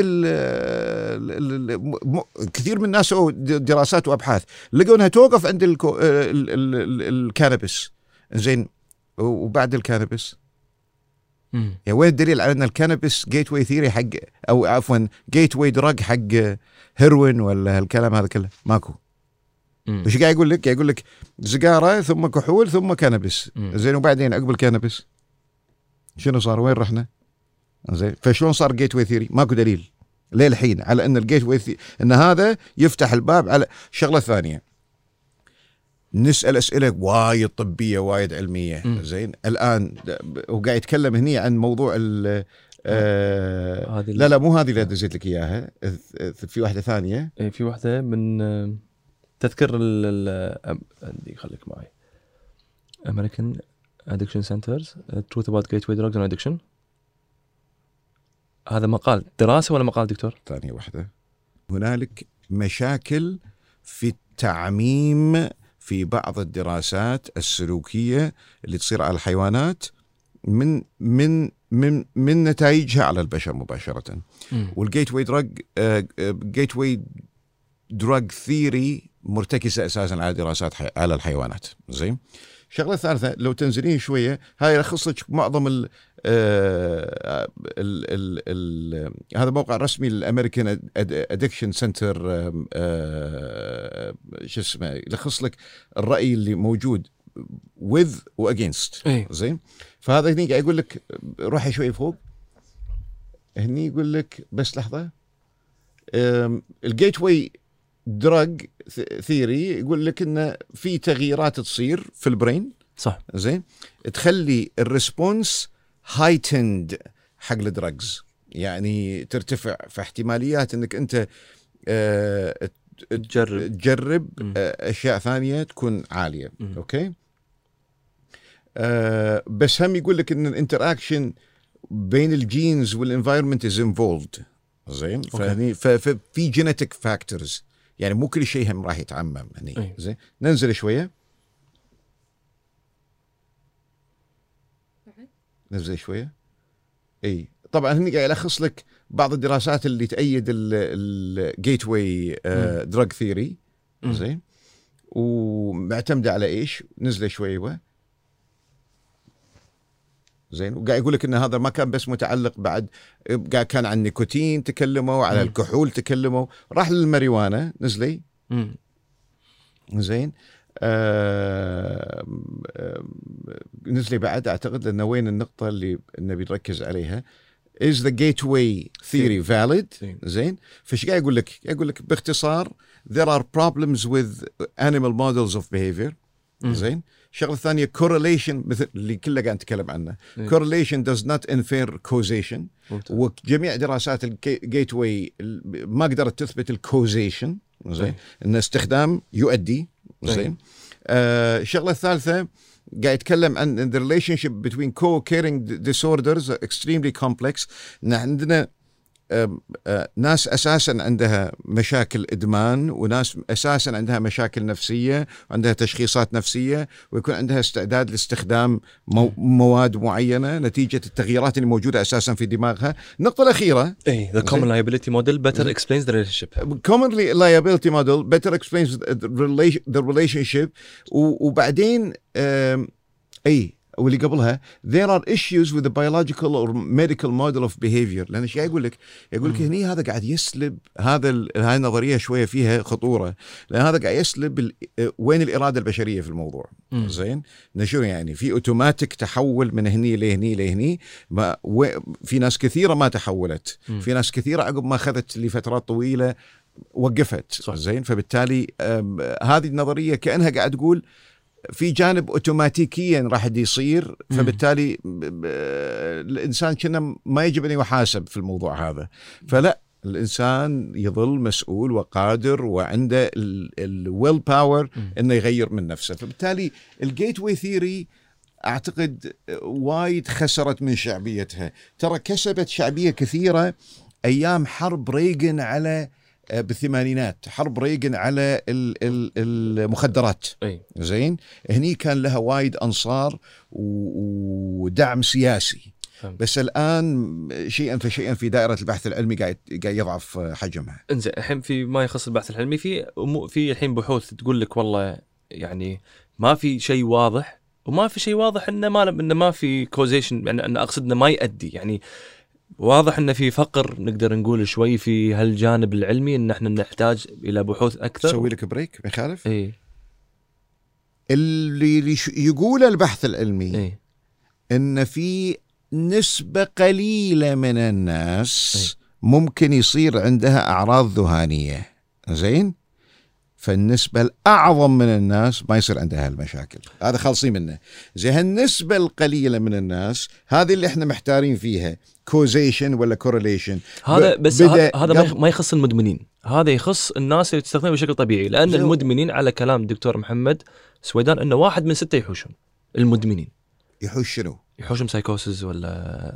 كثير من الناس دراسات وابحاث لقوا انها توقف عند الكانابس. زين وبعد الكانابس يعني وين الدليل على ان الكانابس جيت واي ثيوري حق او عفوا جيت واي دراج حق هيروين ولا هالكلام هذا كله؟ ماكو. وش قاعد يقول لك؟ يقول لك سيجاره ثم كحول ثم كانابس. زين وبعدين عقب الكانابس شنو صار؟ وين رحنا؟ زين فشلون صار جيت واي ثيوري؟ ماكو دليل للحين على ان الجيت واي ان هذا يفتح الباب على شغله ثانيه. نسأل أسئلة وايد طبية وايد علمية. زين الآن هو قاعد يتكلم هني عن موضوع لا مو هذه اللي دزيت لك إياها، في واحدة ثانية. في واحدة من تذكر اللي خليك معي American Addiction Centers Truth about Gateway Drugs and Addiction. هذا مقال دراسة ولا مقال دكتور؟ ثانية واحدة. هنالك مشاكل في التعميم في بعض الدراسات السلوكية اللي تصير على الحيوانات من نتائجها على البشر مباشرة. والجيت واي دراج ثيوري مرتكزة أساسا على دراسات على الحيوانات. زين شغلة ثالثة لو تنزلين شوية، هاي يلخص لك معظم هذا موقع رسمي للأمريكان أدكشن سنتر، شو اسمه، يلخص لك الرأي اللي موجود with و against. زين فهذا هني قاعد يقول لك روحي شوي فوق هني يقول لك بس لحظة. الجيت واي دراج ثيوري يقول لك إنه في تغييرات تصير في البرين. صح. زين تخلي الريسبونس هايتند حق الدراجز، يعني ترتفع في احتماليات انك انت تجرب اشياء ثانيه تكون عاليه. اوكي بس هم يقول لك ان الانتراكشن بين الجينز والانفايرمنت از انفولد. زين، ففي جينيتك فاكتورز، يعني مو كل شيء هم راح يتعمم هني. زين، ننزل شويه، ننزل شويه. اي طبعا هني قاعد الخص لك بعض الدراسات اللي تأيد الجيت واي دراج ثيوري. زين، ومعتمده على ايش؟ نزله شويه. زين، وقاعد يقول لك ان هذا ما كان بس متعلق، بعد قاعد كان عن النيكوتين تكلموا، على الكحول تكلموا، راح للماريوانا نزلي. زين، نزلي بعد اعتقد انه وين النقطه اللي نبي نركز عليها؟ is the gateway theory valid؟ زين، فش قاعد يقول لك؟ يقول لك باختصار there are problems with animal models of behavior. زين، الشغله الثانيه correlation، مثل اللي كله قاعد نتكلم عنه. correlation does not infer causation. وجميع دراسات الجيت واي ما قدرت تثبت الكوزيشن. زين، ان استخدام يؤدي. زين، الشغله الثالثه قاعد يتكلم عن the relationship between co-occurring disorders extremely complex. عندنا ناس أساسا عندها مشاكل إدمان، وناس أساسا عندها مشاكل نفسية وعندها تشخيصات نفسية، ويكون عندها استعداد لاستخدام مواد معينة نتيجة التغييرات اللي موجودة أساسا في دماغها. النقطة الأخيرة the common liability model better explains the relationship. common liability model better explains the relationship. وبعدين واللي قبلها there are issues with the biological or medical model of behavior. لأن ايش يقول لك؟ يقول لك هني هذا قاعد يسلب هاي النظرية شوية فيها خطورة، لأن هذا قاعد يسلب وين الإرادة البشرية في الموضوع. زين، نشوف يعني في اوتوماتيك تحول من هني لهني لهني، في ناس كثيرة ما تحولت، في ناس كثيرة عقب ما أخذت لفترات طويلة وقفت. زين، فبالتالي هذه النظرية كأنها قاعد تقول في جانب اوتوماتيكيا راح يصير، فبالتالي الانسان كنا ما يجب ان يحاسب في الموضوع هذا. فلا، الانسان يظل مسؤول وقادر وعنده الويل باور انه يغير من نفسه. فبالتالي الجيت واي ثيوري اعتقد وايد خسرت من شعبيتها. ترى كسبت شعبيه كثيره ايام حرب ريغن على بالثمانينات، حرب ريغن على المخدرات. زين، هني كان لها وايد أنصار ودعم سياسي. بس الآن شيئا فشيئا في دائرة البحث العلمي قاعد يضعف حجمها. انزين، الحين في ما يخص البحث العلمي في الحين بحوث تقول لك والله يعني ما في شيء واضح، وما في شيء واضح انه ما في كوزيشن، يعني أنا أقصد انه ما يؤدي. يعني واضح ان في فقر نقدر نقول شوي في هالجانب العلمي، ان احنا نحتاج الى بحوث اكثر. سوي لك بريك مخالف. اللي يقول البحث العلمي ان في نسبة قليلة من الناس ممكن يصير عندها اعراض ذهانية. زين، فالنسبة الأعظم من الناس ما يصير عندها هالمشاكل، هذا خالصين منه. زي هالنسبة القليلة من الناس هذه اللي احنا محتارين فيها، كوزيشن ولا كورليشن. هذا بس هذا ما يخص المدمنين، هذا يخص الناس اللي تستخدمه بشكل طبيعي. لأن المدمنين على كلام الدكتور محمد سويدان انه 1 من 6 يحوشون. المدمنين يحوش شنو؟ يحوشهم سايكوسز ولا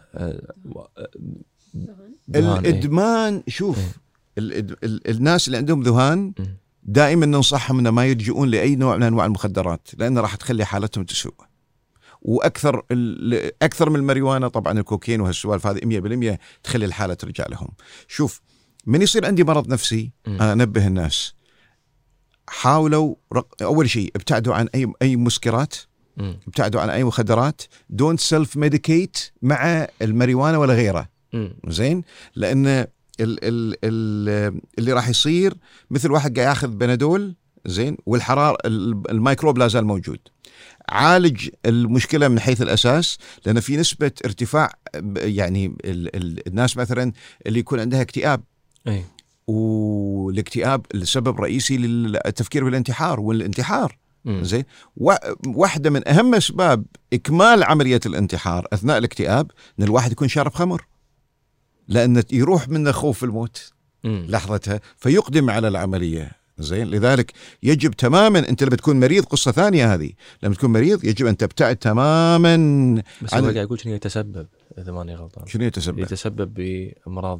الإدمان. شوف الناس اللي عندهم ذهان دائما ننصحهم انه ما يلجؤون لاي نوع من انواع المخدرات، لانه راح تخلي حالتهم تسوء. واكثر من الماريوانا طبعا، الكوكين وهالسوالف هذه 100% تخلي الحاله ترجع لهم. شوف، من يصير عندي مرض نفسي انا انبه الناس، حاولوا اول شيء ابتعدوا عن اي مسكرات، ابتعدوا عن اي مخدرات، دونت سيلف ميديكيت مع الماريوانا ولا غيره. زين، لان اللي راح يصير مثل واحد قاعد ياخذ بنادول. زين، والحراره الميكروب لا زال موجود. عالج المشكله من حيث الاساس، لان في نسبه ارتفاع، يعني الناس مثلا اللي يكون عندها اكتئاب، والاكتئاب السبب الرئيسي للتفكير بالانتحار والانتحار. زين، واحده من اهم اسباب اكمال عمليه الانتحار اثناء الاكتئاب ان الواحد يكون شارب خمر، لأن يروح منه خوف الموت لحظتها فيقدم على العملية. زين، لذلك يجب تماما، أنت لما تكون مريض قصة ثانية هذه، لما تكون مريض يجب أن تبتعد تماما. بس هو قاعد يقول شنو يتسبب اذا ماني غلطان. شنو يتسبب؟ يتسبب بامراض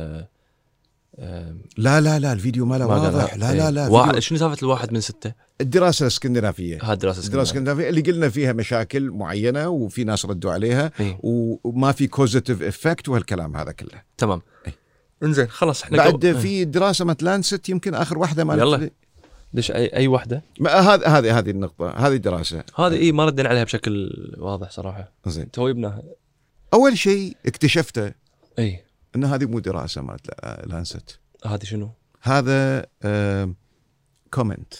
لا الفيديو ماله واضح. لا واحد شنو سالفه الواحد من 6؟ الدراسه الاسكندنافيه. هذه الدراسه الاسكندنافيه اللي قلنا فيها مشاكل معينه وفي ناس ردوا عليها وما في كوزيتيف افكت وهالكلام هذا كله. تمام. انزين خلاص احنا بعد في دراسه مات لانست يمكن اخر واحده يلا ليش اي واحده؟ هذه النقطه، هذه الدراسه هذه ما ردنا عليها بشكل واضح صراحه. زين تو يبناها. اول شيء اكتشفته اي ان هذه مو دراسه مات لانست. هذه شنو؟ هذا كومنت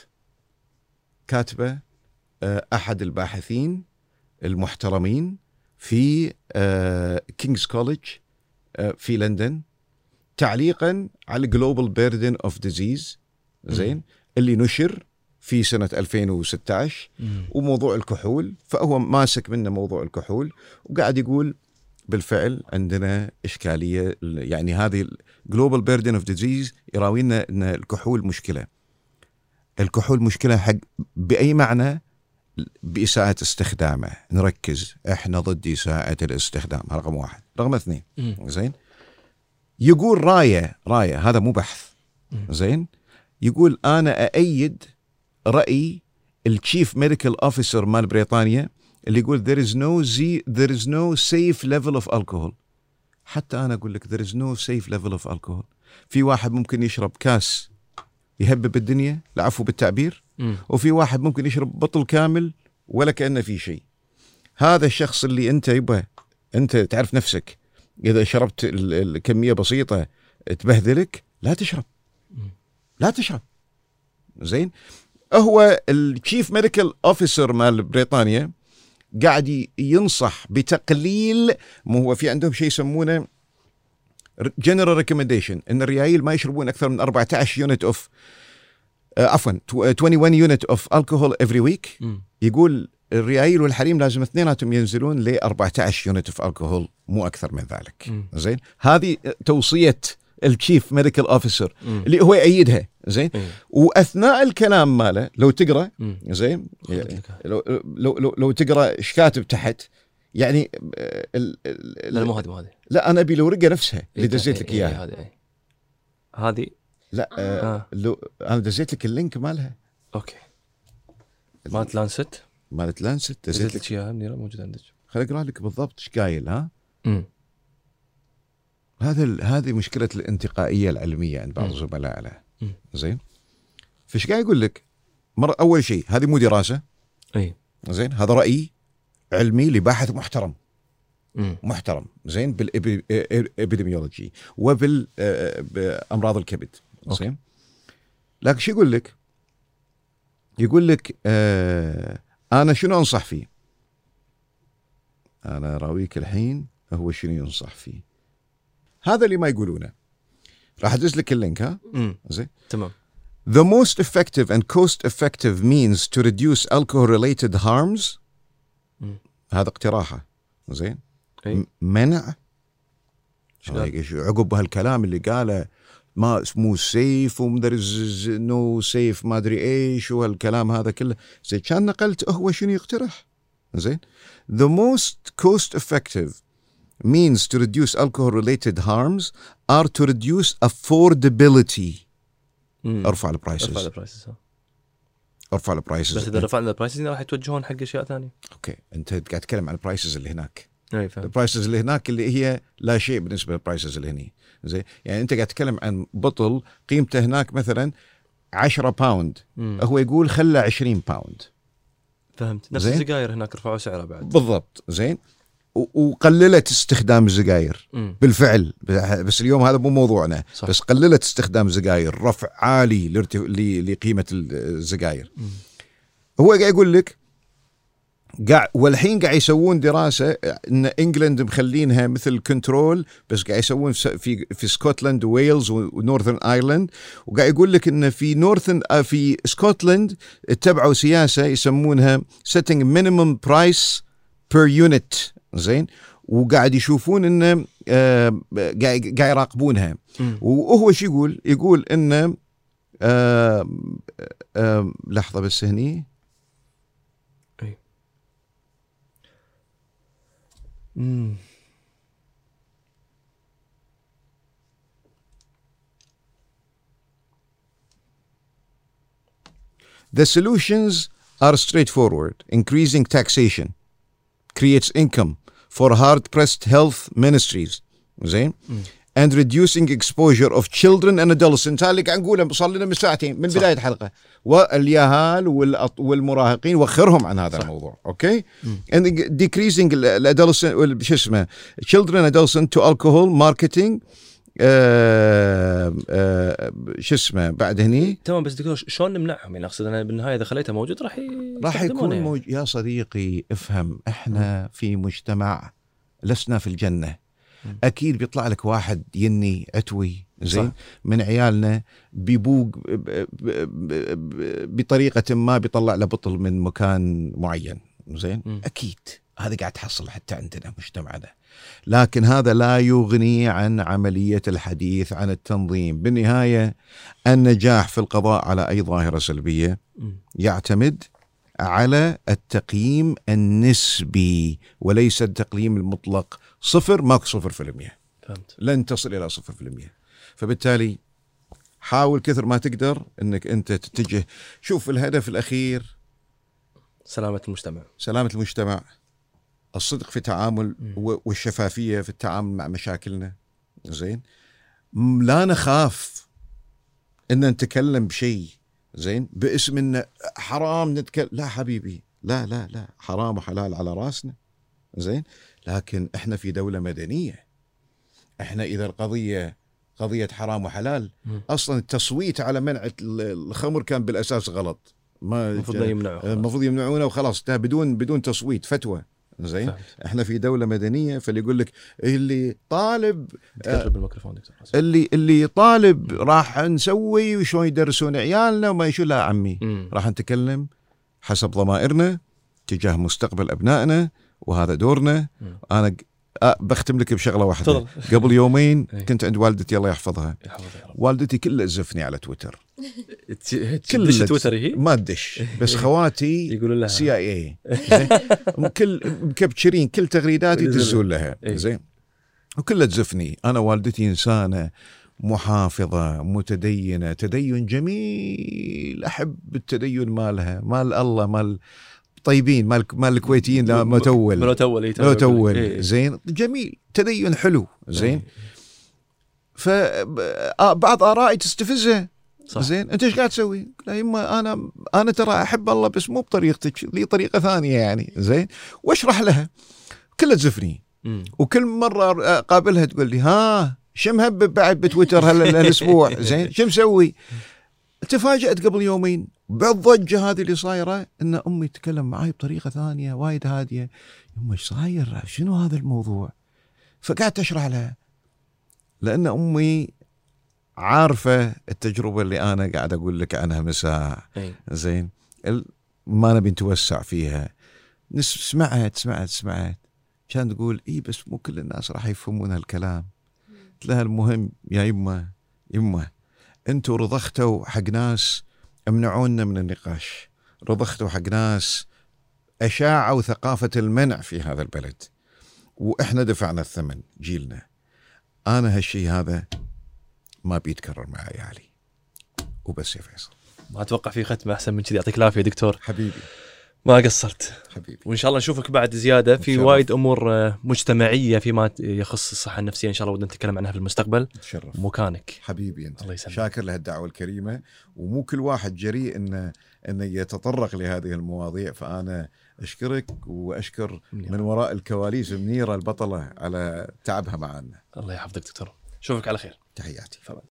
كاتبه احد الباحثين المحترمين في كينجز كوليدج في لندن، تعليقا على جلوبال بيردن اوف ديزيز زين اللي نشر في سنة 2016 وموضوع الكحول. فهو ماسك منه موضوع الكحول وقاعد يقول بالفعل عندنا إشكالية، يعني هذه جلوبال بيردن اوف ديزيز يراوينا ان الكحول مشكلة. الكحول مشكلة حق بأي معنى؟ بإساءة استخدامه. نركز، احنا ضد إساءة الاستخدام، رقم 1. رقم 2 زين يقول راية هذا مو بحث زين، يقول أنا أأيد رأي الشيف ميديكال أوفيسر مال بريطانيا اللي يقول there is no safe level of alcohol. حتى أنا أقول لك there is no safe level of alcohol. في واحد ممكن يشرب كاس يهبب الدنيا، العفو بالتعبير، وفي واحد ممكن يشرب بطل كامل ولا كأنه في شيء. هذا الشخص اللي أنت تعرف نفسك إذا شربت الكمية بسيطة تبهذلك، لا تشرب زين. هو الشيف ميديكال أوفيسر مال بريطانيا قاعد ينصح بتقليل، مو هو في عندهم شيء يسمونه general recommendation ان الريايل ما يشربون اكثر من 14 يونت اوف 21 يونت اوف الكحول every week. يقول الريايل والحريم لازم اثنيناتهم ينزلون ل 14 يونت اوف الكحول، مو اكثر من ذلك. زين هذه توصية الشيف ميديكال اوفيسر اللي هو يأيدها. زين واثناء الكلام ماله لو تقرا زين لو تقرا ايش كاتب تحت، يعني لا مو هذه لا انا ابي الورقه نفسها اللي دزيت لك اياها. هذه لا لو انا دزيت لك اللينك مالها. اوكي مالت لانست دزيت لك اياها منيره موجوده عندك. خليني اقرا لك بالضبط ايش قايل. ها هذه مشكله الانتقائيه العلميه عند بعض زملائنا. زين فايش قاعد يقول لك؟ اول شيء هذه مو دراسه. زين هذا راي علمي لباحث محترم زين بالابيديميولوجي وبالامراض الكبد. زين لكن شو يقول لك؟ يقول لك انا شنو انصح فيه؟ انا راويك الحين هو شنو ينصح فيه. هذا اللي ما يقولونه. راح ادز لك اللينك. ها زين تمام. The most effective and cost-effective means to reduce alcohol-related harms. هذا اقتراحه. زين منع عقب هالكلام اللي قاله ما مو سيف ومدرس نو سيف ما ادري ايش وهالكلام هذا كله. زين كان نقلت هو شنو يقترح. زين the most cost-effective means to reduce alcohol-related harms are to reduce affordability. ارفع البرايسز. بس اذا رفعنا البرايسز راح يتوجهون حق اشياء ثانيه. اوكي انت قاعد تتكلم عن البرايسز اللي هناك. اي فاهم. البرايسز اللي هناك اللي هي لا شيء بالنسبه للبرايسز اللي هني. زين يعني انت قاعد تتكلم عن بطل قيمته هناك مثلا 10 باوند، هو يقول خلى 20 باوند. فهمت. نفس السجاير هناك رفعوا سعرها بعد. بالضبط. زين وقللت استخدام السجاير بالفعل. بس اليوم هذا مو موضوعنا. صح. بس قللت استخدام السجاير، رفع عالي لقيمة السجاير. هو قاعد يقول لك والحين قاعد يسوون دراسة ان انجلند مخلينها مثل كنترول، بس قاعد يسوون في سكوتلاند وويلز ونورثرن ايرلند. وقاعد يقول لك ان في سكوتلاند اتبعوا سياسة يسمونها setting minimum price per unit. زين وقاعد يشوفون انه قاعد يراقبونها. وهو شو يقول انه لحظه بس هني. The solutions are straightforward. Increasing taxation creates income for hard-pressed health ministries. زين. And reducing exposure of children and adolescents. هذا اللي قاعد نقوله صار لنا من ساعتين من بداية الحلقة. واليهال والمراهقين وخرهم عن هذا الموضوع. Okay. And decreasing adolescent شو اسمه children adolescent to alcohol marketing. شو اسمه بعد هني. تمام. بس دكتور شلون نمنعهم؟ يعني اقصد انا بالنهايه اذا خليته موجود راح يكون موجود. يا صديقي افهم، احنا في مجتمع لسنا في الجنة. أكيد بيطلع لك واحد يني عتوي زين من عيالنا بيبوق بطريقة ما بيطلع له بطل من مكان معين زين. أكيد هذا قاعد تحصل حتى عندنا مجتمعنا، لكن هذا لا يغني عن عملية الحديث عن التنظيم. بالنهاية النجاح في القضاء على أي ظاهرة سلبية يعتمد على التقييم النسبي وليس التقييم المطلق. 0 ماكو 0%. فهمت. لن تصل إلى 0%. فبالتالي حاول كثر ما تقدر أنك أنت تتجه. شوف الهدف الأخير سلامة المجتمع. سلامة المجتمع، الصدق في التعامل والشفافية في التعامل مع مشاكلنا زين. لا نخاف أن نتكلم بشيء زين باسم إنه حرام نتكلم. لا حبيبي، لا لا لا، حرام وحلال على راسنا زين. لكن احنا في دولة مدنية. احنا اذا القضية قضية حرام وحلال، اصلا التصويت على منع الخمر كان بالاساس غلط. ما المفروض يمنعونه وخلاص، بدون تصويت، فتوى زين. احنا في دولة مدنية، فاللي يقول لك اللي طالب اللي طالب راح نسوي وشون يدرسون عيالنا وما يشو. لا عمي، راح نتكلم حسب ضمائرنا تجاه مستقبل ابنائنا، وهذا دورنا. انا بختم لك بشغله واحده. قبل يومين كنت عند والدتي الله يحفظها. والدتي كلها تزفني على تويتر. كل تويتر هي ما تدش، بس خواتي يقولون لها CIA كل مكبشرين كل تغريداتي يدزون لها زين، وكلها تزفني. انا والدتي انسانه محافظه متدينه، تدين جميل، احب التدين مالها، مال الله، مال طيبين، مال الكويتيين. لا متول زين، جميل، تدين حلو زين. فبعض آرائي تستفزها زين. انت ايش قاعد تسوي؟ لا يما انا ترى احب الله بس مو بطريقتك، لي طريقه ثانيه يعني زين. واشرح لها، كلها تزفني. وكل مره قابلها تقول لي ها شو مهبب بعد بتويتر هالاسبوع زين، شو مسوي؟ تفاجأت قبل يومين بالضجة هذه اللي صايرة ان امي تتكلم معي بطريقة ثانية وايد هادية. يما ايش صاير؟ شنو هذا الموضوع؟ فقعدت اشرح لها، لان امي عارفة التجربة اللي انا قاعد اقول لك عنها مساء زين. ما نبي نتوسع فيها. سمعت كان تقول بس مو كل الناس راح يفهمون هالكلام. قلت لها المهم يا يما انتوا رضختوا حق ناس امنعونا من النقاش، رضختوا حق ناس اشاعوا ثقافة المنع في هذا البلد، واحنا دفعنا الثمن جيلنا. انا هالشيء هذا ما بيتكرر مع عيالي وبس يا فيصل. ما اتوقع في ختمة احسن من كذي. يعطيك العافية دكتور حبيبي، ما قصرت حبيبي، وان شاء الله نشوفك بعد زيادة في وايد امور مجتمعية فيما يخص الصحة النفسية ان شاء الله ودنا نتكلم عنها في المستقبل. تشرف مكانك حبيبي انت. الله يسلمك. شاكر لهالدعوة الكريمة، ومو كل واحد جريء انه يتطرق لهذه المواضيع، فانا اشكرك واشكر من وراء الكواليس منيرة البطلة على تعبها معنا. الله يحفظك دكتور، اشوفك على خير. تحياتي.